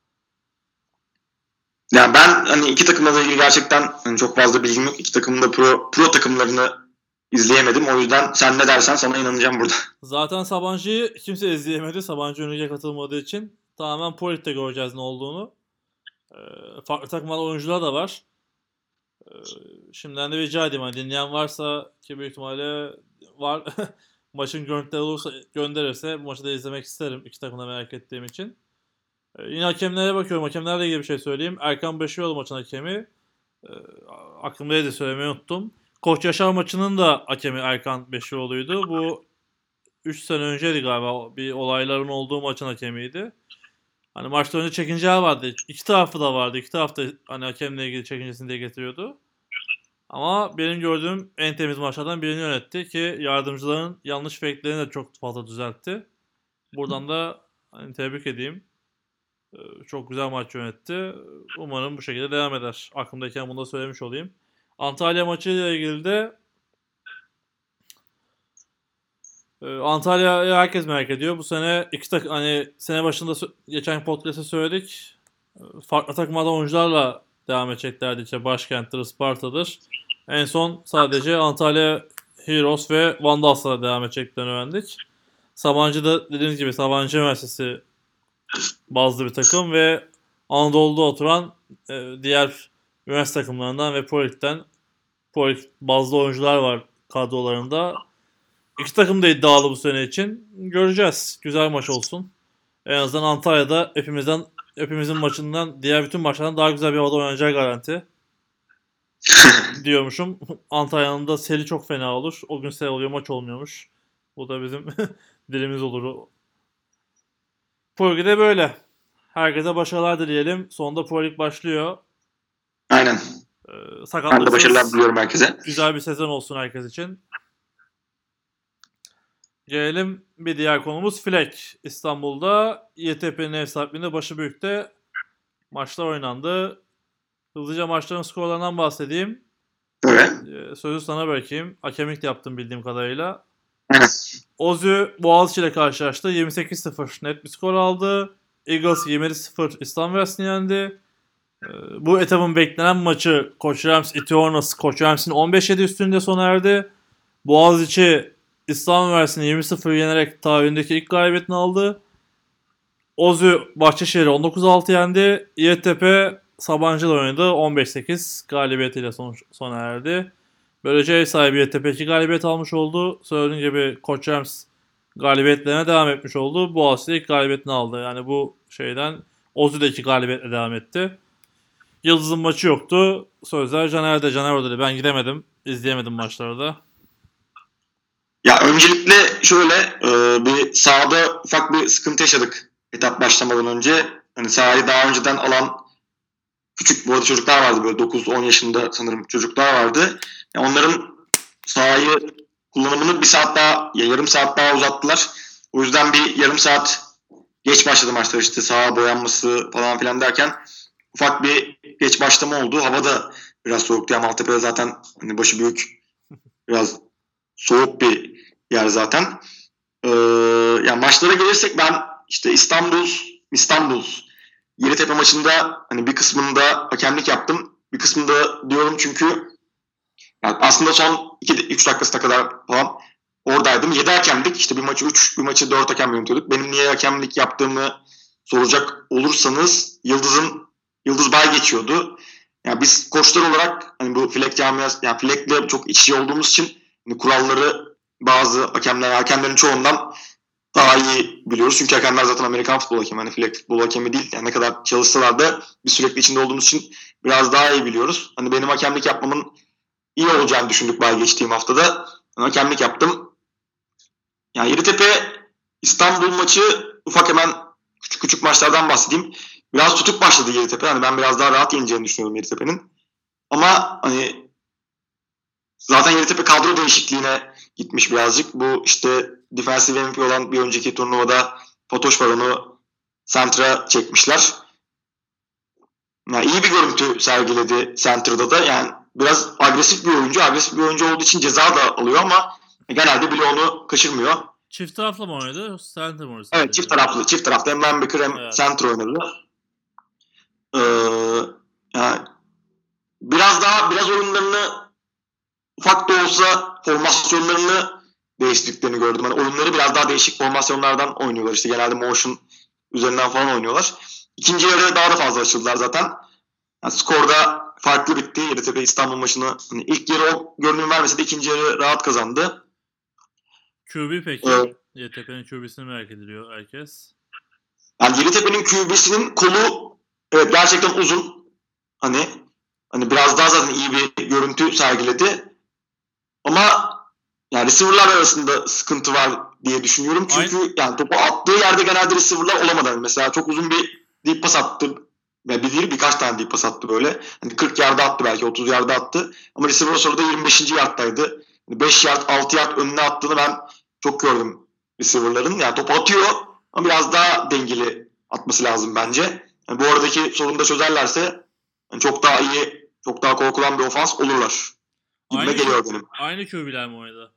Yani ben hani iki takımla ilgili gerçekten hani çok fazla bilgim yok. İki takımın da pro, pro takımlarını izleyemedim. O yüzden sen ne dersen sana inanacağım burada. Zaten Sabancı'yı kimse izleyemedi. Sabancı önüne katılmadığı için tamamen Polit'te göreceğiz ne olduğunu. Ee, farklı takımlar oyuncular da var. Ee, şimdiden de rica edeyim. Hani dinleyen varsa ki büyük ihtimalle var. Maçın görüntüleri olursa gönderirse bu maçı da izlemek isterim. İki takımda merak ettiğim için. Ee, yine hakemlere bakıyorum. Hakemlerle ilgili bir şey söyleyeyim. Erkan Beşiroğlu maçın hakemi. Ee, aklımdaydı söylemeyi unuttum. Koç Yaşar maçının da hakemi Erkan Beşiroğlu'ydu. Bu üç sene önceydi galiba. Bir olayların olduğu maçın hakemiydi. Hani maçtan önce çekinceler vardı. İki tarafı da vardı. İki taraf da hani hakemle ilgili çekincesini de getiriyordu. Ama benim gördüğüm en temiz maçlardan birini yönetti ki yardımcıların yanlış fake'lerini de çok fazla düzeltti. Buradan da hani tebrik edeyim. Ee, Çok güzel maç yönetti. Umarım bu şekilde devam eder. Aklımdayken bunu da söylemiş olayım. Antalya maçıyla ilgili de e, Antalya'yı herkes merak ediyor. Bu sene iki tak hani sene başında sö- geçen podcast'ta söyledik. E, Farklı takımlardan oyuncularla devam edeceklerdi. İşte Başkent'tir, Sparta'dır. En son sadece Antalya Heroes ve Vandals'la devam edeceklerini öğrendik. Sabancı da dediğiniz gibi Sabancı Üniversitesi bazlı bir takım ve Anadolu'da oturan e, diğer üniversite takımlarından ve Polit'ten Polit bazlı oyuncular var kadrolarında. İki takım da iddialı bu sene için. Göreceğiz. Güzel maç olsun. En azından Antalya'da hepimizden hepimizin maçından diğer bütün maçlardan daha güzel bir havada oynayacağı garanti diyormuşum. Antalya'nın da seri çok fena olur. O gün seri oluyor, maç olmuyormuş. Bu da bizim dilimiz olur. Pro Lig'de böyle. Herkese başarılar dileyelim. Sonunda Pro Lig başlıyor. Aynen. Ee, Ben de sakatlıksız başarılar diliyorum herkese. güzel bir sezon olsun herkes için. Gelelim bir diğer konumuz Fleck. İstanbul'da Y T P'nin ev sahipliğinde Başıbüyük'te maçlar oynandı. Hızlıca maçların skorlarından bahsedeyim. Evet. Ee, Sözü sana bırakayım. Hakemlik de yaptım bildiğim kadarıyla. Aynen. Ozü Boğaziçi ile karşılaştı. yirmi sekiz sıfır net bir skor aldı. Eagles yirmi sıfır İstanbul Üniversitesi'ni yendi. Ee, Bu etapın beklenen maçı Koç Rams Itiornas Koç Rams'in on beş yedi üstünde sona erdi. Boğaziçi İstanbul Üniversitesi'ni yirmi sıfır yenerek tarihindeki ilk galibiyetini aldı. Ozü Bahçeşehir'i on dokuz altı yendi. Y T P Sabancı'da oynadı. on beş sekiz galibiyetiyle son, sona erdi. Böylece ev sahibi Y T P iki galibiyet almış oldu. Söylediğim gibi Koç Rams galibiyetlerine devam etmiş oldu. Boğaziçi ilk galibiyetini aldı. Yani bu şeyden Ozü de iki galibiyetle devam etti. Yıldız'ın maçı yoktu. Sözler Caner'de. Caner orada dedi. Ben gidemedim. İzleyemedim maçları da. Ya öncelikle şöyle e, bir sahada ufak bir sıkıntı yaşadık etap başlamadan önce. Hani sahayı daha önceden alan küçük bu arada çocuklar vardı, böyle dokuz on yaşında sanırım çocuklar vardı. Yani onların sahayı kullanımını bir saat daha ya yarım saat daha uzattılar. O yüzden bir yarım saat geç başladı maçlar, işte saha boyanması falan filan derken ufak bir geç başlama oldu. Hava da biraz soğuktu. Yani Maltepe'de zaten hani başı büyük, biraz soğuk bir yer zaten. Ee, yani maçlara gelirsek ben işte İstanbul İstanbul Yeditepe maçında hani bir kısmında hakemlik yaptım. Bir kısmında diyorum çünkü yani aslında son iki üç dakikasına kadar falan oradaydım. yedi hakemdik. İşte bir maçı üç, bir maçı dört hakem yönetiyorduk. Benim niye hakemlik yaptığımı soracak olursanız Yıldız'ın Yıldız Bay geçiyordu. Yani biz koçlar olarak hani bu Fleck camiası, yani Fleck'le çok iç içe olduğumuz için hani kuralları bazı hakemler, hakemlerin çoğundan daha iyi biliyoruz. Çünkü hakemler zaten Amerikan futbol hakemi. Hani Fleck futbol hakemi değil. Yani ne kadar çalışsalar da biz sürekli içinde olduğumuz için biraz daha iyi biliyoruz. Hani benim hakemlik yapmamın iyi olacağını düşündük bay geçtiğim haftada. Ben hakemlik yaptım. Yani Yeditepe İstanbul maçı, ufak hemen küçük küçük maçlardan bahsedeyim. Biraz tutuk başladı Yeditepe. Hani ben biraz daha rahat yeneceğini düşünüyorum Yeditepe'nin. Ama hani zaten Yeditepe kadro değişikliğine gitmiş birazcık. Bu işte defensive M V P olan bir önceki turnuvada Fatoş var, onu center'a çekmişler. Yani iyi bir görüntü sergiledi center'da da. Yani biraz agresif bir oyuncu. Agresif bir oyuncu olduğu için ceza da alıyor ama genelde bile onu kaçırmıyor. Çift taraflı mı oynadı? Center mi oynadı? Evet, çift taraflı. Çift taraflı. Hem Lembecker hem Evet. center oynadı. Ee, yani biraz daha biraz oyunlarını ufak da olsa formasyonlarını değiştirdiklerini gördüm. Hani oyunları biraz daha değişik formasyonlardan oynuyorlar. İşte genelde motion üzerinden falan oynuyorlar. İkinci yarı daha da fazla açıldılar zaten. Yani skorda farklı bitti. Yeditepe İstanbul maçını hani ilk yarı o görünüm vermese de ikinci yarı rahat kazandı. Q B peki? Ee, Y T P'nin Q B'sini merak ediliyor herkes. Yani Yeditepe'nin Q B'sinin kolu evet gerçekten uzun. Hani hani biraz daha zaten iyi bir görüntü sergiledi. Ama yani receiver'lar arasında sıkıntı var diye düşünüyorum. Çünkü Aynı... yani topu attığı yerde genelde receiver'lar olamadı. Yani mesela çok uzun bir deep pas attı. Ve bir değil birkaç tane deep pas attı böyle. Hani kırk yarda attı belki otuz yarda attı. Ama receiver sonra da yirmi beşinci yarddaydı. beş yard altı yard önüne attığını ben çok gördüm receiver'ların. Yani topu atıyor ama biraz daha dengeli atması lazım bence. Yani bu aradaki sorunu da çözerlerse yani çok daha iyi, çok daha korkulan bir ofans olurlar. Gibime Aynı, geliyor Q... benim. Aynı Q B'ler mi oynadı?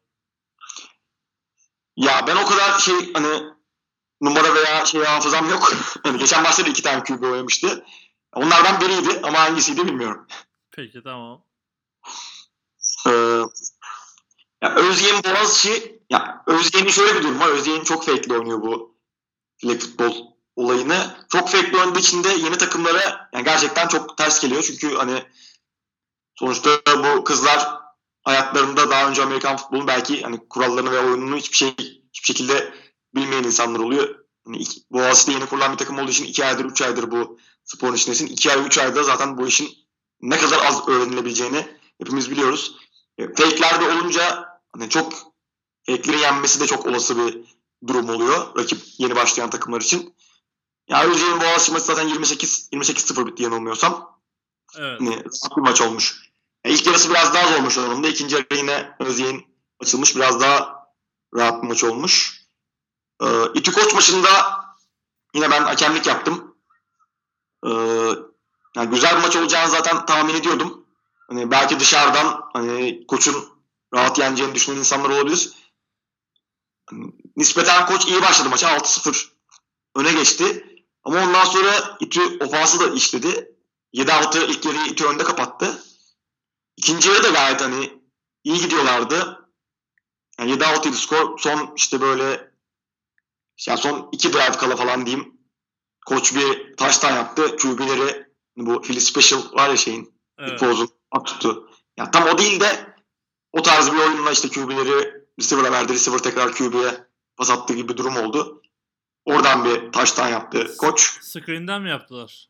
Ya ben o kadar şey hani numara veya şey hafızam yok. Yani geçen maçta da iki tane Q B oynamıştı. Onlardan biriydi ama hangisiydi bilmiyorum. Peki tamam. Ee, ya Özyeğin Boğaziçi ya Özyeğin'in şöyle bir durum var. Özyeğin çok fake'li oynuyor bu flag futbol olayını. Çok fake'li oynadığı için de yeni takımlara yani gerçekten çok ters geliyor. Çünkü hani sonuçta bu kızlar hayatlarında daha önce Amerikan futbolunun belki hani kurallarını ve oyununu hiçbir şey hiçbir şekilde bilmeyen insanlar oluyor. Hani iki, Boğaziçi'de yeni kurulan bir takım olduğu için iki aydır, üç aydır bu sporun içindesin. iki ay, üç ayda zaten bu işin ne kadar az öğrenilebileceğini hepimiz biliyoruz. E, fake'ler de olunca hani çok fake'lerin yenmesi de çok olası bir durum oluyor rakip yeni başlayan takımlar için. Yani Özyeğin Boğaziçi maçı zaten yirmi sekiz yirmi sekiz sıfır bitti yanılmıyorsam. Evet. Hani rahat bir maç olmuş. Yani ilk yarısı biraz daha zormuş onun da. İkinci yarı yine Özyeğin açılmış. Biraz daha rahat bir maç olmuş. Ee, İTÜ Koç maçında yine ben hakemlik yaptım. Ee, yani güzel bir maç olacağını zaten tahmin ediyordum. Hani belki dışarıdan hani Koç'un rahat yeneceğini düşünen insanlar olabilir. Hani nispeten Koç iyi başladı maça. altı sıfır öne geçti. Ama ondan sonra İTÜ ofansı da işledi. yedi altı ilk yarıyı İTÜ önde kapattı. İkinci yarı da gayet hani iyi gidiyorlardı. Yani yedi altıydı skor. Son işte böyle yani son iki drive kala falan diyeyim. Koç bir taştan yaptı. Q B'leri bu Philly Special var ya şeyin. Evet. Fouz'un at tuttu. Yani tam o değil de o tarz bir oyunla işte Q B'leri receiver'a verdi. Receiver tekrar Q B'ye pas attığı gibi bir durum oldu. Oradan bir taştan yaptı koç. Screen'den mi yaptılar?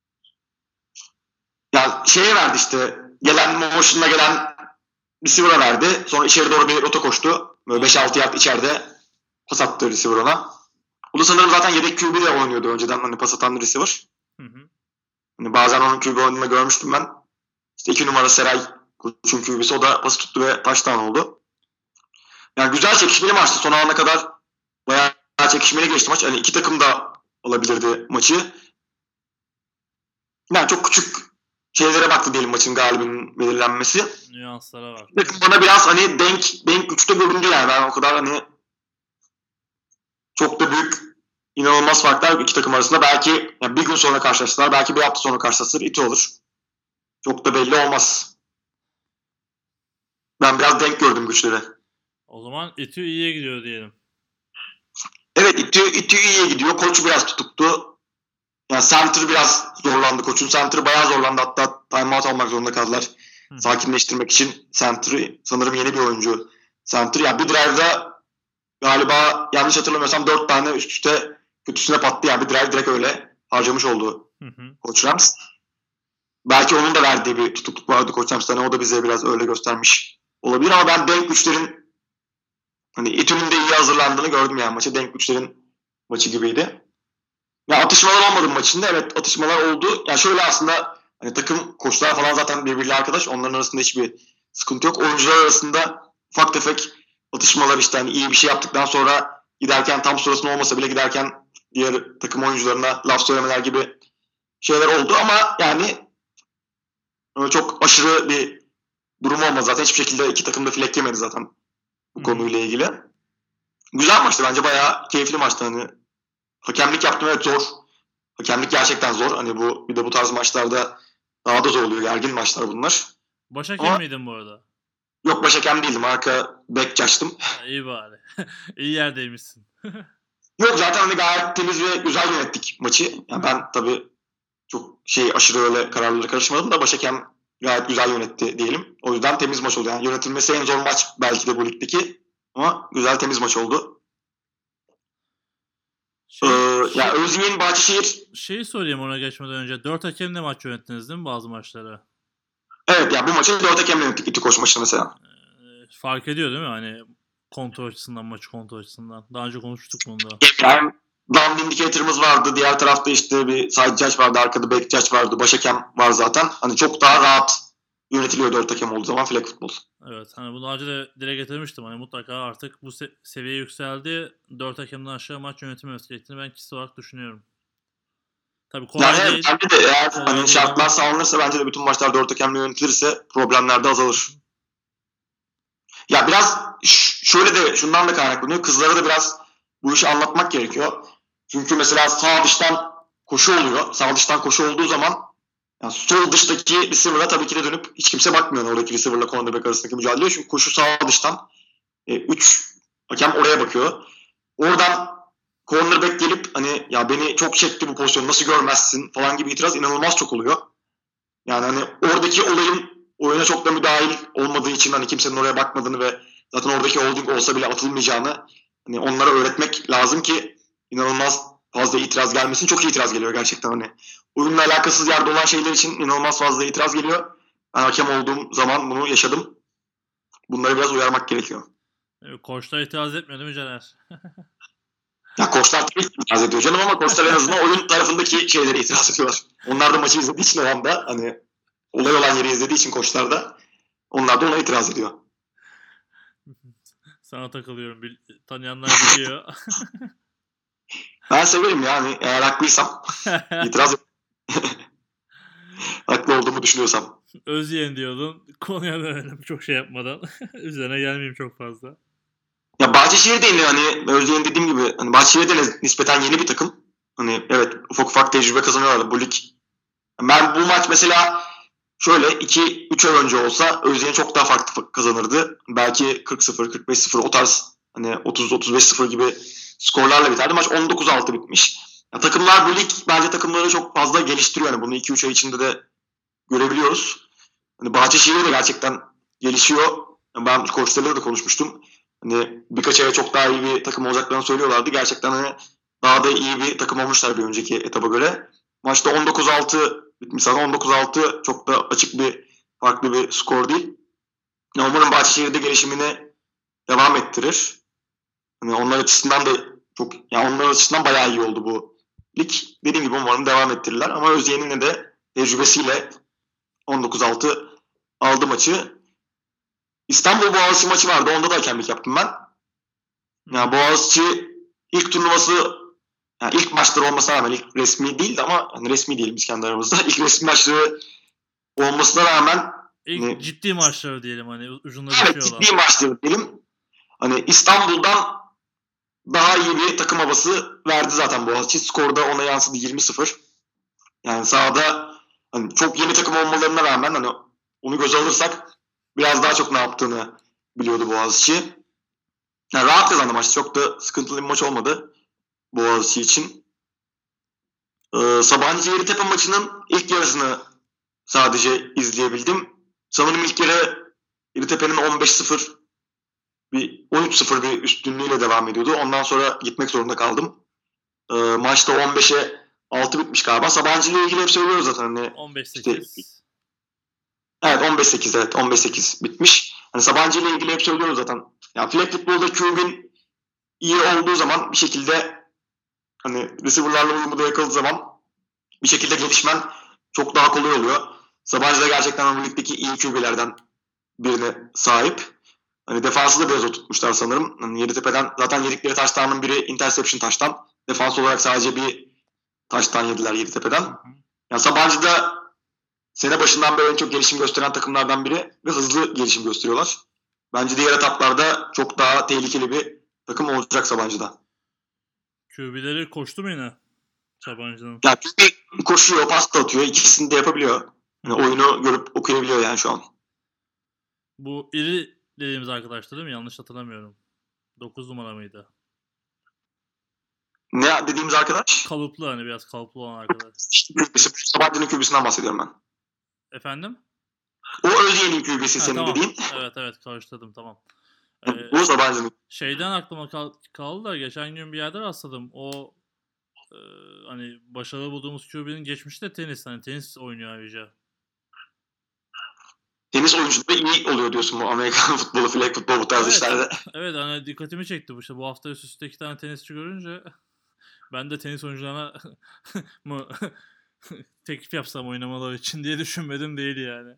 Yani şeye verdi işte gelen motion'la gelen receiver'a verdi. Sonra içeri doğru bir rota koştu. Böyle beş altı yard içeride pas attı receiver ona. O da sanırım zaten yedek Q B'de oynuyordu önceden hani pas atan receiver. Hı hı. Hani bazen onun Q B oynadığını görmüştüm ben. İşte iki numara Seray Koç'un Q B'si o da pası tuttu ve touchdown oldu. Yani güzel çekişmeli maçtı. Son ana kadar bayağı çekişmeli geçti maç. Hani iki takım da alabilirdi maçı. Yani çok küçük şeylere baktı diyelim maçın galibinin belirlenmesi. Nüanslara var. Takım bana biraz hani denk denk güçte göründü yani. Ben o kadar hani çok da büyük inanılmaz farklar iki takım arasında. Belki yani bir gün sonra karşılaştılar. Belki bir hafta sonra karşılaşır. İti olur. Çok da belli olmaz. Ben biraz denk gördüm güçleri. O zaman İTÜ iyiye gidiyor diyelim. Evet İTÜ, İTÜ iyiye gidiyor. Koç biraz tutuktu. Yani center biraz zorlandı. Koçun center'ı bayağı zorlandı. Hatta timeout almak zorunda kaldılar. Hı. Sakinleştirmek için center'ı sanırım yeni bir oyuncu. Center yani bir drive'da galiba yanlış hatırlamıyorsam dört tane üst üste kötüsüne pattı. Yani bir drive direkt öyle harcamış oldu hı hı. Koç Rams. Belki onun da verdiği bir tutukluk vardı Koç Rams'tan. O da bize biraz öyle göstermiş olabilir ama ben denk güçlerin hani İTÜ'nün de iyi hazırlandığını gördüm yani maçı. Denk güçlerin maçı gibiydi. Ya atışmalar olmadı maçında. Evet atışmalar oldu. Yani şöyle aslında hani takım koçlar falan zaten birbiriyle arkadaş. Onların arasında hiçbir sıkıntı yok. Oyuncular arasında ufak tefek atışmalar işte hani iyi bir şey yaptıktan sonra giderken tam sırasında olmasa bile giderken diğer takım oyuncularına laf söylemeler gibi şeyler oldu ama yani çok aşırı bir durum olmaz zaten. Hiçbir şekilde iki takım da filek yemedi zaten bu Hı-hı. konuyla ilgili. Güzel maçtı bence. Bayağı keyifli maçtı. Hani hakemlik yaptım evet zor. Hakemlik gerçekten zor. Hani bu bir de bu tarz maçlarda daha da zor oluyor. Gergin maçlar bunlar. Başhakem Ama... miydin bu arada? Yok, baş hakem değildim. Arka bek açtım. Ha, iyi bari. İyi yerdeymişsin. Yok, zaten hani gayet temiz ve güzel yönettik maçı. Yani ben tabii çok şey aşırı öyle kararlara karışmadım da baş hakem gayet güzel yönetti diyelim. O yüzden temiz maç oldu. Yani yönetilmesi en zor maç belki de bu ligdeki. Ama güzel temiz maç oldu. Ee, Şey, ya şey, Özyeğin Bahçeşehir, şeyi sorayım ona geçmeden önce. Dört hakemle maç yönettiniz değil mi bazı maçları? evet ya bu maçı dört hakemle yönettik. İti koş maçını mesela. Ee, fark ediyor değil mi? Hani kontrol açısından, maçı kontrol açısından. Daha önce konuştuk bunda. Yani Down Indicator'ımız vardı. Diğer tarafta işte bir side judge vardı. Arkada back judge vardı. Baş hakem var zaten. Hani çok daha rahat yönetiliyor dört hakem olduğu zaman flag futbol. Evet, hani bunu daha önce de dile getirmiştim. Hani mutlaka artık bu se- seviye yükseldi. Dört hakemden aşağı maç yönetilmemesi gerektiğini ben kişisel olarak düşünüyorum. Tabii kolay Yani evet, değil. bence de eğer Kolay hani değil şartlar ama sağlanırsa bence de bütün maçlar dört hakemle yönetilirse problemler de azalır. Ya biraz ş- şöyle de şundan da kaynaklanıyor. Kızlara da biraz bu işi anlatmak gerekiyor. Çünkü mesela sağ dıştan koşu oluyor. Sağ dıştan koşu olduğu zaman yani sol dıştaki receiver'a tabii ki de dönüp hiç kimse bakmıyor oradaki receiver'la cornerback arasındaki mücadeleye. Çünkü koşu sağ dıştan üç hakem oraya bakıyor. Oradan cornerback gelip hani ya beni çok çekti bu pozisyon nasıl görmezsin falan gibi itiraz inanılmaz çok oluyor. Yani hani oradaki olayın oyuna çok da müdahil olmadığı için hani kimsenin oraya bakmadığını ve zaten oradaki holding olsa bile atılmayacağını hani onlara öğretmek lazım ki inanılmaz fazla itiraz gelmesin. Çok itiraz geliyor gerçekten hani. Oyunla alakasız yerde olan şeyler için inanılmaz fazla itiraz geliyor. Ben hakem olduğum zaman bunu yaşadım. Bunları biraz uyarmak gerekiyor. koçlar itiraz etmiyor değil mi Caner? Ya koçlar tabii ki itiraz ediyor canım ama koçlar en azından oyun tarafındaki şeyleri itiraz ediyorlar. Onlar da maçı izlediği için o anda hani olay olan yeri izlediği için koçlar da onlar da ona itiraz ediyor. Sana takılıyorum. Bil- tanıyanlar biliyor. Ben severim yani eğer haklıysam itiraz haklı olduğumu düşünüyorsam. Özyeğin diyordun. Konuya dönelim çok şey yapmadan. Üzerine gelmeyeyim çok fazla. Ya Bahçeşehir de yine hani Özyeğin dediğim gibi hani Bahçeşehir de nispeten yeni bir takım. Hani evet ufak ufak tecrübe kazanıyorlar bu lig. Ben bu maç mesela şöyle iki üç ay önce olsa Özyeğin çok daha farklı kazanırdı. Belki kırk sıfır kırk beş sıfır o tarz hani otuz otuz beş sıfır gibi skorlarla biterdi. Maç on dokuz altı bitmiş. Ya takımlar bu lig bence takımları çok fazla geliştiriyor. Yani bunu iki üç ay içinde de görebiliyoruz. Hani Bahçeşehir de gerçekten gelişiyor. Yani ben koçlarıyla da konuşmuştum. Hani birkaç aya çok daha iyi bir takım olacaklarını söylüyorlardı. Gerçekten hani daha da iyi bir takım olmuşlar bir önceki etaba göre. Maçta on dokuz altı bitmiş. on dokuz altı çok da açık bir farklı bir skor değil. Yani umarım Bahçeşehir'de gelişimini devam ettirir. Yani onlar açısından da çok yani onlar açısından bayağı iyi oldu bu lig. Dediğim gibi umarım devam ettirirler. Ama Özyeğin'in de tecrübesiyle on dokuz altı aldı maçı. İstanbul Boğaziçi maçı vardı. Onda da hakemlik yaptım ben. Yani Boğaziçi ilk turnuvası yani ilk maçları olmasına rağmen ilk resmi değildi ama hani resmi değilim biz kendi aramızda. İlk resmi maçları olmasına rağmen İlk hani, ciddi maçları diyelim hani ucunda bir evet şey olan. ciddi maçları diyelim. Hani İstanbul'dan daha iyi bir takım havası verdi zaten Boğaziçi. Skorda ona yansıdı yirmi sıfır. Yani sahada hani çok yeni takım olmalarına rağmen hani onu göze alırsak biraz daha çok ne yaptığını biliyordu Boğaziçi. Yani rahat kazandı maç. Çok da sıkıntılı bir maç olmadı Boğaziçi için. Ee, Sabancı Yeditepe maçının ilk yarısını sadece izleyebildim. Sanırım ilk yarı Yeditepe'nin on beş sıfır bir on üç sıfır bir üstünlüğüyle devam ediyordu. Ondan sonra gitmek zorunda kaldım. Ee, maçta on beşe altı bitmiş galiba. Sabancı ile ilgili hep söylüyoruz zaten. Hani işte on beş sekiz. evet on beş sekiz evet on beş sekiz bitmiş. Hani Sabancı ile ilgili hep söylüyoruz zaten. Yani flag futbolda Q B'nin iyi olduğu zaman bir şekilde hani receiver'larla uyumu da yakaladığı zaman bir şekilde gelişmen çok daha kolay oluyor. Sabancı da gerçekten bu ligdeki iyi Q B'lerden birine sahip. Hani defansı da biraz oturtmuşlar sanırım. Hani Yeditepe'den zaten yedikleri taştanın biri interception taştan. Defans olarak sadece bir taştan yediler Yeditepe'den. Yani Sabancı da sene başından beri en çok gelişim gösteren takımlardan biri ve hızlı gelişim gösteriyorlar. Bence diğer etaplarda çok daha tehlikeli bir takım olacak Sabancı'da. Q B'leri koştu mu yine Sabancı'nın? Yani bir koşuyor, pas da atıyor. İkisini de yapabiliyor. Yani oyunu görüp okuyabiliyor yani şu an. Bu iri dediğimiz arkadaştı değil mi? Yanlış hatırlamıyorum. dokuz numara mıydı? Ne dediğimiz arkadaş? Kalıplı hani biraz kalıplı olan arkadaş. Kübesi. Sabancı'nın kübesinden bahsediyorum ben. Efendim? O Özyeğin'in kübesi Ha, senin tamam. dediğin. Evet evet karıştırdım tamam. Ee, Bu Sabancı'nın. şeyden aklıma kal- kaldı da geçen gün bir yerde rastladım. O e, hani başarılı bulduğumuz Q B'nin geçmişte tenis. Hani tenis oynuyor ayrıca. Tenis oyuncuları iyi oluyor diyorsun bu Amerikan futbolu, flag futbolu bu tarz Evet. işlerde. Evet hani dikkatimi çekti bu işte. Bu hafta üst üste iki tane tenisçi görünce ben de tenis oyuncularına mı teklif yapsam oynamaları için diye düşünmedim değil yani.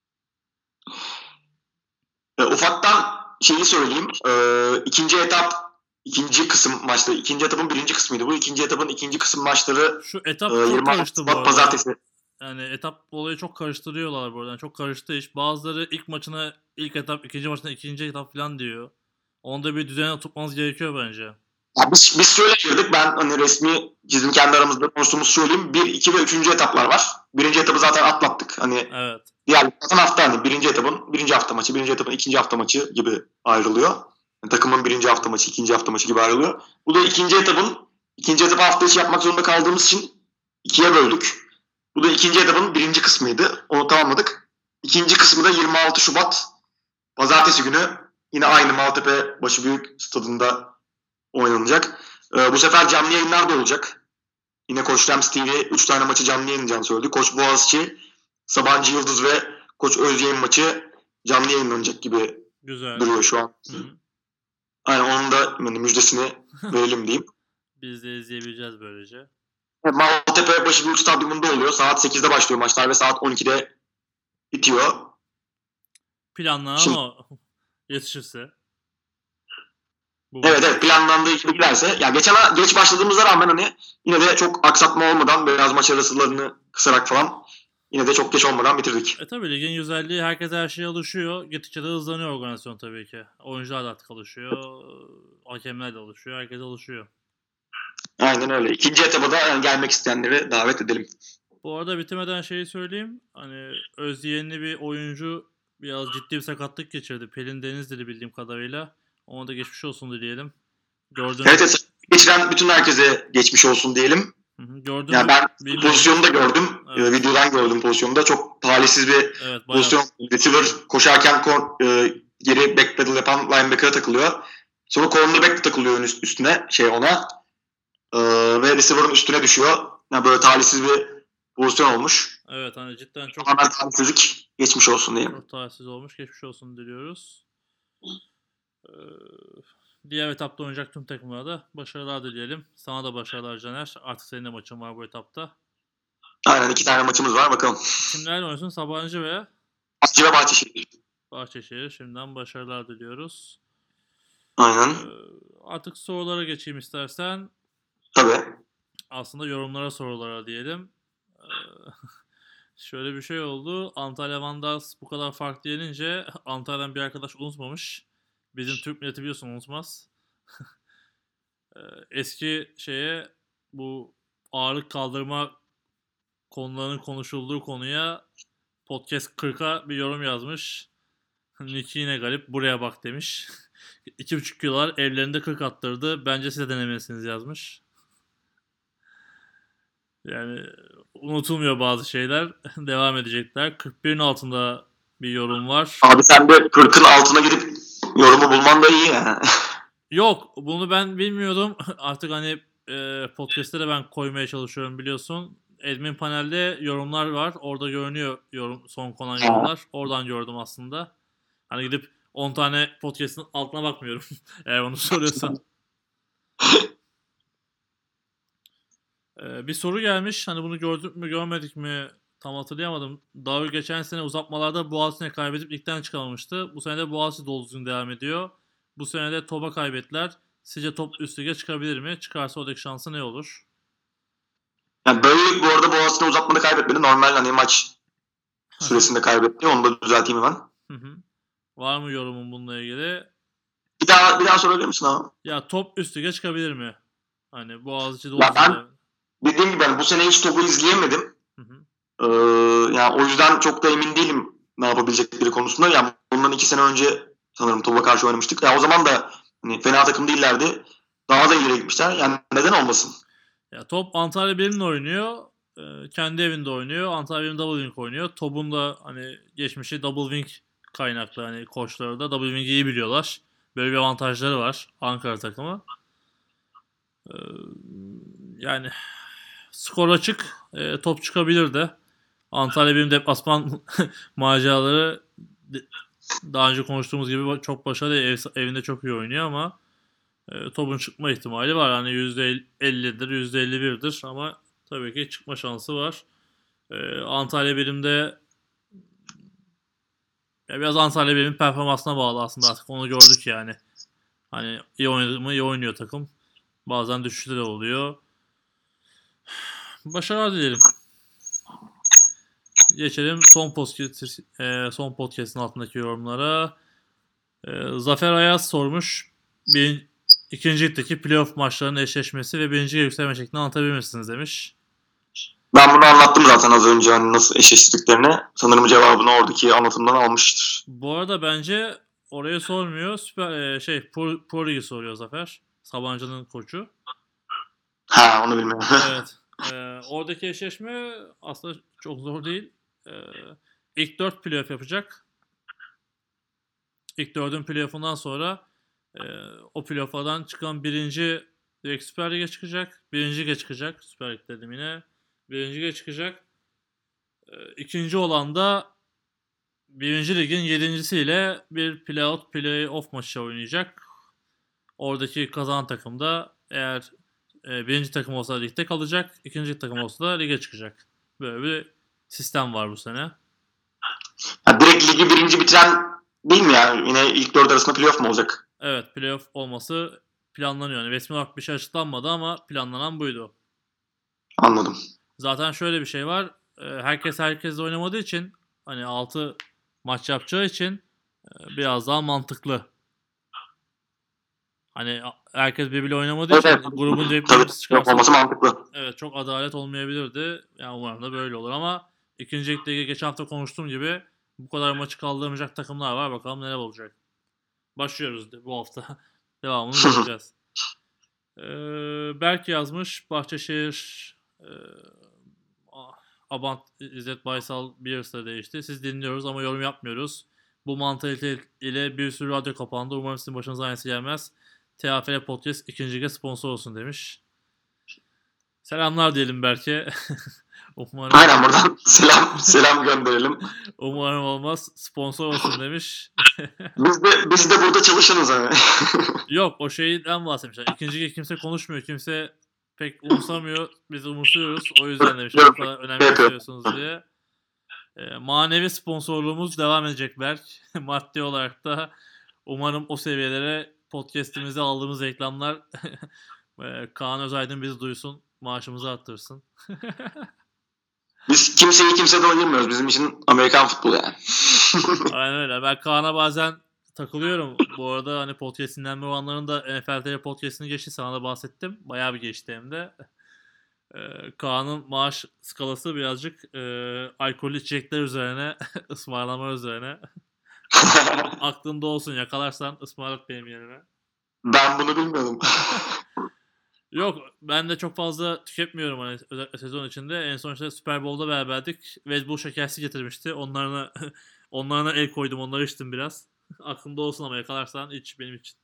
E, ufaktan şeyi söyleyeyim. E, ikinci etap, ikinci kısım maçları. İkinci etapın birinci kısmıydı. Bu ikinci etapın ikinci kısım maçları Şu etap e, çok yirmi altı karıştı bu Şubat arada. Pazartesi. Yani etap olayı çok karıştırıyorlar buradan. Çok karıştı iş. Bazıları ilk maçına ilk etap, ikinci maçına ikinci etap falan diyor. Onda bir düzene tutmanız gerekiyor bence. Ya biz, biz şöyle girdik. Ben hani resmi bizim kendi aramızda konuştuğumuz söyleyeyim. Bir, iki ve üçüncü etaplar var. Birinci etabı zaten atlattık. Hani Evet. diğer zaten hafta hani birinci etapın birinci hafta maçı, birinci etapın ikinci hafta maçı gibi ayrılıyor. Yani takımın birinci hafta maçı, ikinci hafta maçı gibi ayrılıyor. Bu da ikinci etapın ikinci etapı hafta içi yapmak zorunda kaldığımız için ikiye böldük. Bu da ikinci etapın birinci kısmıydı. Onu tamamladık. İkinci kısmı da yirmi altı Şubat Pazartesi günü yine aynı Maltepe Başıbüyük Stadı'nda oynanacak. Ee, bu sefer canlı yayınlar da olacak. Yine Koç Rams T V üç tane maçı canlı yayınlayacağını söyledi. Koç Boğaziçi, Sabancı Yıldız ve Koç Özyeğin maçı canlı yayınlanacak gibi Güzel. duruyor şu an. Hı-hı. Aynen onun da yani müjdesini verelim diyeyim. Biz de izleyebileceğiz böylece. Maltepe Başıbüyük Stadyumunda oluyor. Saat sekizde başlıyor maçlar ve saat on ikide bitiyor. Planlanan Şimdi, o. Yetişirse. Bu evet evet planlandığı gibi giderse. Ya geçen geç başladığımıza rağmen hani yine de çok aksatma olmadan biraz maç arasılarını kısarak falan yine de çok geç olmadan bitirdik. E tabii ligin güzelliği herkes her şeye alışıyor. Gittikçe de hızlanıyor organizasyon tabii ki. Oyuncular da artık alışıyor. Hakemler de alışıyor. Herkes alışıyor. Aynen öyle. İkinci etaba da yani gelmek isteyenleri davet edelim. Bu arada bitirmeden şeyi söyleyeyim. Hani Özyeğinli bir oyuncu biraz ciddi bir sakatlık geçirdi. Pelin Denizli'li bildiğim kadarıyla. Ona da geçmiş olsun dileyelim. Gördün Evet, evet. Geçiren bütün herkese geçmiş olsun diyelim. Hı hı. Gördün yani mü? ben Bilmiyorum. pozisyonu da gördüm. Evet. E, videodan gördüm pozisyonu da. Çok talihsiz bir Evet, bayağı. pozisyon. Receiver koşarken kon, e, geri back pedal yapan linebacker'a takılıyor. Sonra cornerback takılıyor üst, üstüne şey ona. E, ve receiver'ın üstüne düşüyor. Yani böyle talihsiz bir pozisyon olmuş. Evet hani cidden çok Hemen talihsizlik geçmiş olsun diyeyim. çok talihsiz olmuş. Geçmiş olsun diliyoruz. Ee, diğer etapta oynayacak tüm takımlara da başarılar dileyelim. Sana da başarılar Caner. Artık senin de maçın var bu etapta. Aynen iki tane maçımız var bakalım. Kimlerle oynuyorsun? Sabancı ve Bahçe ve Bahçeşehir. Bahçeşehir. Şimdiden başarılar diliyoruz. Aynen. Ee, artık sorulara geçeyim istersen. Tabii. Aslında yorumlara sorulara diyelim. Ee, şöyle bir şey oldu. Antalya Vandals bu kadar farklı yenince Antalya'dan bir arkadaş unutmamış. Bizim Türk milleti biliyorsun unutmaz. Ee, eski şeye bu ağırlık kaldırma konularının konuşulduğu konuya Podcast kırka bir yorum yazmış. Nick yine galip buraya bak demiş. iki buçuk kilolar evlerinde kırk attırdı. Bence siz de denemelisiniz yazmış. Yani unutulmuyor bazı şeyler. Devam edecekler. kırk birin altında bir yorum var. Abi sen de kırkın altına gidip yorumu bulman da iyi yani. Yok bunu ben bilmiyordum. Artık hani e, podcast'te de ben koymaya çalışıyorum biliyorsun. Admin panelde yorumlar var. Orada görünüyor yorum, son konan yorumlar. Oradan gördüm aslında. Hani gidip on tane podcast'ın altına bakmıyorum. Eğer onu soruyorsan. Ee, bir soru gelmiş. Hani bunu gördük mü görmedik mi tam hatırlayamadım. Davi geçen sene uzatmalarda Boğaziçi'ne kaybedip ligden çıkamamıştı. Bu sene de Boğaziçi dolu düzgün devam ediyor. Bu sene de TOB'a kaybettiler. Sizce top üst lige çıkabilir mi? Çıkarsa oradaki şansı ne olur? Yani böyle bu arada Boğaziçi'ne uzatmada kaybetmedi. Normal hani maç süresinde kaybetti. Onu da düzelteyim hemen. Hı hı. Var mı yorumun bununla ilgili? Bir daha bir daha sorabilir misin abi? Ya top üst lige çıkabilir mi? Hani Boğaziçi dolu Ya düzgün ben devam- dediğim gibi ben bu sene hiç topu izleyemedim. Hı hı. Ee, yani o yüzden çok da emin değilim ne yapabilecekleri konusunda. Yani bundan iki sene önce sanırım Top'a karşı oynamıştık. Yani o zaman da hani fena takım değillerdi. Daha da ileri gitmişler. Yani neden olmasın? Ya Top Antalya Birim'le oynuyor. Ee, kendi evinde oynuyor. Antalya Birim Double Wing oynuyor. Top'un da hani geçmişi Double Wing kaynaklı, hani koçları da Double Wing'i iyi biliyorlar. Böyle bir avantajları var Ankara takımı. Ee, yani skor açık. Ee, top çıkabilir de. Antalya Birim deplasman maceraları daha önce konuştuğumuz gibi çok başarılı. Ev, evinde çok iyi oynuyor ama e, topun çıkma ihtimali var. Hani yüzde ellidir, yüzde elli birdir ama tabii ki çıkma şansı var. E, Antalya Birim'de ya biraz Antalya Birim'in performansına bağlı aslında, artık onu gördük yani. Hani iyi oynadı mı iyi oynuyor takım. Bazen düşüşler oluyor. Başarılar dilerim. Geçelim son podcast, e, son podcast'in altındaki yorumlara. E, Zafer Ayaz sormuş. Bir, ikinci ligdeki playoff maçlarının eşleşmesi ve birinci lige yükselme şeklini anlatabilir misiniz demiş. Ben bunu anlattım zaten az önce hani nasıl eşleştirdiklerini. Sanırım cevabını oradaki anlatımdan almıştır. Bu arada bence oraya sormuyor. Süper e, şey Pro, Pro Ligi soruyor Zafer. Sabancı'nın koçu. Ha, onu bilmiyorum. Evet. E, oradaki eşleşme aslında çok zor değil. E, ilk dört playoff yapacak. İlk dördün playoff'undan sonra e, o playoff'lardan çıkan birinci direkt Süper Lig'e çıkacak. Birinci Lig'e çıkacak. Süper Lig dedim yine. Birinci Lig'e çıkacak. E, ikinci olan da birinci Lig'in yedincisiyle bir playout, playoff maçı oynayacak. Oradaki kazanan takım da eğer e, birinci takım olsa ligde kalacak. İkinci takım olsa da lige çıkacak. Böyle bir sistem var bu sene. Ha, direkt ligi birinci bitiren değil mi yani? Yine ilk dört arasında playoff mu olacak? Evet, playoff olması planlanıyor. Yani resmi olarak bir şey açıklanmadı ama planlanan buydu. Anladım. Zaten şöyle bir şey var. e, Herkes herkesle oynamadığı için, hani altı maç yapacağı için e, biraz daha mantıklı. Hani herkes birbiriyle oynamadığı için Evet. grubun direkt Tabii birincisi playoff çıkarsa olması mantıklı. evet çok adalet olmayabilirdi. Yani umarım da böyle olur ama ikinci ligde geçen hafta konuştuğum gibi bu kadar maçı kaldıramayacak takımlar var. Bakalım neler olacak. Başlıyoruz bu hafta. Devamını göreceğiz. Ee, Berk yazmış. Bahçeşehir e, Abant İzzet Baysal bir arasında değişti. Siz dinliyoruz ama yorum yapmıyoruz. Bu mantalite ile bir sürü radyo kapandı. Umarım sizin başınıza aynısı gelmez. T A F L Podcast ikinci lige sponsor olsun demiş. Selamlar diyelim Berk'e. Umarım Aynen, buradan selam selam gönderelim. Umarım olmaz. Sponsor olsun demiş. Biz de biz de burada çalışırız hani. Yok, o şeyden bahsetmişler. İkinci lige kimse konuşmuyor. Kimse pek umursamıyor. Biz umursuyoruz. O yüzden demişler. Bu kadar önemli gösteriyorsunuz diye. E, manevi sponsorluğumuz devam edecek Berk. Maddi olarak da umarım o seviyelere podcast'imize aldığımız reklamlar e, Kaan Özaydın bizi duysun. Maaşımızı arttırsın. Biz kimseyi kimseden ayırmıyoruz. Bizim için Amerikan futbolu yani. Aynen öyle. Ben Kaan'a bazen takılıyorum. Bu arada hani podcast dinlenme oranlarının da N F L T V podcast'ini geçti. Sana da bahsettim. Bayağı bir geçti hem de. Ee, Kaan'ın maaş skalası birazcık e, alkollü içecekler üzerine, ısmarlama üzerine. Aklında olsun, yakalarsan ısmarlat benim yerime. Ben bunu bilmiyordum. Yok, ben de çok fazla tüketmiyorum hani özellikle sezon içinde. En son işte Super Bowl'da beraberdik. Red Bull şekersi getirmişti. Onlarına onlarına el koydum. Onları içtim biraz. Aklında olsun ama yakalarsan iç benim için.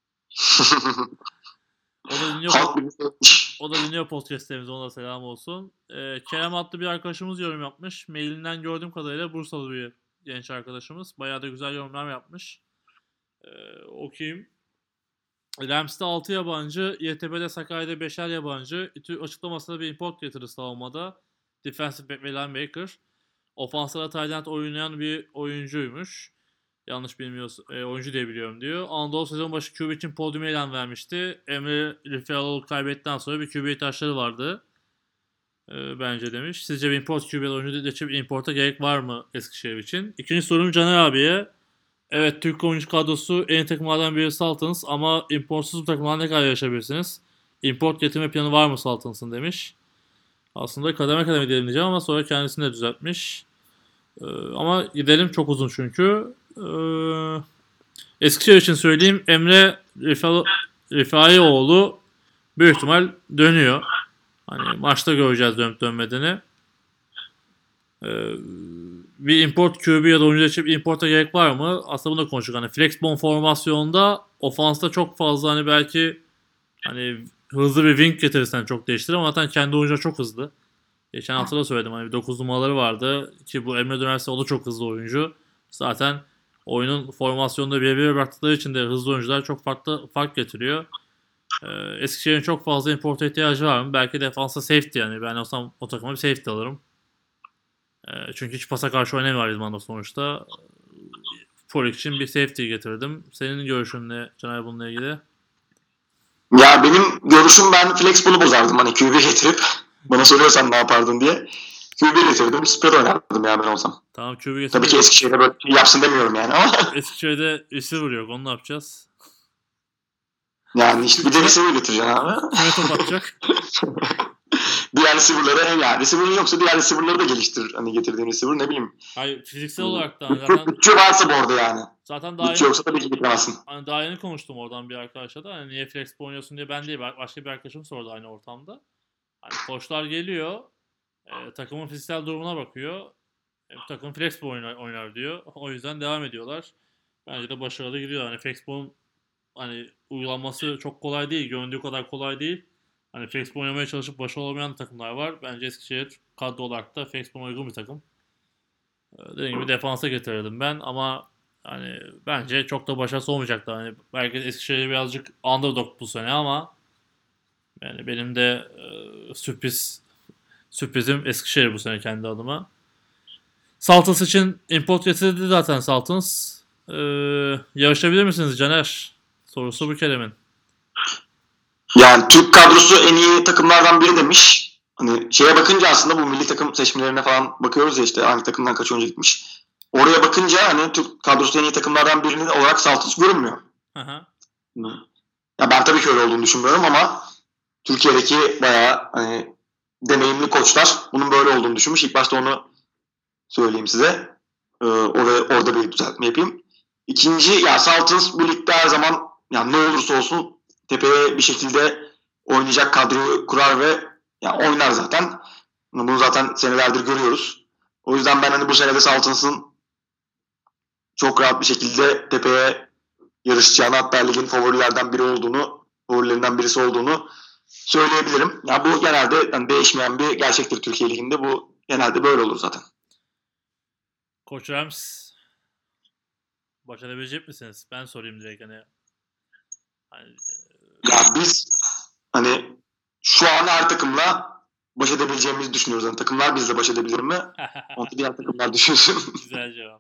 O da dinliyor, o da dinliyor podcastlerimizi. Ona da selam olsun. Ee, Kerem adlı bir arkadaşımız yorum yapmış. Mailinden gördüğüm kadarıyla Bursalı bir genç arkadaşımız. Bayağı da güzel yorumlar yapmış. Ee, okuyayım. Rams'te altı yabancı, Y T B'de Sakarya'da beşer yabancı. İTÜ açıklamasında bir import getirir savunmada. Defensive back ve linebacker. Ofanslara Tayland oynayan bir oyuncuymuş. Yanlış bilmiyorsun. E, oyuncu diye biliyorum diyor. Anadolu sezon başı Q B için podyum ilan vermişti. Emre Rifealoğlu kaybettikten sonra bir Q B ihtiyaçları vardı. E, bence demiş. Sizce bir import Q B oyuncu için importa gerek var mı Eskişehir için? İkinci sorum Caner abiye. Evet, Türk oyuncu kadrosu en iyi takımlardan biri Sultans ama importsuz bu takımlarla ne kadar yarışabilirsiniz? Import getirme planı var mı Sultans'ın demiş. Aslında kademe kademe diyelim diyeceğim ama sonra kendisini de düzeltmiş. Ee, ama gidelim çok uzun çünkü. Ee, Eskişehir için söyleyeyim. Emre Rifa, Rifaioğlu büyük ihtimal dönüyor. Hani maçta göreceğiz dönüp dönmediğini. Ee, bir import Q B ya da oyuncu için importa gerek var mı? Aslında bunu da konuştuk. Hani flexbone formasyonda ofansta çok fazla hani belki hani hızlı bir wing getirirsen çok değiştirir ama zaten kendi oyuncular çok hızlı. Geçen hafta da söyledim hani dokuz numaraları vardı ki bu Emre dönerse o da çok hızlı oyuncu. Zaten oyunun formasyonunda birebir bıraktıkları için de hızlı oyuncular çok farklı fark getiriyor. Ee, Eskişehir'in çok fazla importa ihtiyacı var mı? Belki defansa safety yani. Ben olsam o takıma bir safety alırım. Ee, çünkü hiç pasa karşı oynamıyor İdman'da sonuçta. Folik için bir safety getirdim. Senin görüşün ne Caner bununla ilgili? Ya benim görüşüm, ben flex bunu bozardım. Hani Q B getirip bana soruyorsan ne yapardın diye. Q B getirdim. Spread oynardım ya ben olsam. Tamam Q B getirdim. Tabii ki Eskişehir'de böyle yapsın demiyorum yani ama. Eskişehir'de receiver yok. Onu ne yapacağız? Yani işte bir de receiver getireceksin abi. Kime top atacak? Diğer receiver'ları hem yani. Receiver'ın yoksa diğer receiver'ları da geliştirir. Hani getirdiğin receiver ne bileyim. Hayır fiziksel olarak da hani zaten Bütçe varsa bu arada yani. zaten daha Bütçe yeni, yoksa tabii ki getiremezsin. hani daha yeni konuştum oradan bir arkadaşla da hani niye flex oynuyorsun diye ben değil başka bir arkadaşım sordu aynı ortamda. Hani koçlar geliyor e, takımın fiziksel durumuna bakıyor. E, takım flex oynar, oynar diyor. O yüzden devam ediyorlar. Bence de başarılı gidiyor. Hani flexbone hani uygulanması çok kolay değil. Göründüğü kadar kolay değil. Hani flexbone oynamaya çalışıp başarılı olmayan takımlar var. Bence Eskişehir kadro olarak da flexbone uygun bir takım. Ee, Dediğim gibi defansa getirirdim ben ama hani bence çok da başarısı olmayacaktı. Hani belki Eskişehir birazcık underdog bu sene ama yani benim de e, sürpriz sürprizim Eskişehir bu sene kendi adıma. Saltans için import getirdi zaten Saltans. Ee, yarışabilir misiniz Caner? Sorusu bu Kerem'in. Yani Türk kadrosu en iyi takımlardan biri demiş. Hani şeye bakınca aslında bu milli takım seçmelerine falan bakıyoruz ya, işte hangi takımdan kaç oyuncu gitmiş. Oraya bakınca hani Türk kadrosu en iyi takımlardan birini olarak Saltans görünmüyor. Aha. Ya ben tabii ki öyle olduğunu düşünmüyorum ama Türkiye'deki bayağı hani deneyimli koçlar bunun böyle olduğunu düşünmüş. İlk başta onu söyleyeyim size. Ee, oraya, orada bir düzeltme yapayım. İkinci, ya Saltans bu ligde her zaman yani ne olursa olsun tepeye bir şekilde oynayacak kadroyu kurar ve ya oynar zaten. Bunu zaten senelerdir görüyoruz. O yüzden ben hani bu senede Saltans'ın çok rahat bir şekilde tepeye yarışacağını, hatta ligin favorilerden biri olduğunu, favorilerinden birisi olduğunu söyleyebilirim. Ya bu genelde yani değişmeyen bir gerçektir Türkiye Ligi'nde. Bu genelde böyle olur zaten. Koç Rams başarabilecek misiniz? Ben sorayım direkt hani. hani Ya biz hani şu an her takımla baş edebileceğimizi düşünüyoruz. Yani takımlar bizle baş edebilir mi? Onu diğer takımlar düşünsün. Güzel cevap.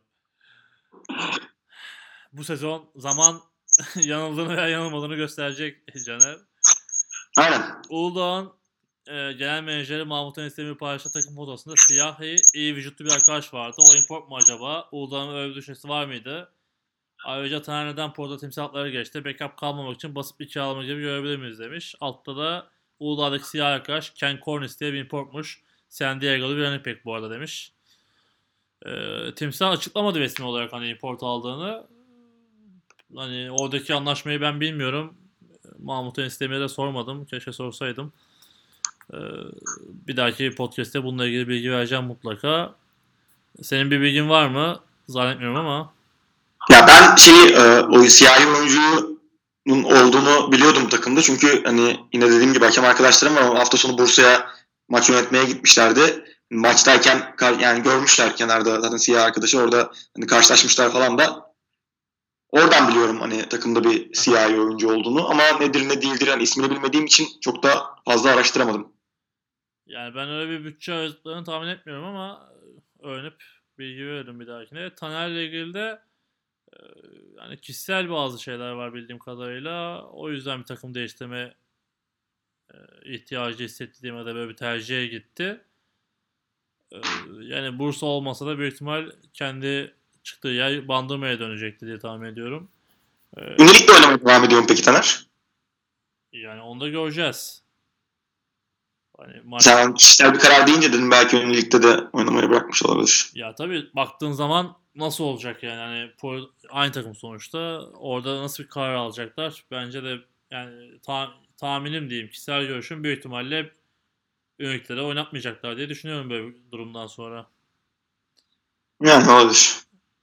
Bu sezon zaman yanıldığını veya yanılmadığını gösterecek Caner. Aynen. Uludağ'ın e, genel menajeri Mahmut Enistemi paylaştığı takım fotosunda siyahi, iyi vücutlu bir arkadaş vardı. O import mu acaba? Uludağ'ın öyle bir düşüncesi var mıydı? Ayrıca Taner neden porta timsahları geçti? Backup kalmamak için basıp bir kiralama gibi görebilir miyiz demiş. Altta da Uludağ'daki siyah arkadaş Ken Cornish diye bir importmuş. San Diego'lu bir running back bu arada demiş. E, Timsah açıklamadı resmi olarak hani import aldığını. Hani oradaki anlaşmayı ben bilmiyorum. Mahmut Enistemi'ye de sormadım. Keşke sorsaydım. Ee, bir dahaki podcast'te bununla ilgili bilgi vereceğim mutlaka. Senin bir bilgin var mı? Zannetmiyorum ama. Ya ben şey e, o siyahi oyuncunun olduğunu biliyordum takımda. Çünkü hani yine dediğim gibi hakem arkadaşlarım var. Hafta sonu Bursa'ya maç yönetmeye gitmişlerdi. Maçtayken yani görmüşler kenarda zaten siyah arkadaşı, orada hani karşılaşmışlar falan da. Oradan biliyorum hani takımda bir siyahi oyuncu olduğunu ama nedir ne değildir yani ismini bilmediğim için çok da fazla araştıramadım. Yani ben öyle bir bütçe ayırdıklarını tahmin etmiyorum ama öğrenip bilgi veririm bir dahakine. Taner'le ilgili de e, yani kişisel bazı şeyler var bildiğim kadarıyla. O yüzden bir takım değiştirme e, ihtiyacı hissettiğim ya da böyle bir tercihe gitti. E, yani Bursa olmasa da büyük ihtimal kendi çıktığı yer Bandırma'ya dönecekti diye tahmin ediyorum. E, Ünilikle oynamaya devam ediyor mu peki Taner? yani onu da göreceğiz. Hani maç Sen kişisel bir karar deyince dedim belki ön ligde de oynamayı bırakmış olabilir. ya tabii baktığın zaman nasıl olacak yani hani po- aynı takım sonuçta orada nasıl bir karar alacaklar? Bence de yani ta- tahminim diyeyim kişisel görüşüm büyük ihtimalle Ünlükleri oynatmayacaklar diye düşünüyorum böyle bir durumdan sonra. Yani olabilir.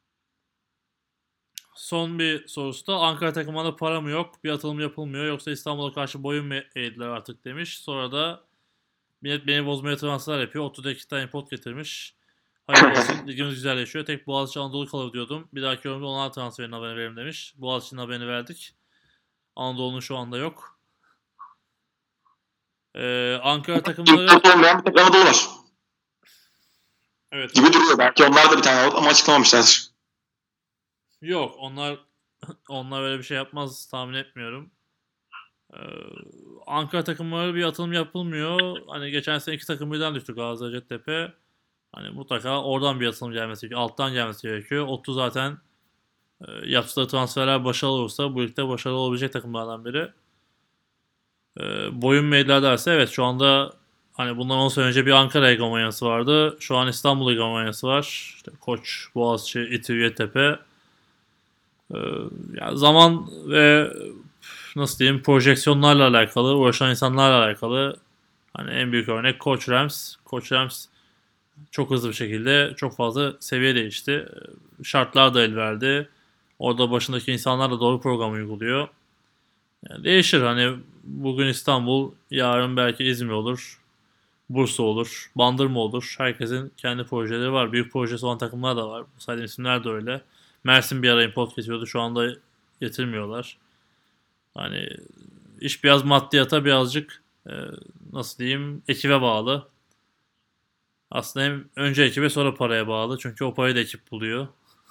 Son bir sorusu da Ankara takımında para mı yok? Bir atılım yapılmıyor yoksa İstanbul'a karşı boyun mu eğdiler artık demiş. Sonra da millet beni bozmaya transfer yapıyor. otuzda iki tane pot getirmiş. Hayırlı olsun ligimiz güzelleşiyor. Tek Boğaziçi Anadolu kalır diyordum. Bir dahaki yorumda onlar transferinin haberini verelim demiş. Boğaziçi'nin haberini verdik. Anadolu'nun şu anda yok. Ee, Ankara Türk takımları topu olmayan bir tek Anadolu var. evet Gibi duruyor. Belki onlar da bir tane alıp ama açıklamamışlar. yok onlar onlar böyle bir şey yapmaz tahmin etmiyorum. Ee, Ankara takımları bir atılım yapılmıyor. Hani geçen sene iki takım birden düştü Galatasaray Hacettepe. Hani mutlaka oradan bir atılım gelmesi gerekiyor. Alttan gelmesi gerekiyor. Ottu zaten e, yaptığı transferler başarılı olursa bu ligde başarılı olabilecek takımlardan biri. E, boyun meydan derse evet şu anda hani bundan on sene önce bir Ankara hegemonyası vardı. Şu an İstanbul hegemonyası var. İşte Koç, Boğaziçi, İTÜ, Yeditepe. E, yani zaman ve nasıl diyeyim projeksiyonlarla alakalı, uğraşan insanlarla alakalı. Hani en büyük örnek Koç Rams. Koç Rams çok hızlı bir şekilde çok fazla seviye değişti. Şartlar da el verdi. Orada başındaki insanlar da doğru programı uyguluyor. Yani değişir hani bugün İstanbul, yarın belki İzmir olur, Bursa olur, Bandırma olur. Herkesin kendi projeleri var. Büyük projesi olan takımlar da var. Saydığım isimler de öyle. Mersin bir ara import getiriyordu. Şu anda getirmiyorlar. Hani iş biraz maddiyata birazcık e, nasıl diyeyim ekibe bağlı. Aslında hem önce ekibe sonra paraya bağlı. Çünkü o parayı da ekip buluyor.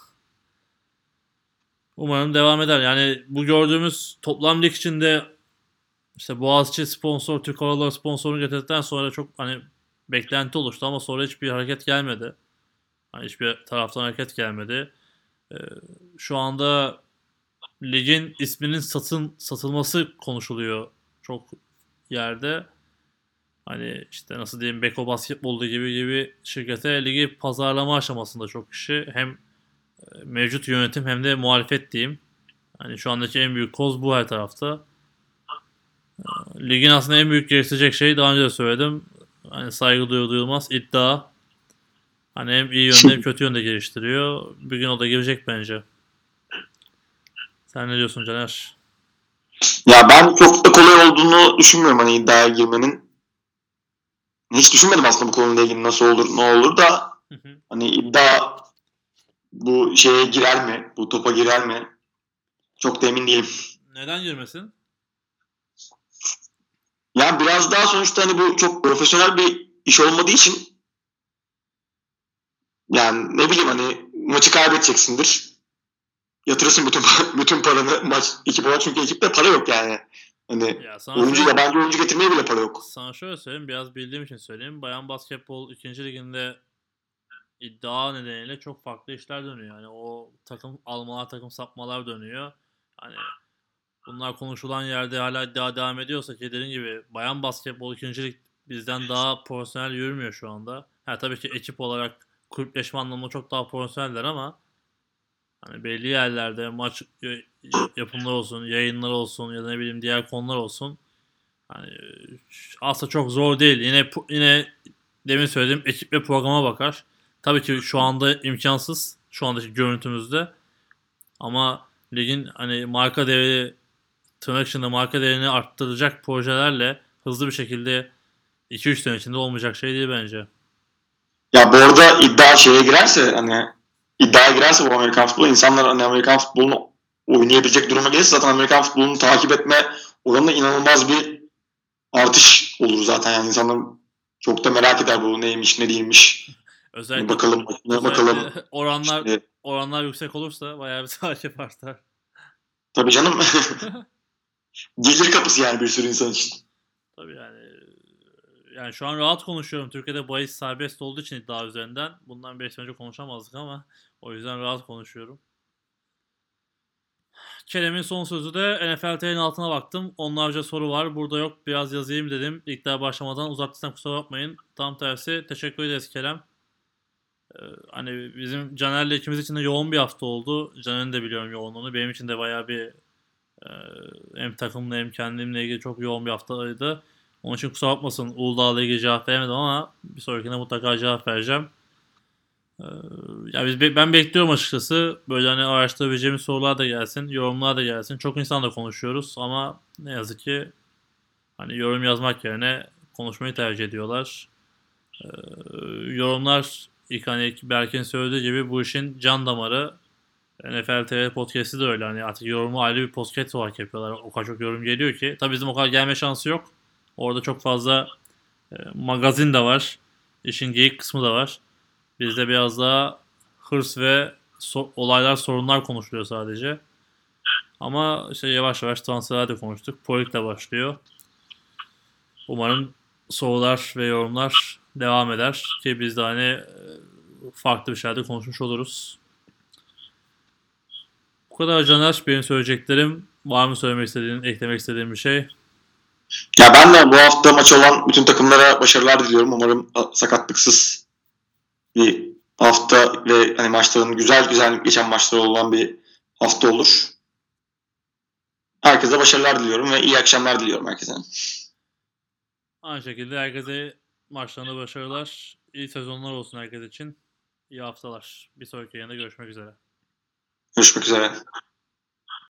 Umarım devam eder. Yani bu gördüğümüz toplam lig içinde işte Boğaziçi sponsor, Türk Hava Yolları sponsorunu getirdikten sonra çok hani beklenti oluştu ama sonra hiçbir hareket gelmedi. Hani hiçbir taraftan hareket gelmedi. Ee, şu anda ligin isminin satın satılması konuşuluyor çok yerde. Hani işte nasıl diyeyim Beko Basketbol'da gibi gibi şirkete ligi pazarlama aşamasında çok kişi hem e, mevcut yönetim hem de muhalefet diyeyim. Hani şu andaki en büyük koz bu her tarafta. Ligin aslında en büyük geliştirecek şey daha önce de söyledim. Hani saygı duyulur duyulmaz iddia. Hani hem iyi yönde hem kötü yönde geliştiriyor. Bir gün o da gelecek bence. Sen ne diyorsun Caner? Ya ben çok da kolay olduğunu düşünmüyorum hani iddiaya girmenin. Hiç düşünmedim aslında bu konuyla ilgili nasıl olur ne olur da hani iddia bu şeye girer mi? Bu topa girer mi? Çok da emin değilim. Neden girmesin? Yani biraz daha sonuçta hani bu çok profesyonel bir iş olmadığı için yani ne bileyim hani maçı kaybedeceksindir. Yatırırsın bütün bütün paranı maç ekip olarak çünkü ekipte para yok yani. Hani Ya sana oyuncu şöyle yabancı oyuncu getirmeye bile para yok. sana şöyle söyleyeyim. Biraz bildiğim için söyleyeyim. Bayan basketbol ikinci liginde iddia nedeniyle çok farklı işler dönüyor. Yani o takım almalar, takım sapmalar dönüyor. Hani bunlar konuşulan yerde hala iddia devam ediyorsa ki dediğim gibi bayan basketbol ikincilik bizden daha profesyonel yürümüyor şu anda. Ha, tabii ki ekip olarak kulüpleşme anlamında çok daha profesyoneller ama hani belli yerlerde maç yapımları olsun, yayınlar olsun ya da ne bileyim diğer konular olsun. Hani aslında çok zor değil. Yine yine demin söylediğim ekip ve programa bakar. Tabii ki şu anda imkansız şu andaki görüntümüzde ama ligin hani marka değeri tırnak içinde marka değerini arttıracak projelerle hızlı bir şekilde iki üç sene içinde olmayacak şey değil bence. Ya bu arada iddia şeye girerse hani iddiaya girerse bu Amerikan futbolu insanlar hani Amerikan futbolunu oynayabilecek duruma gelirse zaten Amerikan futbolunu takip etme oranında inanılmaz bir artış olur zaten yani insanlar çok da merak eder bu neymiş ne değilmiş. Hani Özellikle bakalım bakalım özellikle oranlar işte oranlar yüksek olursa bayağı bir takip artar. tabii canım gelir kapısı yani bir sürü insan için. Tabii yani yani şu an rahat konuşuyorum. Türkiye'de bahis serbest olduğu için iddia üzerinden. Bundan beş sene önce konuşamazdık ama o yüzden rahat konuşuyorum. Kerem'in son sözü de N F L T V'nin altına baktım. Onlarca soru var. Burada yok. Biraz yazayım dedim. İlk daha başlamadan uzattıysam kusura bakmayın. Tam tersi. Teşekkür ederiz Kerem. Ee, hani bizim Caner'le ikimiz için de yoğun bir hafta oldu. Caner'in de biliyorum yoğunluğunu. Benim için de bayağı bir e, hem takımla hem kendimle ilgili çok yoğun bir haftaydı. Onun için kusura bakmasın Uludağ'la ilgili cevap veremedim ama bir sonrakine mutlaka cevap vereceğim. Ee, ya biz ben bekliyorum açıkçası. Böyle hani araştırabileceğimiz sorular da gelsin, yorumlar da gelsin. Çok insanla konuşuyoruz ama ne yazık ki hani yorum yazmak yerine konuşmayı tercih ediyorlar. Ee, yorumlar ilk hani Berk'in söylediği gibi bu işin can damarı. N F L T V podcast'i de öyle. Hani artık yorumu ayrı bir podcast olarak yapıyorlar. O kadar çok yorum geliyor ki. Tabii bizim o kadar gelme şansı yok. Orada çok fazla e, magazin de var. İşin geyik kısmı da var. Bizde biraz daha hırs ve so- olaylar, sorunlar konuşuluyor sadece. Ama işte yavaş yavaş transferler de konuştuk. Politik de başlıyor. Umarım sorular ve yorumlar devam eder ki biz de hani e, farklı bir şeylerde konuşmuş oluruz. Bu kadar Caner. Benim söyleyeceklerim. Var mı söylemek istediğin, eklemek istediğin bir şey? Ya ben de bu hafta maç olan bütün takımlara başarılar diliyorum. Umarım sakatlıksız bir hafta ve hani maçların güzel güzel geçen maçlar olan bir hafta olur. Herkese başarılar diliyorum ve iyi akşamlar diliyorum herkese. Aynı şekilde herkese maçlarında başarılar. İyi sezonlar olsun herkes için. İyi haftalar. Bir sonraki yayında görüşmek üzere. Görüşmek üzere.